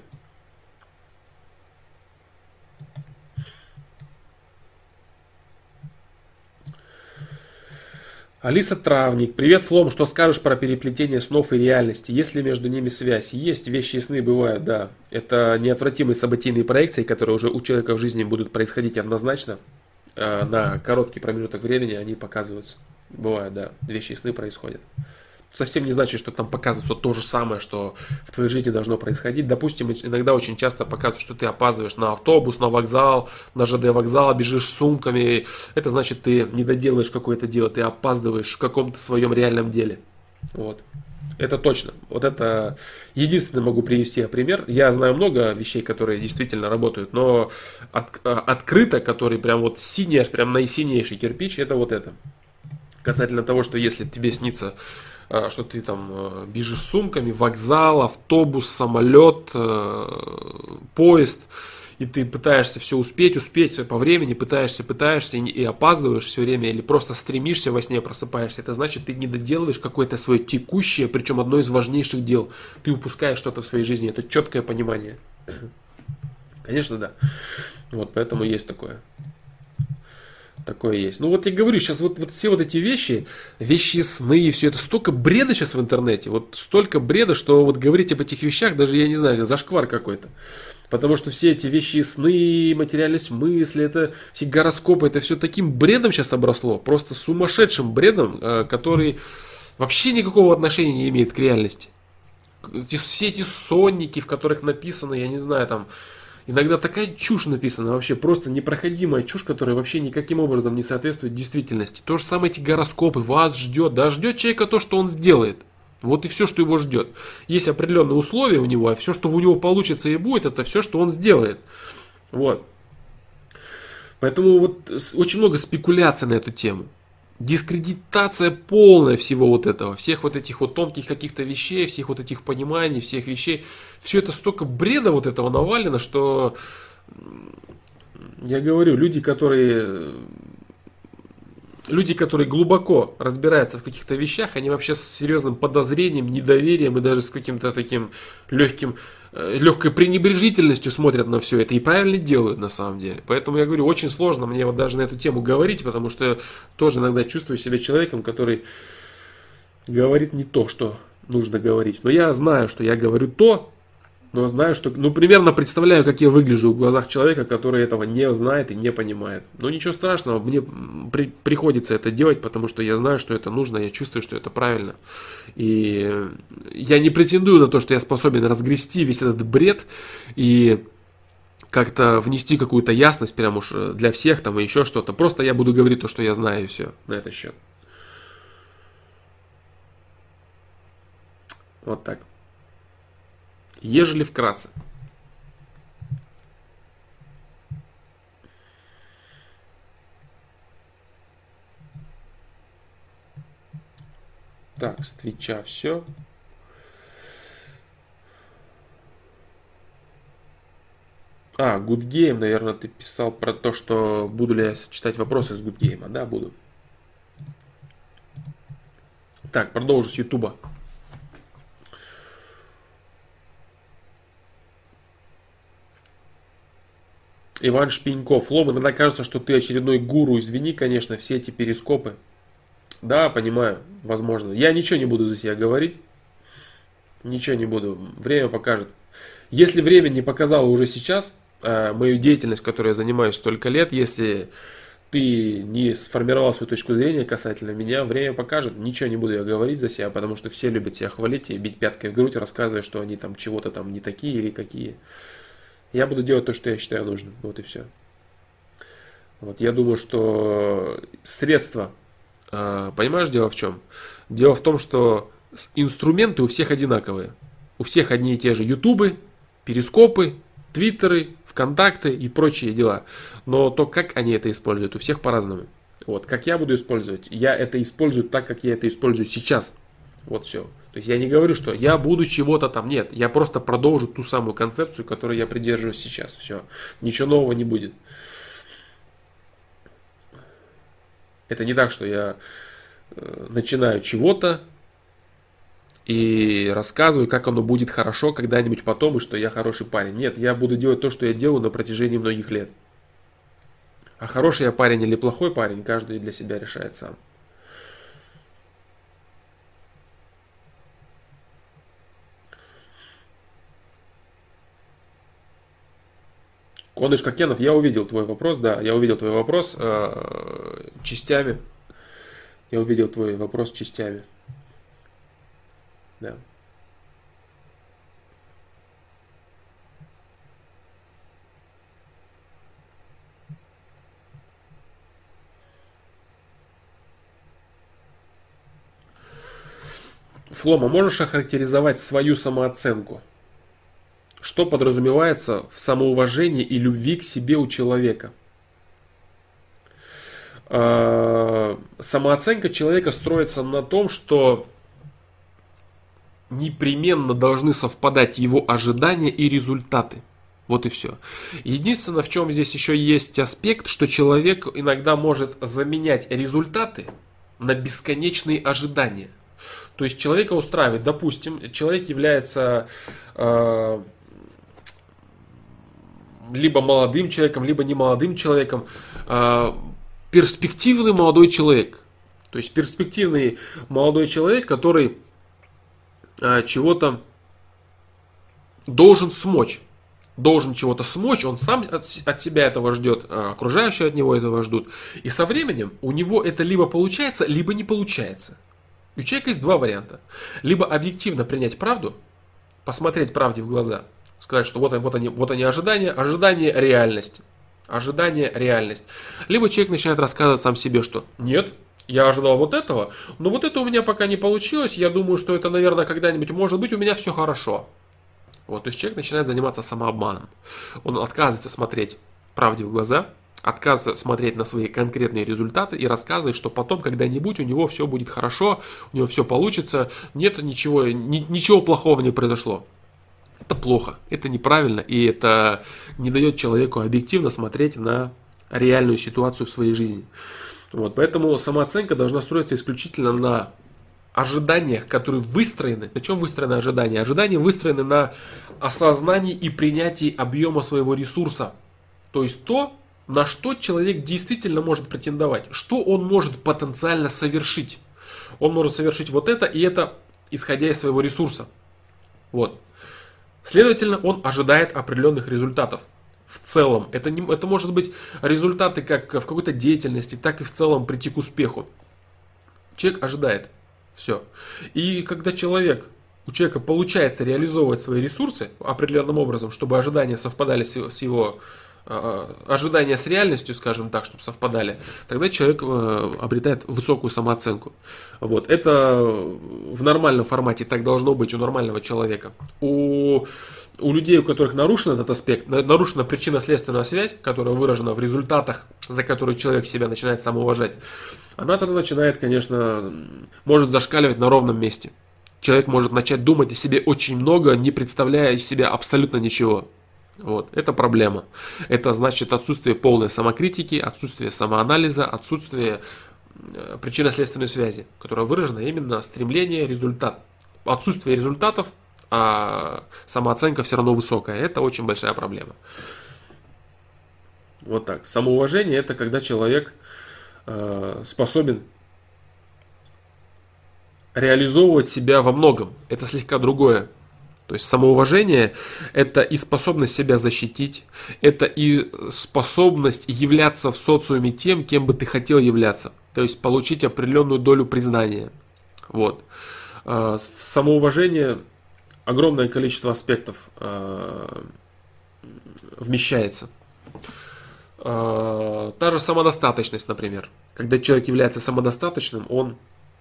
Алиса Травник. Привет, Флом. Что скажешь про переплетение снов и реальности? Есть ли между ними связь? Есть, вещи и сны бывают, да. Это неотвратимые событийные проекции, которые уже у человека в жизни будут происходить однозначно. На короткий промежуток времени они показываются. Бывает, да, вещи и сны происходят. Совсем не значит, что там показывается то же самое, что в твоей жизни должно происходить. Допустим, иногда очень часто показывают, что ты опаздываешь на автобус, на вокзал, на ЖД вокзал, бежишь с сумками. Это значит, ты не доделаешь какое-то дело, ты опаздываешь в каком-то своем реальном деле. Вот. Это точно. Вот это единственный могу привести пример. Я знаю много вещей, которые действительно работают, но открыто, который прям вот синий, прям наисинейший кирпич, это вот это. Касательно того, что если тебе снится, что ты там бежишь с сумками, вокзал, автобус, самолет, поезд, и ты пытаешься все успеть всё по времени, пытаешься, и опаздываешь все время, или просто стремишься во сне, просыпаешься, это значит, ты не доделываешь какое-то свое текущее, причем одно из важнейших дел. Ты упускаешь что-то в своей жизни, это четкое понимание. Конечно, да. Вот, поэтому есть такое. Такое есть. Ну вот я говорю, сейчас вот все вот эти вещи сны и все это, столько бреда сейчас в интернете, вот столько бреда, что вот говорить об этих вещах, даже я не знаю, зашквар какой-то. Потому что все эти вещи сны, материальность мысли, это все гороскопы, это все таким бредом сейчас обросло, просто сумасшедшим бредом, который вообще никакого отношения не имеет к реальности. Все эти сонники, в которых написано, я не знаю, там, иногда такая чушь написана, вообще просто непроходимая чушь, которая вообще никаким образом не соответствует действительности. То же самое эти гороскопы, вас ждет, да, ждет человека то, что он сделает. Вот и все, что его ждет. Есть определенные условия у него, а все, что у него получится и будет, это все, что он сделает. Вот. Поэтому вот очень много спекуляций на эту тему. Дискредитация полная всего вот этого, всех вот этих вот тонких каких-то вещей, всех вот этих пониманий, всех вещей. Все это столько бреда вот этого навалено, что я говорю, люди, которые глубоко разбираются в каких-то вещах, они вообще с серьезным подозрением, недоверием и даже с каким-то таким легкой пренебрежительностью смотрят на все это и правильно делают на самом деле. Поэтому я говорю, очень сложно мне вот даже на эту тему говорить, потому что я тоже иногда чувствую себя человеком, который говорит не то, что нужно говорить. Но я знаю, что я говорю то, но знаю, что, примерно представляю, как я выгляжу в глазах человека, который этого не знает и не понимает. Но ничего страшного, мне приходится это делать, потому что я знаю, что это нужно, я чувствую, что это правильно. И я не претендую на то, что я способен разгрести весь этот бред и как-то внести какую-то ясность прям уж для всех там и еще что-то. Просто я буду говорить то, что я знаю, и все на этот счет. Вот так. Ежели вкратце. Так, с Твича все. Good Game, наверное, ты писал про то, что буду ли я читать вопросы с Good Game. Да, буду. Так, продолжу с Ютуба. Иван Шпеньков. Лом, иногда кажется, что ты очередной гуру. Извини, конечно, все эти перископы. Да, понимаю, возможно. Я ничего не буду за себя говорить. Ничего не буду. Время покажет. Если время не показало уже сейчас мою деятельность, которой я занимаюсь столько лет, если ты не сформировал свою точку зрения касательно меня, время покажет. Ничего не буду я говорить за себя, потому что все любят себя хвалить и бить пяткой в грудь, рассказывая, что они там чего-то там не такие или какие. Я буду делать то, что я считаю нужным. Вот и все. Вот, я думаю, что средства, понимаешь, дело в чем? Дело в том, что инструменты у всех одинаковые. У всех одни и те же ютубы, перископы, твиттеры, вконтакты и прочие дела. Но то, как они это используют, у всех по-разному. Вот, как я буду использовать? Я это использую так, как я это использую сейчас. Вот все. То есть я не говорю, что я буду чего-то там. Нет, я просто продолжу ту самую концепцию, которой я придерживаюсь сейчас. Все. Ничего нового не будет. Это не так, что я начинаю чего-то и рассказываю, как оно будет хорошо когда-нибудь потом, и что я хороший парень. Нет, я буду делать то, что я делаю на протяжении многих лет. А хороший я парень или плохой парень, каждый для себя решает сам. Коныш Кокенов, я увидел твой вопрос, да, я увидел твой вопрос частями. Я увидел твой вопрос частями. Да. Флома, можешь охарактеризовать свою самооценку? Что подразумевается в самоуважении и любви к себе у человека? Самооценка человека строится на том, что непременно должны совпадать его ожидания и результаты. Вот и все. Единственное, в чем здесь еще есть аспект, что человек иногда может заменять результаты на бесконечные ожидания. То есть человека устраивает, допустим, человек является либо молодым человеком, либо немолодым человеком, перспективный молодой человек. То есть перспективный молодой человек, который чего-то должен смочь. Должен чего-то смочь, он сам от себя этого ждет, окружающие от него этого ждут. И со временем у него это либо получается, либо не получается. И у человека есть два варианта. Либо объективно принять правду, посмотреть правде в глаза, сказать, что вот они ожидания, реальность. Ожидание, реальность. Либо человек начинает рассказывать сам себе, что нет, я ожидал вот этого, но вот это у меня пока не получилось, я думаю, что это, наверное, когда-нибудь, может быть, у меня все хорошо. Вот, то есть человек начинает заниматься самообманом. Он отказывается смотреть правде в глаза, отказывается смотреть на свои конкретные результаты и рассказывает, что потом когда-нибудь у него все будет хорошо, у него все получится, нет ничего плохого не произошло. Это плохо, это неправильно, и это не дает человеку объективно смотреть на реальную ситуацию в своей жизни. Вот, поэтому самооценка должна строиться исключительно на ожиданиях, которые выстроены. На чем выстроены ожидания? Ожидания выстроены на осознании и принятии объема своего ресурса. То есть то, на что человек действительно может претендовать, что он может потенциально совершить. Он может совершить вот это и это, исходя из своего ресурса. Вот. Следовательно, он ожидает определенных результатов. В целом, это может быть результаты как в какой-то деятельности, так и в целом прийти к успеху. Человек ожидает. Все. И когда у человека получается реализовывать свои ресурсы определенным образом, чтобы ожидания совпадали с его ожидания с реальностью, скажем так, чтобы совпадали, тогда человек обретает высокую самооценку. Вот. Это в нормальном формате так должно быть у нормального человека. У людей, у которых нарушен этот аспект, нарушена причинно-следственная связь, которая выражена в результатах, за которые человек себя начинает самоуважать, она тогда начинает, конечно, может зашкаливать на ровном месте. Человек может начать думать о себе очень много, не представляя из себя абсолютно ничего. Вот. Это проблема. Это значит отсутствие полной самокритики, отсутствие самоанализа, отсутствие причинно-следственной связи, которая выражена именно стремление результат. Отсутствие результатов, а самооценка все равно высокая. Это очень большая проблема. Вот так. Самоуважение — это когда человек способен реализовывать себя во многом. Это слегка другое. То есть самоуважение — это и способность себя защитить, это и способность являться в социуме тем, кем бы ты хотел являться. То есть получить определенную долю признания. Вот. В самоуважение огромное количество аспектов вмещается. Та же самодостаточность, например. Когда человек является самодостаточным, он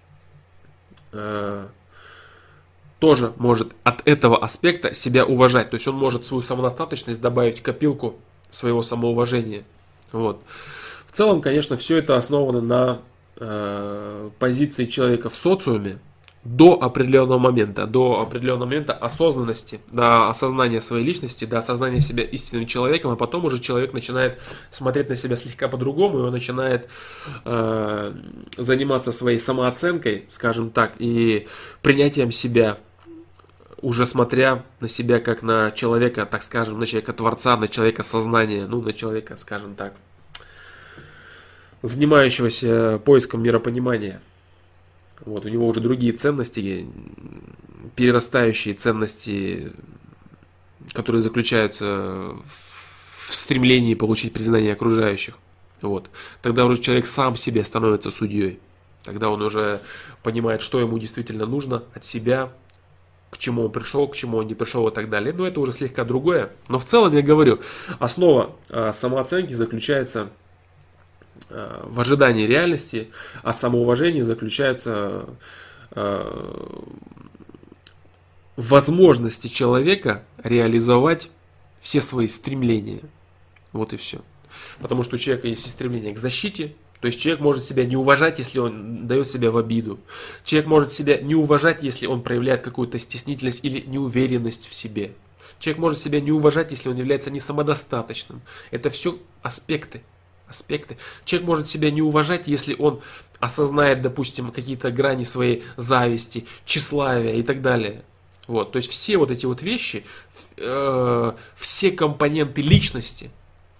тоже может от этого аспекта себя уважать. То есть он может свою самодостаточность добавить в копилку своего самоуважения. Вот. В целом, конечно, все это основано на позиции человека в социуме до определенного момента осознанности, до осознания своей личности, до осознания себя истинным человеком, а потом уже человек начинает смотреть на себя слегка по-другому, и он начинает заниматься своей самооценкой, скажем так, и принятием себя, уже смотря на себя как на человека, так скажем, на человека-творца, на человека-сознания, на человека, скажем так, занимающегося поиском миропонимания. Вот, у него уже другие ценности, перерастающие ценности, которые заключаются в стремлении получить признание окружающих. Вот. Тогда уже человек сам себе становится судьей. Тогда он уже понимает, что ему действительно нужно от себя, к чему он пришел, к чему он не пришел и так далее. Но это уже слегка другое. Но в целом, я говорю, основа самооценки заключается в ожидании реальности, а самоуважение заключается в возможности человека реализовать все свои стремления. Вот и все. Потому что у человека есть и стремление к защите. То есть человек может себя не уважать, если он дает себя в обиду. Человек может себя не уважать, если он проявляет какую-то стеснительность или неуверенность в себе. Человек может себя не уважать, если он является не самодостаточным. Это все аспекты. Человек может себя не уважать, если он осознает, допустим, какие-то грани своей зависти, тщеславия и так далее. Вот, то есть все вот эти вот вещи, все компоненты личности,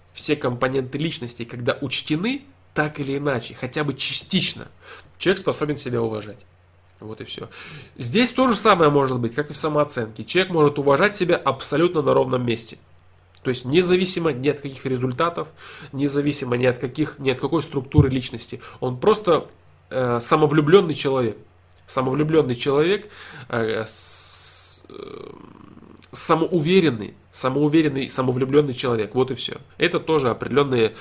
когда учтены так или иначе, хотя бы частично, человек способен себя уважать. Вот и все. Здесь то же самое может быть, как и в самооценке. Человек может уважать себя абсолютно на ровном месте. То есть независимо ни от каких результатов, независимо ни от какой структуры личности. Он просто самовлюбленный человек. Самовлюбленный человек, самоуверенный, самовлюбленный человек. Вот и все. Это тоже определенные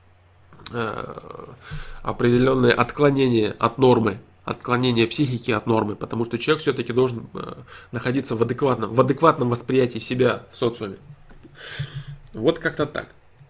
отклонения от нормы. Отклонение психики от нормы, потому что человек все-таки должен находиться в адекватном восприятии себя в социуме. Вот как-то так.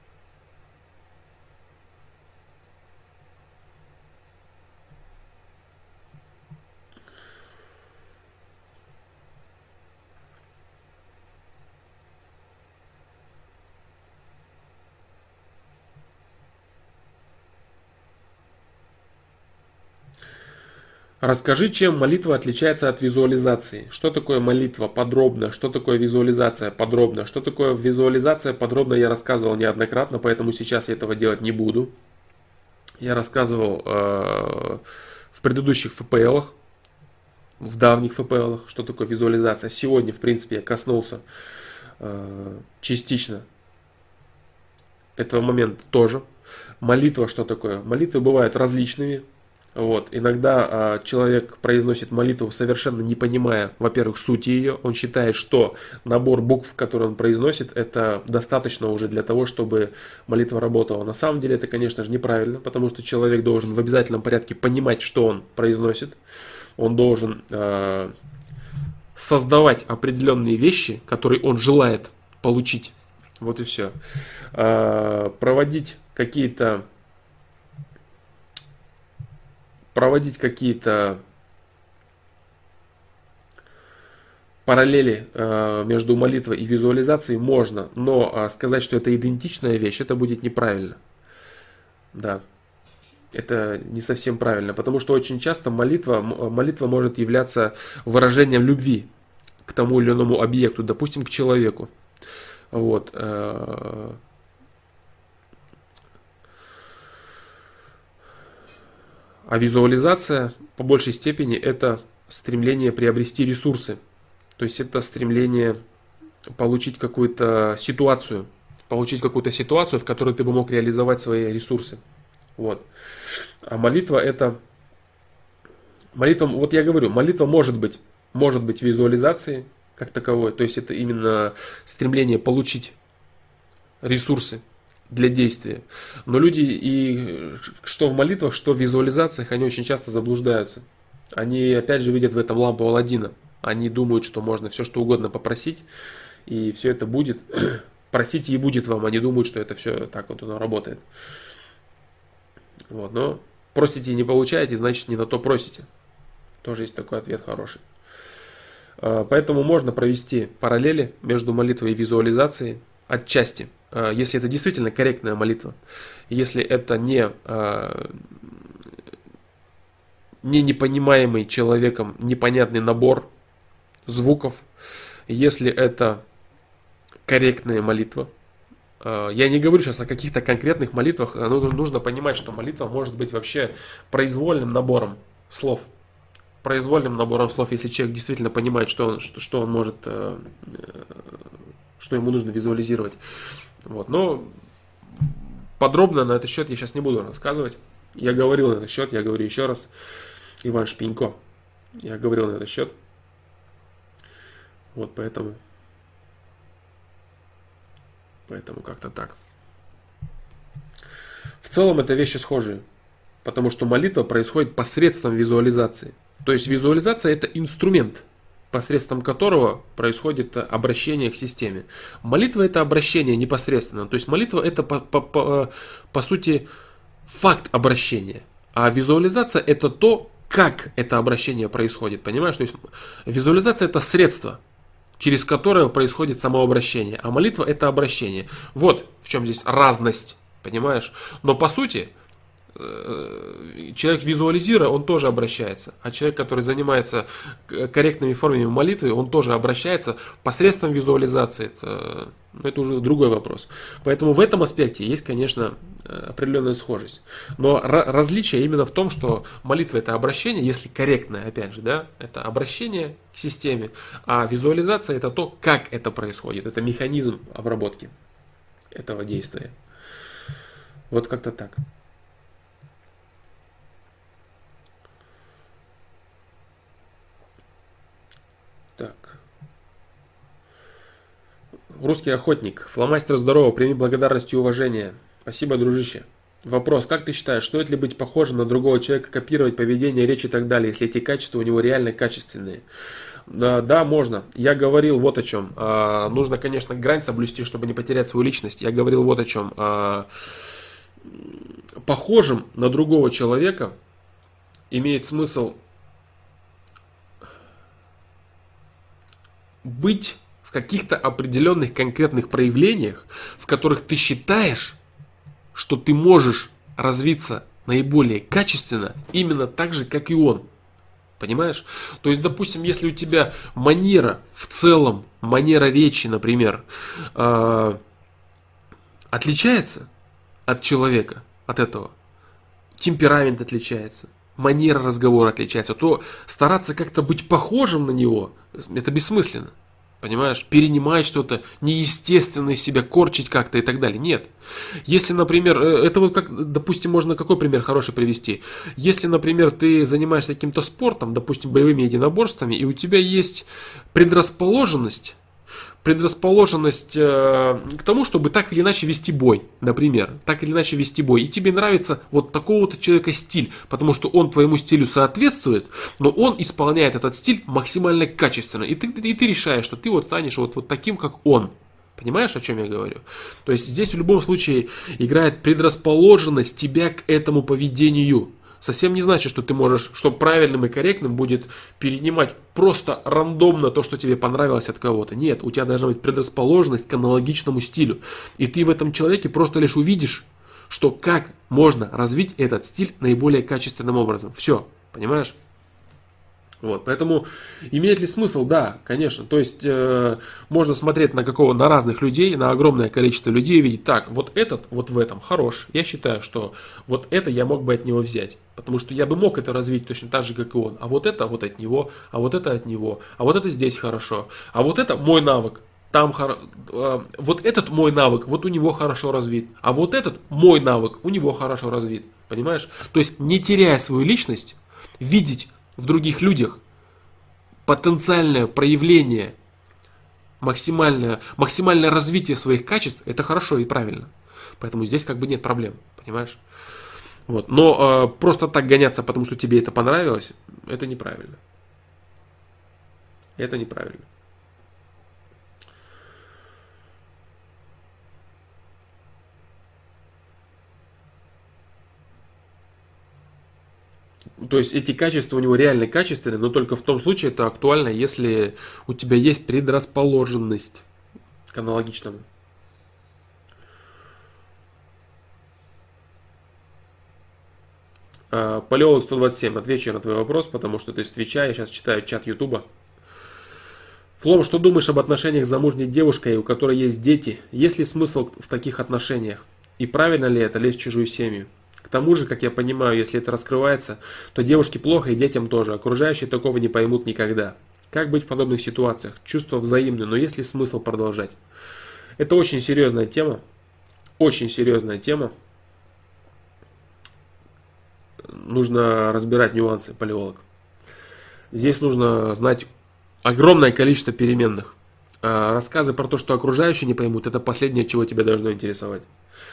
Расскажи, чем молитва отличается от визуализации. Что такое молитва подробно, что такое визуализация подробно. Что такое визуализация подробно я рассказывал неоднократно, поэтому сейчас я этого делать не буду. Я рассказывал в предыдущих ФПЛах, в давних ФПЛах, что такое визуализация. Сегодня, в принципе, я коснулся частично этого момента тоже. Молитва, что такое? Молитвы бывают различными. Вот. Иногда человек произносит молитву, совершенно не понимая, во-первых, сути ее. Он считает, что набор букв, который он произносит, это достаточно уже для того, чтобы молитва работала. На самом деле это, конечно же, неправильно, потому что человек должен в обязательном порядке понимать, что он произносит. Он должен создавать определенные вещи, которые он желает получить. Вот и все. Проводить какие-то параллели между молитвой и визуализацией можно, но сказать, что это идентичная вещь, это будет неправильно. Да, это не совсем правильно, потому что очень часто молитва может являться выражением любви к тому или иному объекту, допустим, к человеку. Вот. А визуализация по большей степени это стремление приобрести ресурсы. То есть это стремление получить какую-то ситуацию, в которой ты бы мог реализовать свои ресурсы. Вот. А молитва, вот я говорю, молитва может быть визуализацией как таковой. То есть это именно стремление получить ресурсы для действия. Но люди и что в молитвах, что в визуализациях, они очень часто заблуждаются. Они опять же видят в этом лампу Аладдина. Они думают, что можно все что угодно попросить, и все это будет. Просите и будет вам. Они думают, что это все так вот оно работает. Вот. Но просите и не получаете, значит не на то просите. Тоже есть такой ответ хороший. Поэтому можно провести параллели между молитвой и визуализацией отчасти. Если это действительно корректная молитва, если это не непонимаемый человеком непонятный набор звуков, если это корректная молитва. Я не говорю сейчас о каких-то конкретных молитвах, но нужно понимать, что молитва может быть вообще произвольным набором слов. Если человек действительно понимает, что он может, что ему нужно визуализировать. Вот. Но подробно на этот счет я сейчас не буду рассказывать. Я говорил на этот счет, я говорю еще раз. Иван Шпинько. Я говорил на этот счет. Вот поэтому как-то так. В целом это вещи схожие. Потому что молитва происходит посредством визуализации. То есть визуализация это инструмент, посредством которого происходит обращение к системе. Молитва это обращение непосредственно. То есть молитва это по сути факт обращения. А визуализация это то, как это обращение происходит. Понимаешь? То есть визуализация это средство. через которое происходит самообращение. А молитва это обращение. Вот в чем здесь разность, понимаешь? Но по сути, человек визуализируя, он тоже обращается. А человек, который занимается корректными формами молитвы, он тоже обращается посредством визуализации. Это уже другой вопрос. Поэтому в этом аспекте есть, конечно, определенная схожесть. Но различие именно в том, что молитва это обращение, если корректное, опять же, да, это обращение к системе, а визуализация это то, как это происходит. Это механизм обработки этого действия. Вот как-то так. Так. Русский охотник. Фломастер, здорово, прими благодарность и уважение. Спасибо, дружище. Вопрос. Как ты считаешь, стоит ли быть похожим на другого человека, копировать поведение, речь и так далее, если эти качества у него реально качественные? Да, можно. Я говорил вот о чем. Нужно, конечно, грань соблюсти, чтобы не потерять свою личность. Я говорил вот о чем. Похожим на другого человека имеет смысл быть в каких-то определенных конкретных проявлениях, в которых ты считаешь, что ты можешь развиться наиболее качественно, именно так же, как и он. Понимаешь? То есть, допустим, если у тебя манера в целом, манера речи, например, отличается от человека, от этого, темперамент отличается, манера разговора отличается, то стараться как-то быть похожим на него, это бессмысленно. Понимаешь? Перенимать что-то неестественное из себя, корчить как-то и так далее. Нет. Если, например, это вот как, допустим, можно какой пример хороший привести. Если, например, ты занимаешься каким-то спортом, допустим, боевыми единоборствами, и у тебя есть предрасположенность к тому, чтобы так или иначе вести бой, например, так или иначе вести бой, и тебе нравится вот такого-то человека стиль, потому что он твоему стилю соответствует, но он исполняет этот стиль максимально качественно, и ты решаешь, что ты вот станешь вот таким, как он. Понимаешь, о чем я говорю? То есть здесь в любом случае играет предрасположенность тебя к этому поведению. Совсем не значит, что ты можешь, что правильным и корректным будет перенимать просто рандомно то, что тебе понравилось от кого-то. Нет, у тебя должна быть предрасположенность к аналогичному стилю. И ты в этом человеке просто лишь увидишь, что как можно развить этот стиль наиболее качественным образом. Все, понимаешь? Вот, поэтому имеет ли смысл? Да, конечно. То есть можно смотреть на разных людей, на огромное количество людей и видеть, так, вот этот вот в этом хорош. Я считаю, что вот это я мог бы от него взять. Потому что я бы мог это развить точно так же, как и он. А вот это вот от него, а вот это от него, а вот это здесь хорошо. А вот это мой навык. Вот этот мой навык, вот у него хорошо развит. А вот этот мой навык, у него хорошо развит. Понимаешь? То есть не теряя свою личность, видеть в других людях потенциальное проявление, максимальное развитие своих качеств, это хорошо и правильно. Поэтому здесь как бы нет проблем, понимаешь? Вот. Но просто так гоняться, потому что тебе это понравилось, это неправильно. Это неправильно. То есть эти качества у него реально качественные, но только в том случае это актуально, если у тебя есть предрасположенность к аналогичному. Палеолог 127, отвечу на твой вопрос, потому что ты с Твича, я сейчас читаю чат Ютуба. Флом, что думаешь об отношениях с замужней девушкой, у которой есть дети? Есть ли смысл в таких отношениях? И правильно ли это лезть в чужую семью? К тому же, как я понимаю, если это раскрывается, то девушке плохо и детям тоже. Окружающие такого не поймут никогда. Как быть в подобных ситуациях? Чувства взаимны, но есть ли смысл продолжать? Это очень серьезная тема. Очень серьезная тема. Нужно разбирать нюансы, палеолог. Здесь нужно знать огромное количество переменных. Рассказы про то, что окружающие не поймут, это последнее, чего тебя должно интересовать.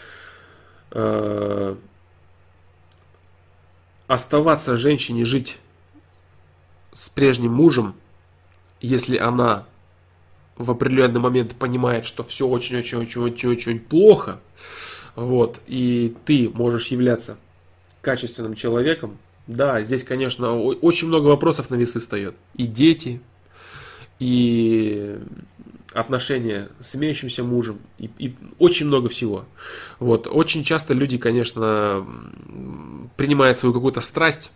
Оставаться женщине жить с прежним мужем, если она в определенный момент понимает, что все очень-очень-очень-очень плохо, вот, и ты можешь являться качественным человеком, да, здесь, конечно, очень много вопросов на весы встает. И дети, и отношения с имеющимся мужем, и очень много всего. Вот. Очень часто люди, конечно, принимают свою какую-то страсть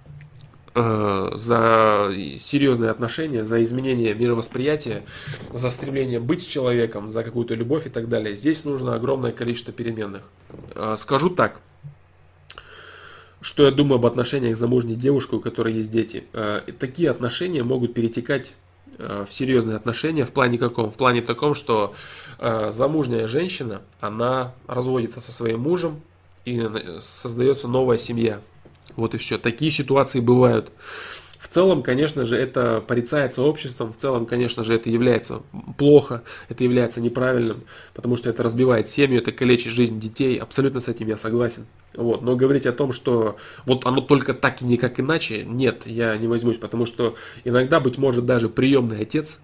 за серьезные отношения, за изменение мировосприятия, за стремление быть с человеком, за какую-то любовь и так далее. Здесь нужно огромное количество переменных. Скажу так, что я думаю об отношениях с замужней девушкой, у которой есть дети. Такие отношения могут перетекать в серьезные отношения в плане каком? В плане таком, что замужняя женщина, она разводится со своим мужем и создается новая семья. Вот и все. Такие ситуации бывают. В целом, конечно же, это порицается обществом, в целом, конечно же, это является плохо, это является неправильным, потому что это разбивает семью, это калечит жизнь детей, абсолютно с этим я согласен. Вот. Но говорить о том, что вот оно только так и никак иначе, нет, я не возьмусь, потому что иногда, быть может, даже приемный отец,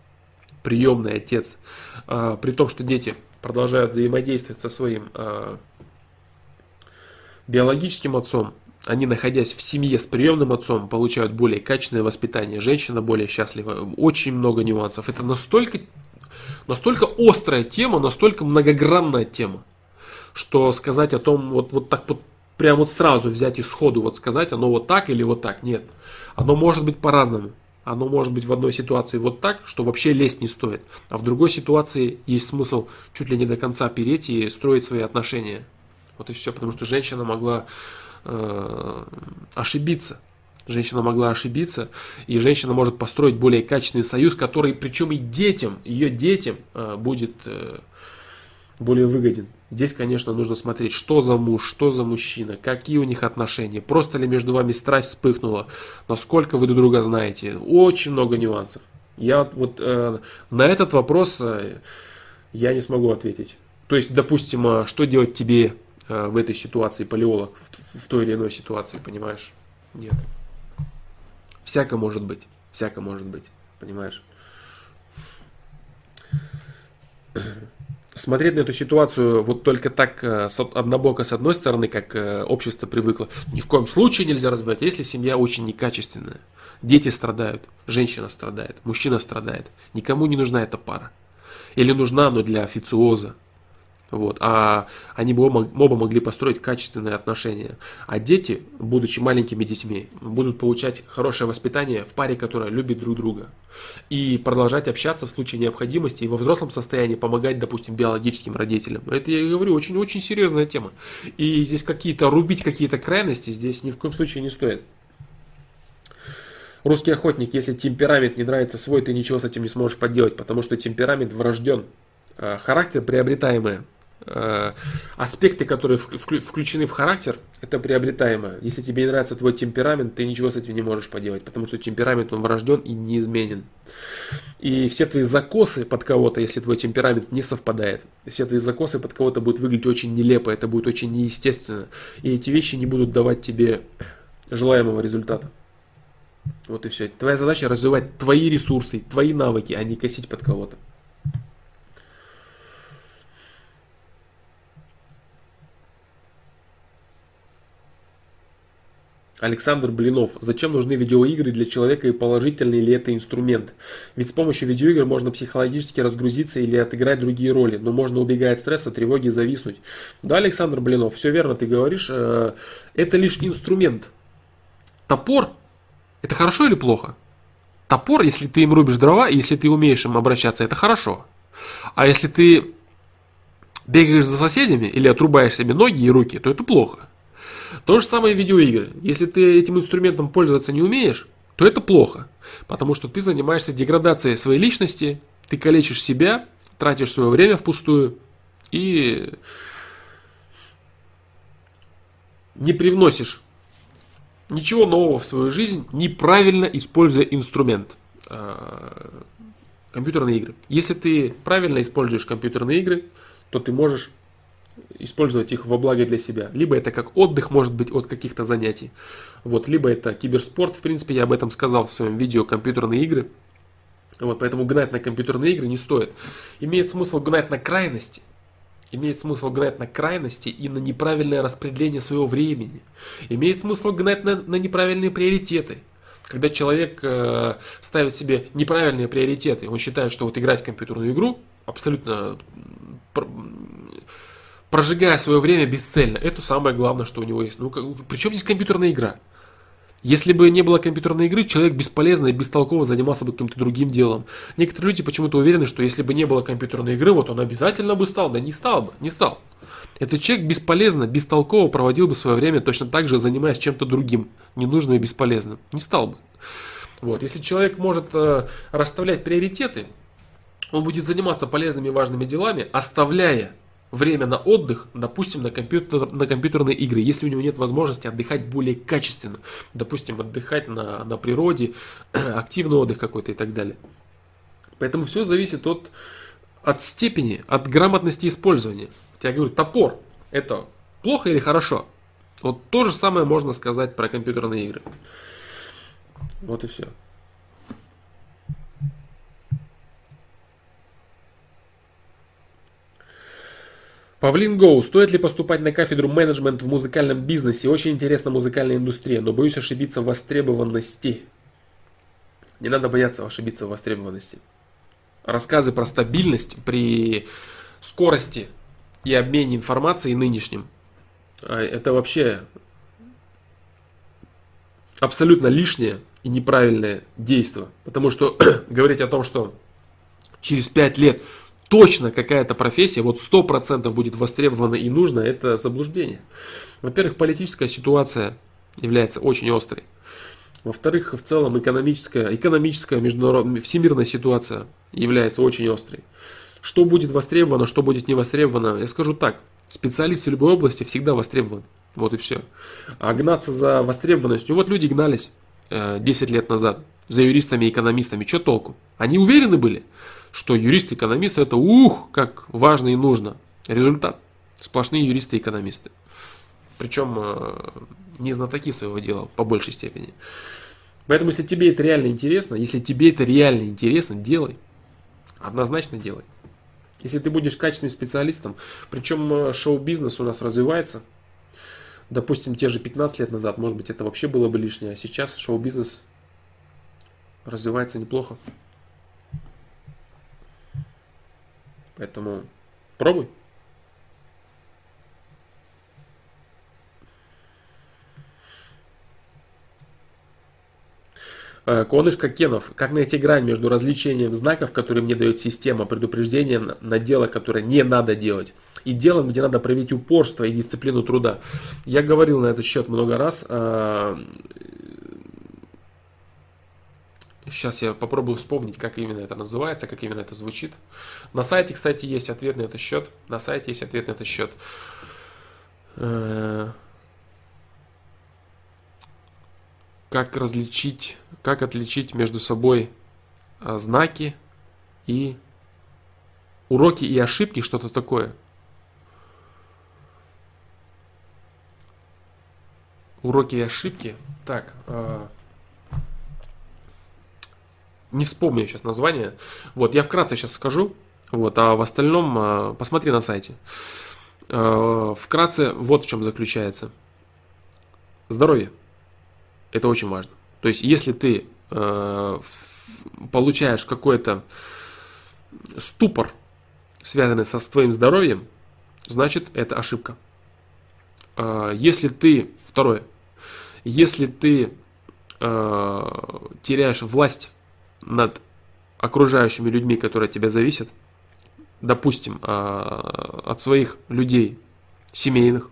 при том, что дети продолжают взаимодействовать со своим биологическим отцом, они, находясь в семье с приемным отцом, получают более качественное воспитание, женщина более счастлива. Очень много нюансов. Это настолько острая тема, настолько многогранная тема, что сказать о том, вот так вот, прям вот сразу взять и сходу вот сказать, оно вот так или вот так, нет. Оно может быть по-разному. Оно может быть в одной ситуации вот так, что вообще лезть не стоит. А в другой ситуации есть смысл чуть ли не до конца переть и строить свои отношения. Вот и все, потому что женщина могла ошибиться. Женщина могла ошибиться, и женщина может построить более качественный союз, который, причем и детям, ее детям будет более выгоден. Здесь, конечно, нужно смотреть, что за муж, что за мужчина, какие у них отношения, просто ли между вами страсть вспыхнула, насколько вы друг друга знаете. Очень много нюансов. Я вот на этот вопрос я не смогу ответить. То есть, допустим, что делать тебе в этой ситуации, палеолог, в той или иной ситуации, понимаешь? Нет. Всяко может быть, понимаешь? Смотреть на эту ситуацию вот только так однобоко с одной стороны, как общество привыкло, ни в коем случае нельзя разбирать, если семья очень некачественная. Дети страдают, женщина страдает, мужчина страдает. Никому не нужна эта пара. Или нужна, но для официоза. Вот. А они бы оба могли построить качественные отношения. А дети, будучи маленькими детьми, будут получать хорошее воспитание в паре, которая любит друг друга. И продолжать общаться в случае необходимости и во взрослом состоянии помогать, допустим, биологическим родителям. Это, я говорю, очень-очень серьезная тема. И здесь рубить какие-то крайности здесь ни в коем случае не стоит. Русский охотник, если темперамент не нравится свой, ты ничего с этим не сможешь поделать, потому что темперамент врожден. Характер приобретаемый. Аспекты, которые включены в характер, это приобретаемое. Если тебе не нравится твой темперамент, ты ничего с этим не можешь поделать, потому что темперамент, он врожден и неизменен. И все твои закосы под кого-то, если твой темперамент не совпадает, все твои закосы под кого-то будут выглядеть очень нелепо, это будет очень неестественно. И эти вещи не будут давать тебе желаемого результата. Вот и все. Твоя задача развивать твои ресурсы, твои навыки, а не косить под кого-то. Александр Блинов. Зачем нужны видеоигры для человека и положительный ли это инструмент? Ведь с помощью видеоигр можно психологически разгрузиться или отыграть другие роли, но можно, убегая от стресса, тревоги, зависнуть. Да, Александр Блинов, все верно ты говоришь. Это лишь инструмент. Топор — это хорошо или плохо? Топор, если ты им рубишь дрова, и если ты умеешь им обращаться, это хорошо. А если ты бегаешь за соседями или отрубаешь себе ноги и руки, то это плохо. То же самое и видеоигры. Если ты этим инструментом пользоваться не умеешь, то это плохо. Потому что ты занимаешься деградацией своей личности, ты калечишь себя, тратишь свое время впустую и не привносишь ничего нового в свою жизнь, неправильно используя инструмент. Компьютерные игры. Если ты правильно используешь компьютерные игры, то ты можешь использовать их во благо для себя. Либо это как отдых, может быть, от каких-то занятий. Вот, либо это киберспорт. В принципе, я об этом сказал в своем видео «Компьютерные игры». Вот, поэтому гнать на компьютерные игры не стоит. Имеет смысл гнать на крайности. Имеет смысл гнать на крайности и на неправильное распределение своего времени. Имеет смысл гнать на неправильные приоритеты. Когда человек ставит себе неправильные приоритеты, он считает, что вот играть в компьютерную игру абсолютно прожигая свое время бесцельно, это самое главное, что у него есть. Ну, причем здесь компьютерная игра? Если бы не было компьютерной игры, человек бесполезно и бестолково занимался бы каким-то другим делом. Некоторые люди почему-то уверены, что если бы не было компьютерной игры, вот он обязательно бы стал. Да не стал бы, не стал. Этот человек бесполезно, бестолково проводил бы свое время точно так же, занимаясь чем-то другим, ненужным и бесполезным. Не стал бы. Вот. Если человек может расставлять приоритеты, он будет заниматься полезными и важными делами, оставляя время на отдых, допустим, на компьютерные игры, если у него нет возможности отдыхать более качественно, допустим, отдыхать на природе, активный отдых какой-то и так далее. Поэтому все зависит от степени, от грамотности использования. Я говорю, топор – это плохо или хорошо? Вот то же самое можно сказать про компьютерные игры. Вот и все. Павлин Гоу. Стоит ли поступать на кафедру менеджмент в музыкальном бизнесе? Очень интересна музыкальная индустрия, но боюсь ошибиться в востребованности. Не надо бояться ошибиться в востребованности. Рассказы про стабильность при скорости и обмене информацией нынешнем, это вообще абсолютно лишнее и неправильное действие. Потому что говорить о том, что через 5 лет точно какая-то профессия, вот 100% будет востребована и нужна, это заблуждение. Во-первых, политическая ситуация является очень острой. Во-вторых, в целом экономическая международная, всемирная ситуация является очень острой. Что будет востребовано, что будет не востребовано, я скажу так. Специалист в любой области всегда востребован. Вот и все. А гнаться за востребованностью, вот люди гнались 10 лет назад за юристами и экономистами, что толку? Они уверены были, что юрист-экономист это как важно и нужно. Результат. Сплошные юристы и экономисты. Причем не знатоки своего дела по большей степени. Поэтому, если тебе это реально интересно, делай. Однозначно делай. Если ты будешь качественным специалистом, причем шоу-бизнес у нас развивается, допустим, те же 15 лет назад, может быть, это вообще было бы лишнее, а сейчас шоу-бизнес развивается неплохо. Поэтому пробуй. Конышка Кенов. Как найти грань между развлечением знаков, которые мне дает система, предупреждения на дело, которое не надо делать, и делом, где надо проявить упорство и дисциплину труда? Я говорил на этот счет много раз. Сейчас я попробую вспомнить, как именно это называется, как именно это звучит. На сайте, кстати, есть ответ на этот счет. Как отличить между собой знаки и уроки и ошибки, что-то такое. Уроки и ошибки. Так, не вспомню сейчас название. Вот, я вкратце сейчас скажу. Вот, а в остальном посмотри на сайте. Вкратце вот в чем заключается. Здоровье. Это очень важно. То есть, если ты получаешь какой-то ступор, связанный со твоим здоровьем, значит, это ошибка. Если ты теряешь власть над окружающими людьми, которые от тебя зависят, допустим, от своих людей семейных,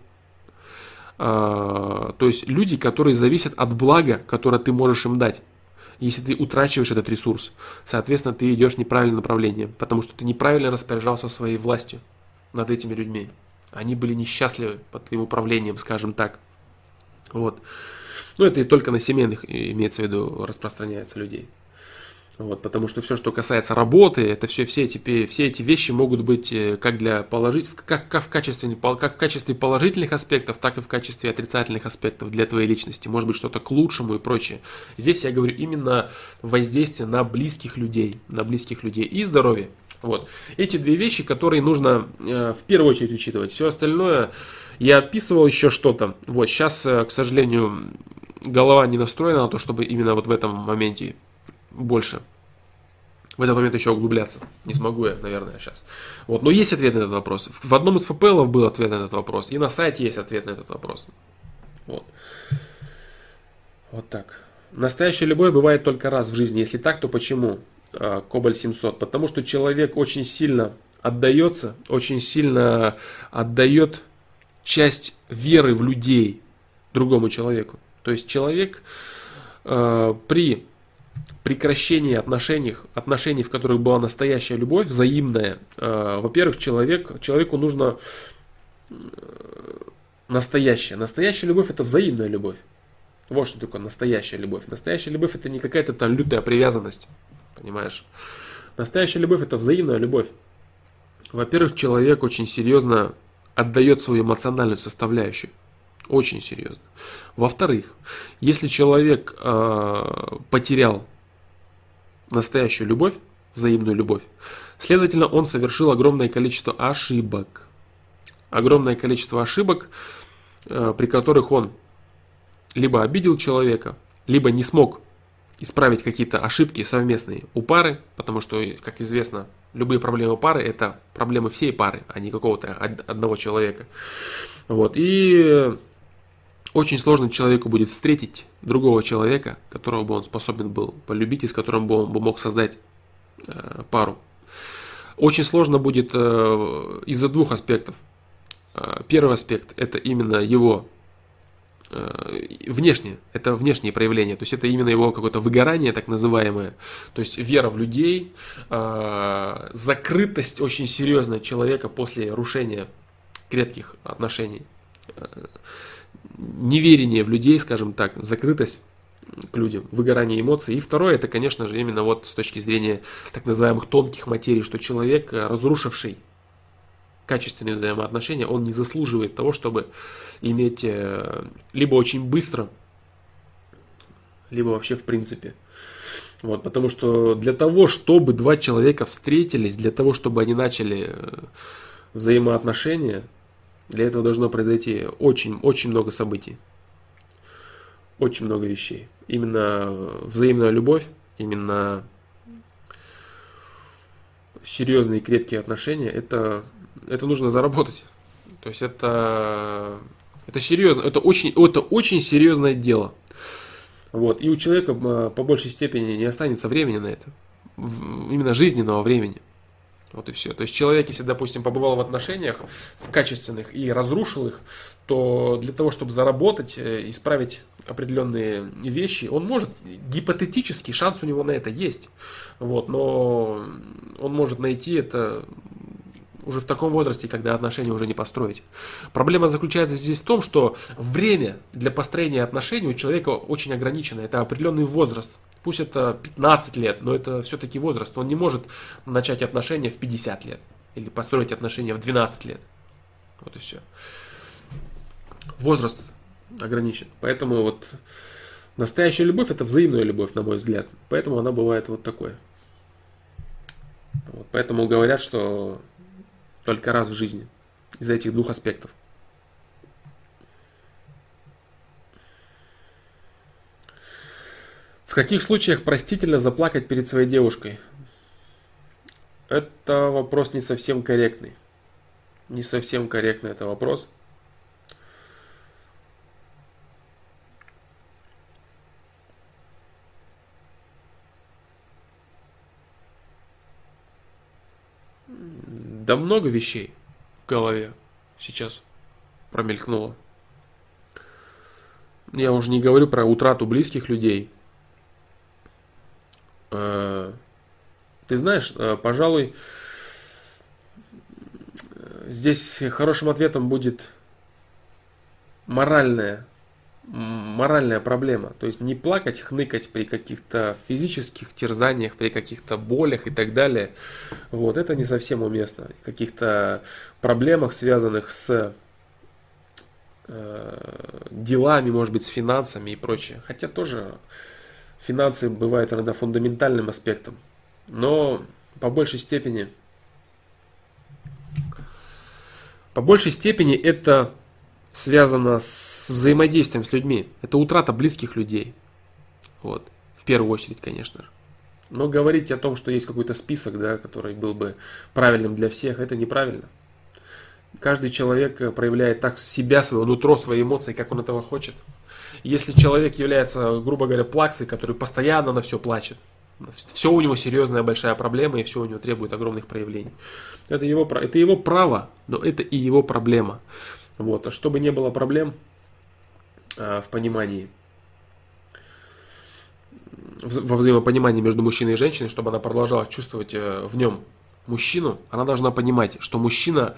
то есть люди, которые зависят от блага, которое ты можешь им дать. Если ты утрачиваешь этот ресурс, соответственно, ты идешь в неправильное направление, потому что ты неправильно распоряжался своей властью над этими людьми. Они были несчастливы под твоим управлением, скажем так. Вот. Но это и только на семейных, имеется в виду, распространяется людей. Вот, потому что все, что касается работы, это все эти вещи могут быть как в качестве положительных аспектов, так и в качестве отрицательных аспектов для твоей личности. Может быть, что-то к лучшему и прочее. Здесь я говорю именно воздействие на близких людей и здоровье. Вот. Эти две вещи, которые нужно в первую очередь учитывать. Все остальное я описывал еще что-то. Вот, сейчас, к сожалению, голова не настроена на то, чтобы именно вот в этом моменте больше, в этот момент еще углубляться. Не смогу я, наверное, сейчас. Вот. Но есть ответ на этот вопрос. В одном из ФПЛов был ответ на этот вопрос. И на сайте есть ответ на этот вопрос. Вот. Вот так. Настоящая любовь бывает только раз в жизни. Если так, то почему? Кобаль 700. Потому что человек очень сильно отдается, очень сильно отдает часть веры в людей другому человеку. То есть человек при прекращении отношений, в которых была настоящая любовь, взаимная, во-первых, человеку нужно настоящая. Настоящая любовь — это взаимная любовь. Вот что такое настоящая любовь. Настоящая любовь — это не какая-то там лютая привязанность. Понимаешь? Настоящая любовь — это взаимная любовь. Во-первых, человек очень серьезно отдает свою эмоциональную составляющую. Очень серьезно. Во-вторых, если человек потерял настоящую любовь, взаимную любовь, следовательно, он совершил огромное количество ошибок. Огромное количество ошибок, при которых он либо обидел человека, либо не смог исправить какие-то ошибки совместные у пары, потому что, как известно, любые проблемы пары — это проблемы всей пары, а не какого-то одного человека. Вот. И очень сложно человеку будет встретить другого человека, которого бы он способен был полюбить и с которым бы он мог создать пару. Очень сложно будет из-за двух аспектов. Первый аспект — это именно его внешнее, это внешние проявления, то есть это именно его какое-то выгорание так называемое, то есть вера в людей, закрытость очень серьезная человека после рушения крепких отношений, неверие в людей, скажем так, закрытость к людям, выгорание эмоций. И второе, это, конечно же, именно вот с точки зрения так называемых тонких материй, что человек, разрушивший качественные взаимоотношения, он не заслуживает того, чтобы иметь либо очень быстро, либо вообще в принципе. Вот, потому что для того, чтобы два человека встретились, для того, чтобы они начали взаимоотношения, для этого должно произойти очень много событий. Очень много вещей. Именно взаимная любовь, именно серьезные и крепкие отношения, это нужно заработать. То есть это серьезно, это очень серьезное дело. Вот. И у человека по большей степени не останется времени на это. Именно жизненного времени. Вот и все. То есть человек, если, допустим, побывал в отношениях, в качественных, и разрушил их, то для того, чтобы заработать, исправить определенные вещи, он может, гипотетически, шанс у него на это есть. Вот, но он может найти это уже в таком возрасте, когда отношения уже не построить. Проблема заключается здесь в том, что время для построения отношений у человека очень ограничено. Это определенный возраст. Пусть это 15 лет, но это все-таки возраст. Он не может начать отношения в 50 лет. Или построить отношения в 12 лет. Вот и все. Возраст ограничен. Поэтому вот настоящая любовь — это взаимная любовь, на мой взгляд. Поэтому она бывает вот такой. Вот. Поэтому говорят, что только раз в жизни. Из-за этих двух аспектов. В каких случаях простительно заплакать перед своей девушкой? Это вопрос не совсем корректный. Не совсем корректный это вопрос. Да много вещей в голове сейчас промелькнуло. Я уже не говорю про утрату близких людей. Ты знаешь, пожалуй, здесь хорошим ответом будет моральная проблема. То есть не плакать, хныкать при каких-то физических терзаниях, при каких-то болях и так далее. Вот, это не совсем уместно. В каких-то проблемах, связанных с делами, может быть, с финансами и прочее. Хотя тоже финансы бывают иногда фундаментальным аспектом. Но по большей степени это связано с взаимодействием с людьми. Это утрата близких людей. Вот. В первую очередь, конечно же. Но говорить о том, что есть какой-то список, да, который был бы правильным для всех, это неправильно. Каждый человек проявляет так себя, свое нутро, свои эмоции, как он этого хочет. Если человек является, грубо говоря, плаксой, который постоянно на все плачет, все у него серьезная большая проблема, и все у него требует огромных проявлений. Это его право, но это и его проблема. Вот. А чтобы не было проблем в понимании, во взаимопонимании между мужчиной и женщиной, чтобы она продолжала чувствовать в нем мужчину, она должна понимать, что мужчина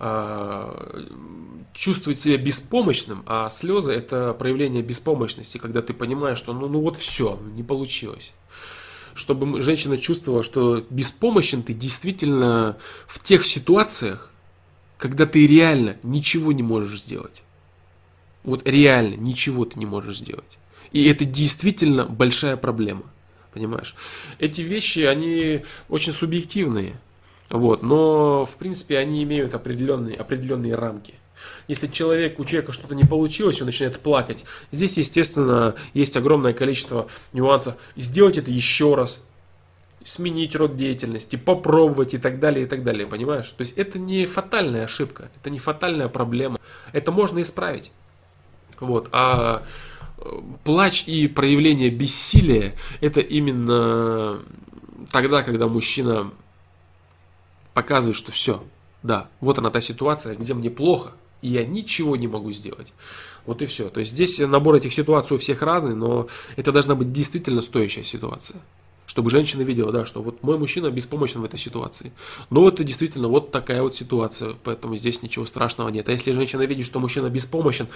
чувствует себя беспомощным, а слезы это проявление беспомощности, когда ты понимаешь, что ну вот все, не получилось. Чтобы женщина чувствовала, что беспомощен ты действительно в тех ситуациях, когда ты реально ничего не можешь сделать. Вот реально ничего ты не можешь сделать. И это действительно большая проблема. Понимаешь? Эти вещи, они очень субъективные. Вот, но, в принципе, они имеют определенные рамки. Если у человека что-то не получилось, он начинает плакать. Здесь, естественно, есть огромное количество нюансов. Сделать это еще раз, сменить род деятельности, попробовать и так далее, и так далее. Понимаешь? То есть это не фатальная ошибка, это не фатальная проблема. Это можно исправить. Вот. А плач и проявление бессилия это именно тогда, когда мужчина показывает, что все, да, вот она та ситуация, где мне плохо, и я ничего не могу сделать. Вот и все. То есть здесь набор этих ситуаций у всех разный, но это должна быть действительно стоящая ситуация. Чтобы женщина видела, да, что вот мой мужчина беспомощен в этой ситуации. Но это действительно вот такая вот ситуация, поэтому здесь ничего страшного нет. А если женщина видит, что мужчина беспомощен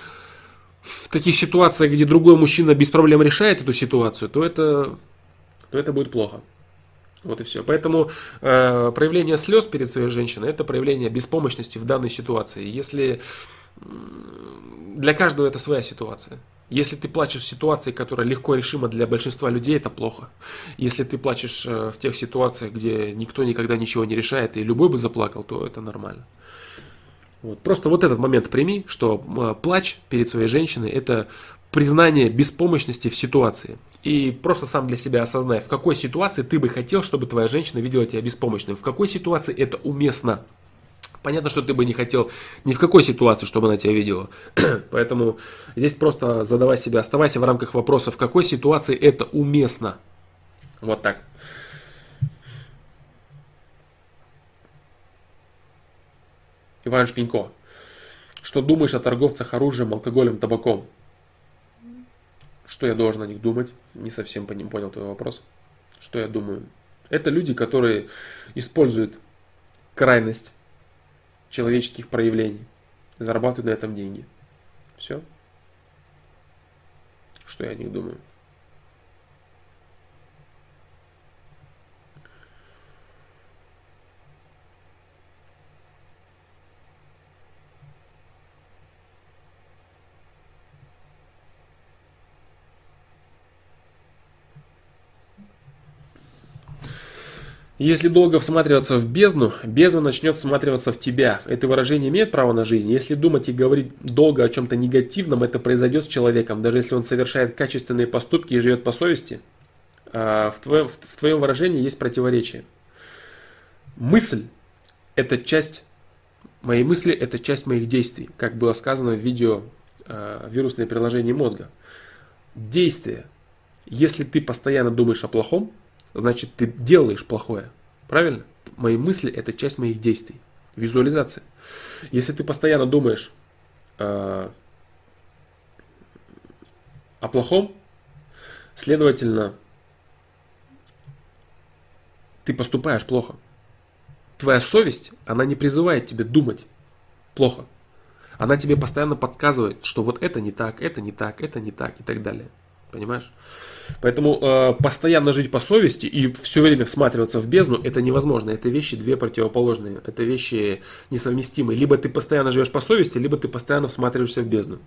в таких ситуациях, где другой мужчина без проблем решает эту ситуацию, то это будет плохо. Вот и все. Поэтому проявление слез перед своей женщиной это проявление беспомощности в данной ситуации. Если для каждого это своя ситуация. Если ты плачешь в ситуации, которая легко решима для большинства людей, это плохо. Если ты плачешь в тех ситуациях, где никто никогда ничего не решает, и любой бы заплакал, то это нормально. Вот. Просто вот этот момент прими, что плач перед своей женщиной это признание беспомощности в ситуации. И просто сам для себя осознай, в какой ситуации ты бы хотел, чтобы твоя женщина видела тебя беспомощным. В какой ситуации это уместно. Понятно, что ты бы не хотел ни в какой ситуации, чтобы она тебя видела. Поэтому здесь просто задавай себе, оставайся в рамках вопроса, в какой ситуации это уместно. Вот так. Иван Шпинько. Что думаешь о торговцах оружием, алкоголем, табаком? Что я должен о них думать? Не совсем понял твой вопрос. Что я думаю? Это люди, которые используют крайность человеческих проявлений, зарабатывают на этом деньги. Все. Что я о них думаю? Если долго всматриваться в бездну, бездна начнет всматриваться в тебя. Это выражение имеет право на жизнь. Если думать и говорить долго о чем-то негативном, это произойдет с человеком, даже если он совершает качественные поступки и живет по совести. В твоем выражении есть противоречие. Мысль– это часть моей мысли, это часть моих действий, как было сказано в видео «Вирусные приложения мозга». Действие. Если ты постоянно думаешь о плохом, значит ты делаешь плохое. Правильно? Мои мысли это часть моих действий. Визуализация. Если ты постоянно думаешь о плохом, следовательно, ты поступаешь плохо. Твоя совесть, она не призывает тебя думать плохо. Она тебе постоянно подсказывает, что вот это не так, это не так, это не так и так далее. Понимаешь? Поэтому постоянно жить по совести и все время всматриваться в бездну это невозможно. Это вещи две противоположные. Это вещи несовместимые. Либо ты постоянно живешь по совести, либо ты постоянно всматриваешься в бездну.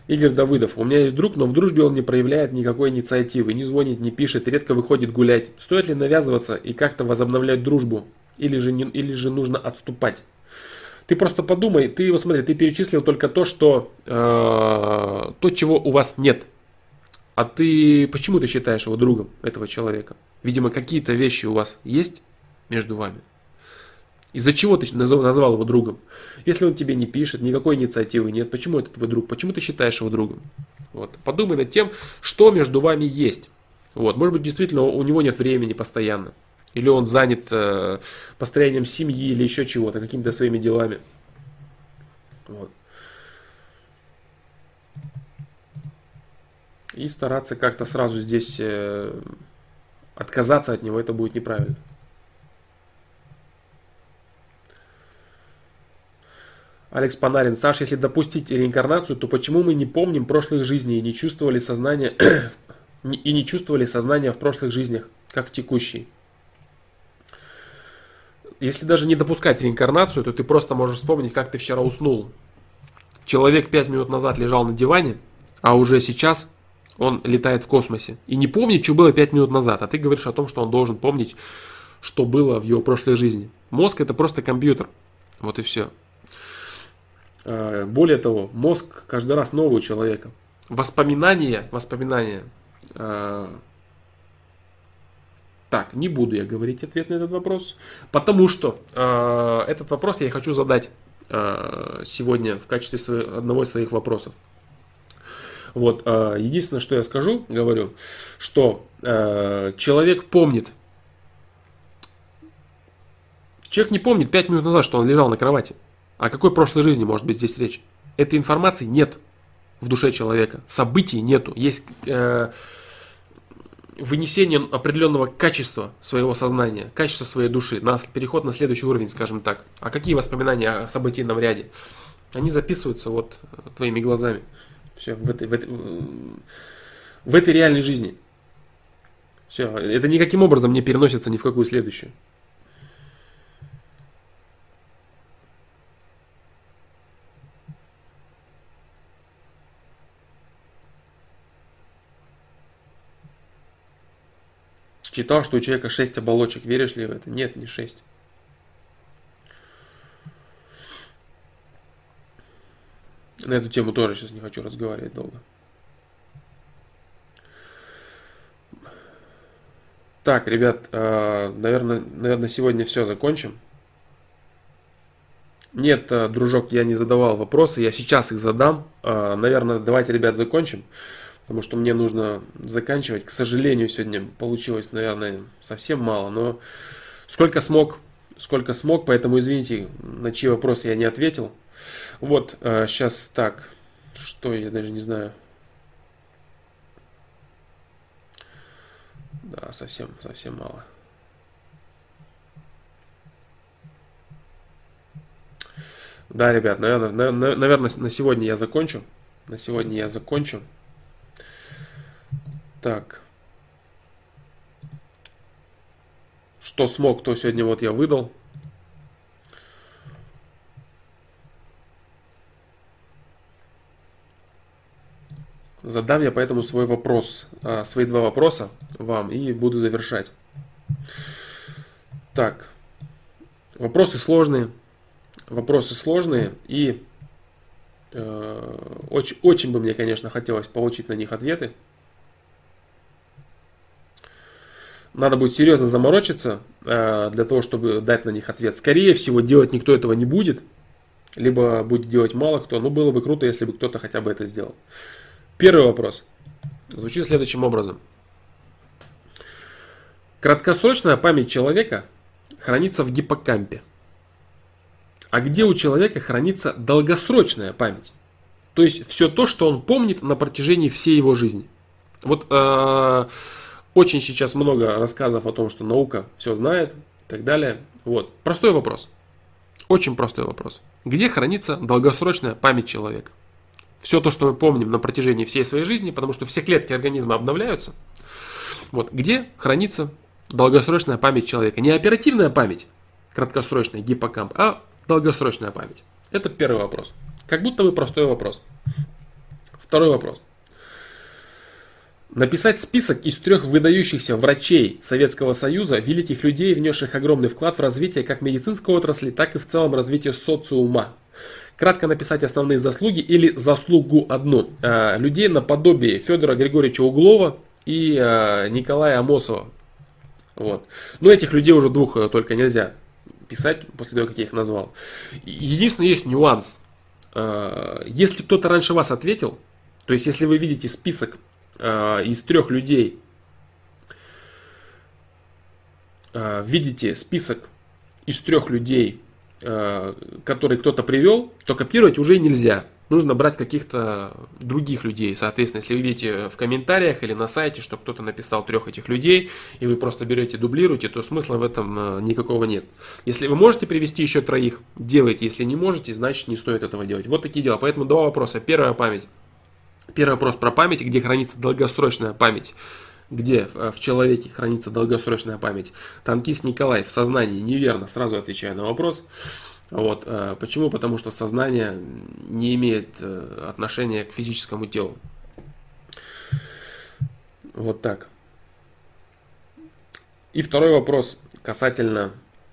Игорь Давыдов. У меня есть друг, но в дружбе он не проявляет никакой инициативы, не звонит, не пишет, редко выходит гулять. Стоит ли навязываться и как-то возобновлять дружбу? Или же нужно отступать? Ты просто подумай, ты вот смотри, ты перечислил только то, что то, чего у вас нет. А ты почему ты считаешь его другом, этого человека? Видимо, какие-то вещи у вас есть между вами. Из-за чего ты назвал его другом? Если он тебе не пишет, никакой инициативы нет, почему это твой друг? Почему ты считаешь его другом? Вот. Подумай над тем, что между вами есть. Вот. Может быть, действительно у него нет времени постоянно. Или он занят построением семьи или еще чего-то, какими-то своими делами. Вот. И стараться как-то сразу здесь отказаться от него, это будет неправильно. Алекс Панарин. Саш, если допустить реинкарнацию, то почему мы не помним прошлых жизней и не чувствовали сознания в прошлых жизнях, как в текущей? Если даже не допускать реинкарнацию, то ты просто можешь вспомнить, как ты вчера уснул. Человек 5 минут назад лежал на диване, а уже сейчас он летает в космосе. И не помнит, что было 5 минут назад. А ты говоришь о том, что он должен помнить, что было в его прошлой жизни. Мозг это просто компьютер. Вот и все. Более того, мозг каждый раз новый у человека. Воспоминания. Так, не буду я говорить ответ на этот вопрос, потому что этот вопрос я хочу задать сегодня в качестве одного из своих вопросов. Вот, единственное, что я говорю, что человек помнит. Человек не помнит 5 минут назад, что он лежал на кровати. О какой прошлой жизни может быть здесь речь? Этой информации нет в душе человека. Событий нету. Есть вынесение определенного качества своего сознания, качества своей души, переход на следующий уровень, скажем так. А какие воспоминания о событийном ряде? Они записываются вот твоими глазами. Все, в этой реальной жизни. Все, это никаким образом не переносится ни в какую следующую. Читал, что у человека 6 оболочек. Веришь ли в это? Нет, не 6. На эту тему тоже сейчас не хочу разговаривать долго. Так, ребят, наверное, сегодня все закончим. Нет, дружок, я не задавал вопросы, я сейчас их задам. Наверное, давайте, ребят, закончим, потому что мне нужно заканчивать. К сожалению, сегодня получилось, наверное, совсем мало, но сколько смог, поэтому извините, на чьи вопросы я не ответил. Вот, сейчас так, что я даже не знаю. Да, совсем мало. Да, ребят, наверное, на сегодня я закончу. Так. Что смог, то сегодня вот я выдал. Задам я поэтому свои два вопроса вам и буду завершать. Так. Вопросы сложные и очень бы мне, конечно, хотелось получить на них ответы. Надо будет серьезно заморочиться для того, чтобы дать на них ответ. Скорее всего, делать никто этого не будет, либо будет делать мало кто. Но было бы круто, если бы кто-то хотя бы это сделал. Первый вопрос звучит следующим образом. Краткосрочная память человека хранится в гиппокампе. А где у человека хранится долгосрочная память? То есть все то, что он помнит на протяжении всей его жизни. Вот очень сейчас много рассказов о том, что наука все знает и так далее. Вот. Простой вопрос. Очень простой вопрос. Где хранится долгосрочная память человека? Все то, что мы помним на протяжении всей своей жизни, потому что все клетки организма обновляются. Вот. Где хранится долгосрочная память человека? Не оперативная память, краткосрочная, гиппокамп, а долгосрочная память. Это первый вопрос. Как будто бы простой вопрос. Второй вопрос. Написать список из 3 выдающихся врачей Советского Союза, великих людей, внесших огромный вклад в развитие как медицинской отрасли, так и в целом развитие социума. Кратко написать основные заслуги или заслугу одну. Людей наподобие Федора Григорьевича Углова и Николая Амосова. Вот. Но этих людей уже 2 только нельзя писать, после того, как я их назвал. Единственное, есть нюанс. Если кто-то раньше вас ответил, то есть если вы видите список из 3 людей, видите список из 3 людей, который кто-то привел, то копировать уже нельзя. Нужно брать каких-то других людей. Соответственно, если вы видите в комментариях или на сайте, что кто-то написал 3 этих людей, и вы просто берете, дублируете, то смысла в этом никакого нет. Если вы можете привести еще 3, делайте. Если не можете, значит не стоит этого делать. Вот такие дела. Поэтому 2 вопроса. Первый вопрос про память, где хранится долгосрочная память. Где в человеке хранится долгосрочная память? Танкист Николай, в сознании. Неверно, сразу отвечаю на вопрос. Вот. Почему? Потому что сознание не имеет отношения к физическому телу. Вот так. И второй вопрос касательно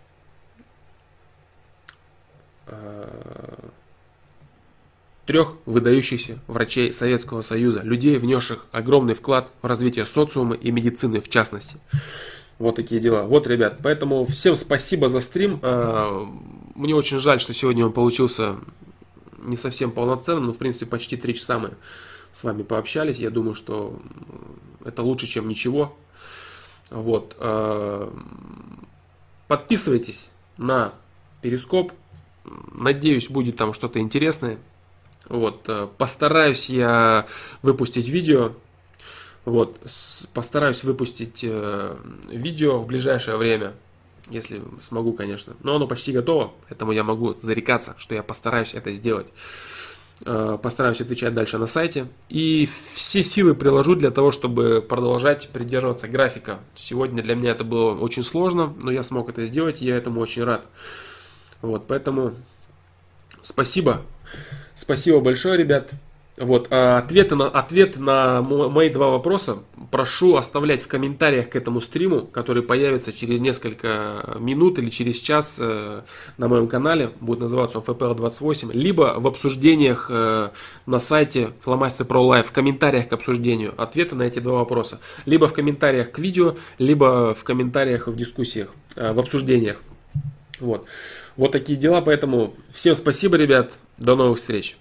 трех выдающихся врачей Советского Союза, людей, внесших огромный вклад в развитие социума и медицины в частности. Вот такие дела. Вот, ребят, поэтому всем спасибо за стрим. Мне очень жаль, что сегодня он получился не совсем полноценным, но в принципе почти 3 часа мы с вами пообщались. Я думаю, что это лучше, чем ничего. Вот. Подписывайтесь на Перископ. Надеюсь, будет там что-то интересное. Вот. Постараюсь я выпустить видео. Вот. Постараюсь выпустить видео в ближайшее время. Если смогу, конечно. Но оно почти готово, поэтому я могу зарекаться, что я постараюсь это сделать. Постараюсь отвечать дальше на сайте. И все силы приложу для того, чтобы продолжать придерживаться графика. Сегодня для меня это было очень сложно, но я смог это сделать, и я этому очень рад. Вот, поэтому спасибо. Спасибо большое, ребят. Вот, ответ на мои 2 вопроса прошу оставлять в комментариях к этому стриму, который появится через несколько минут или через час на моем канале. Будет называться он FPL28. Либо в обсуждениях на сайте Flamaster Pro Live, в комментариях к обсуждению ответы на эти 2 вопроса. Либо в комментариях к видео, либо в комментариях в дискуссиях, в обсуждениях. Вот такие дела. Поэтому всем спасибо, ребят. До новых встреч.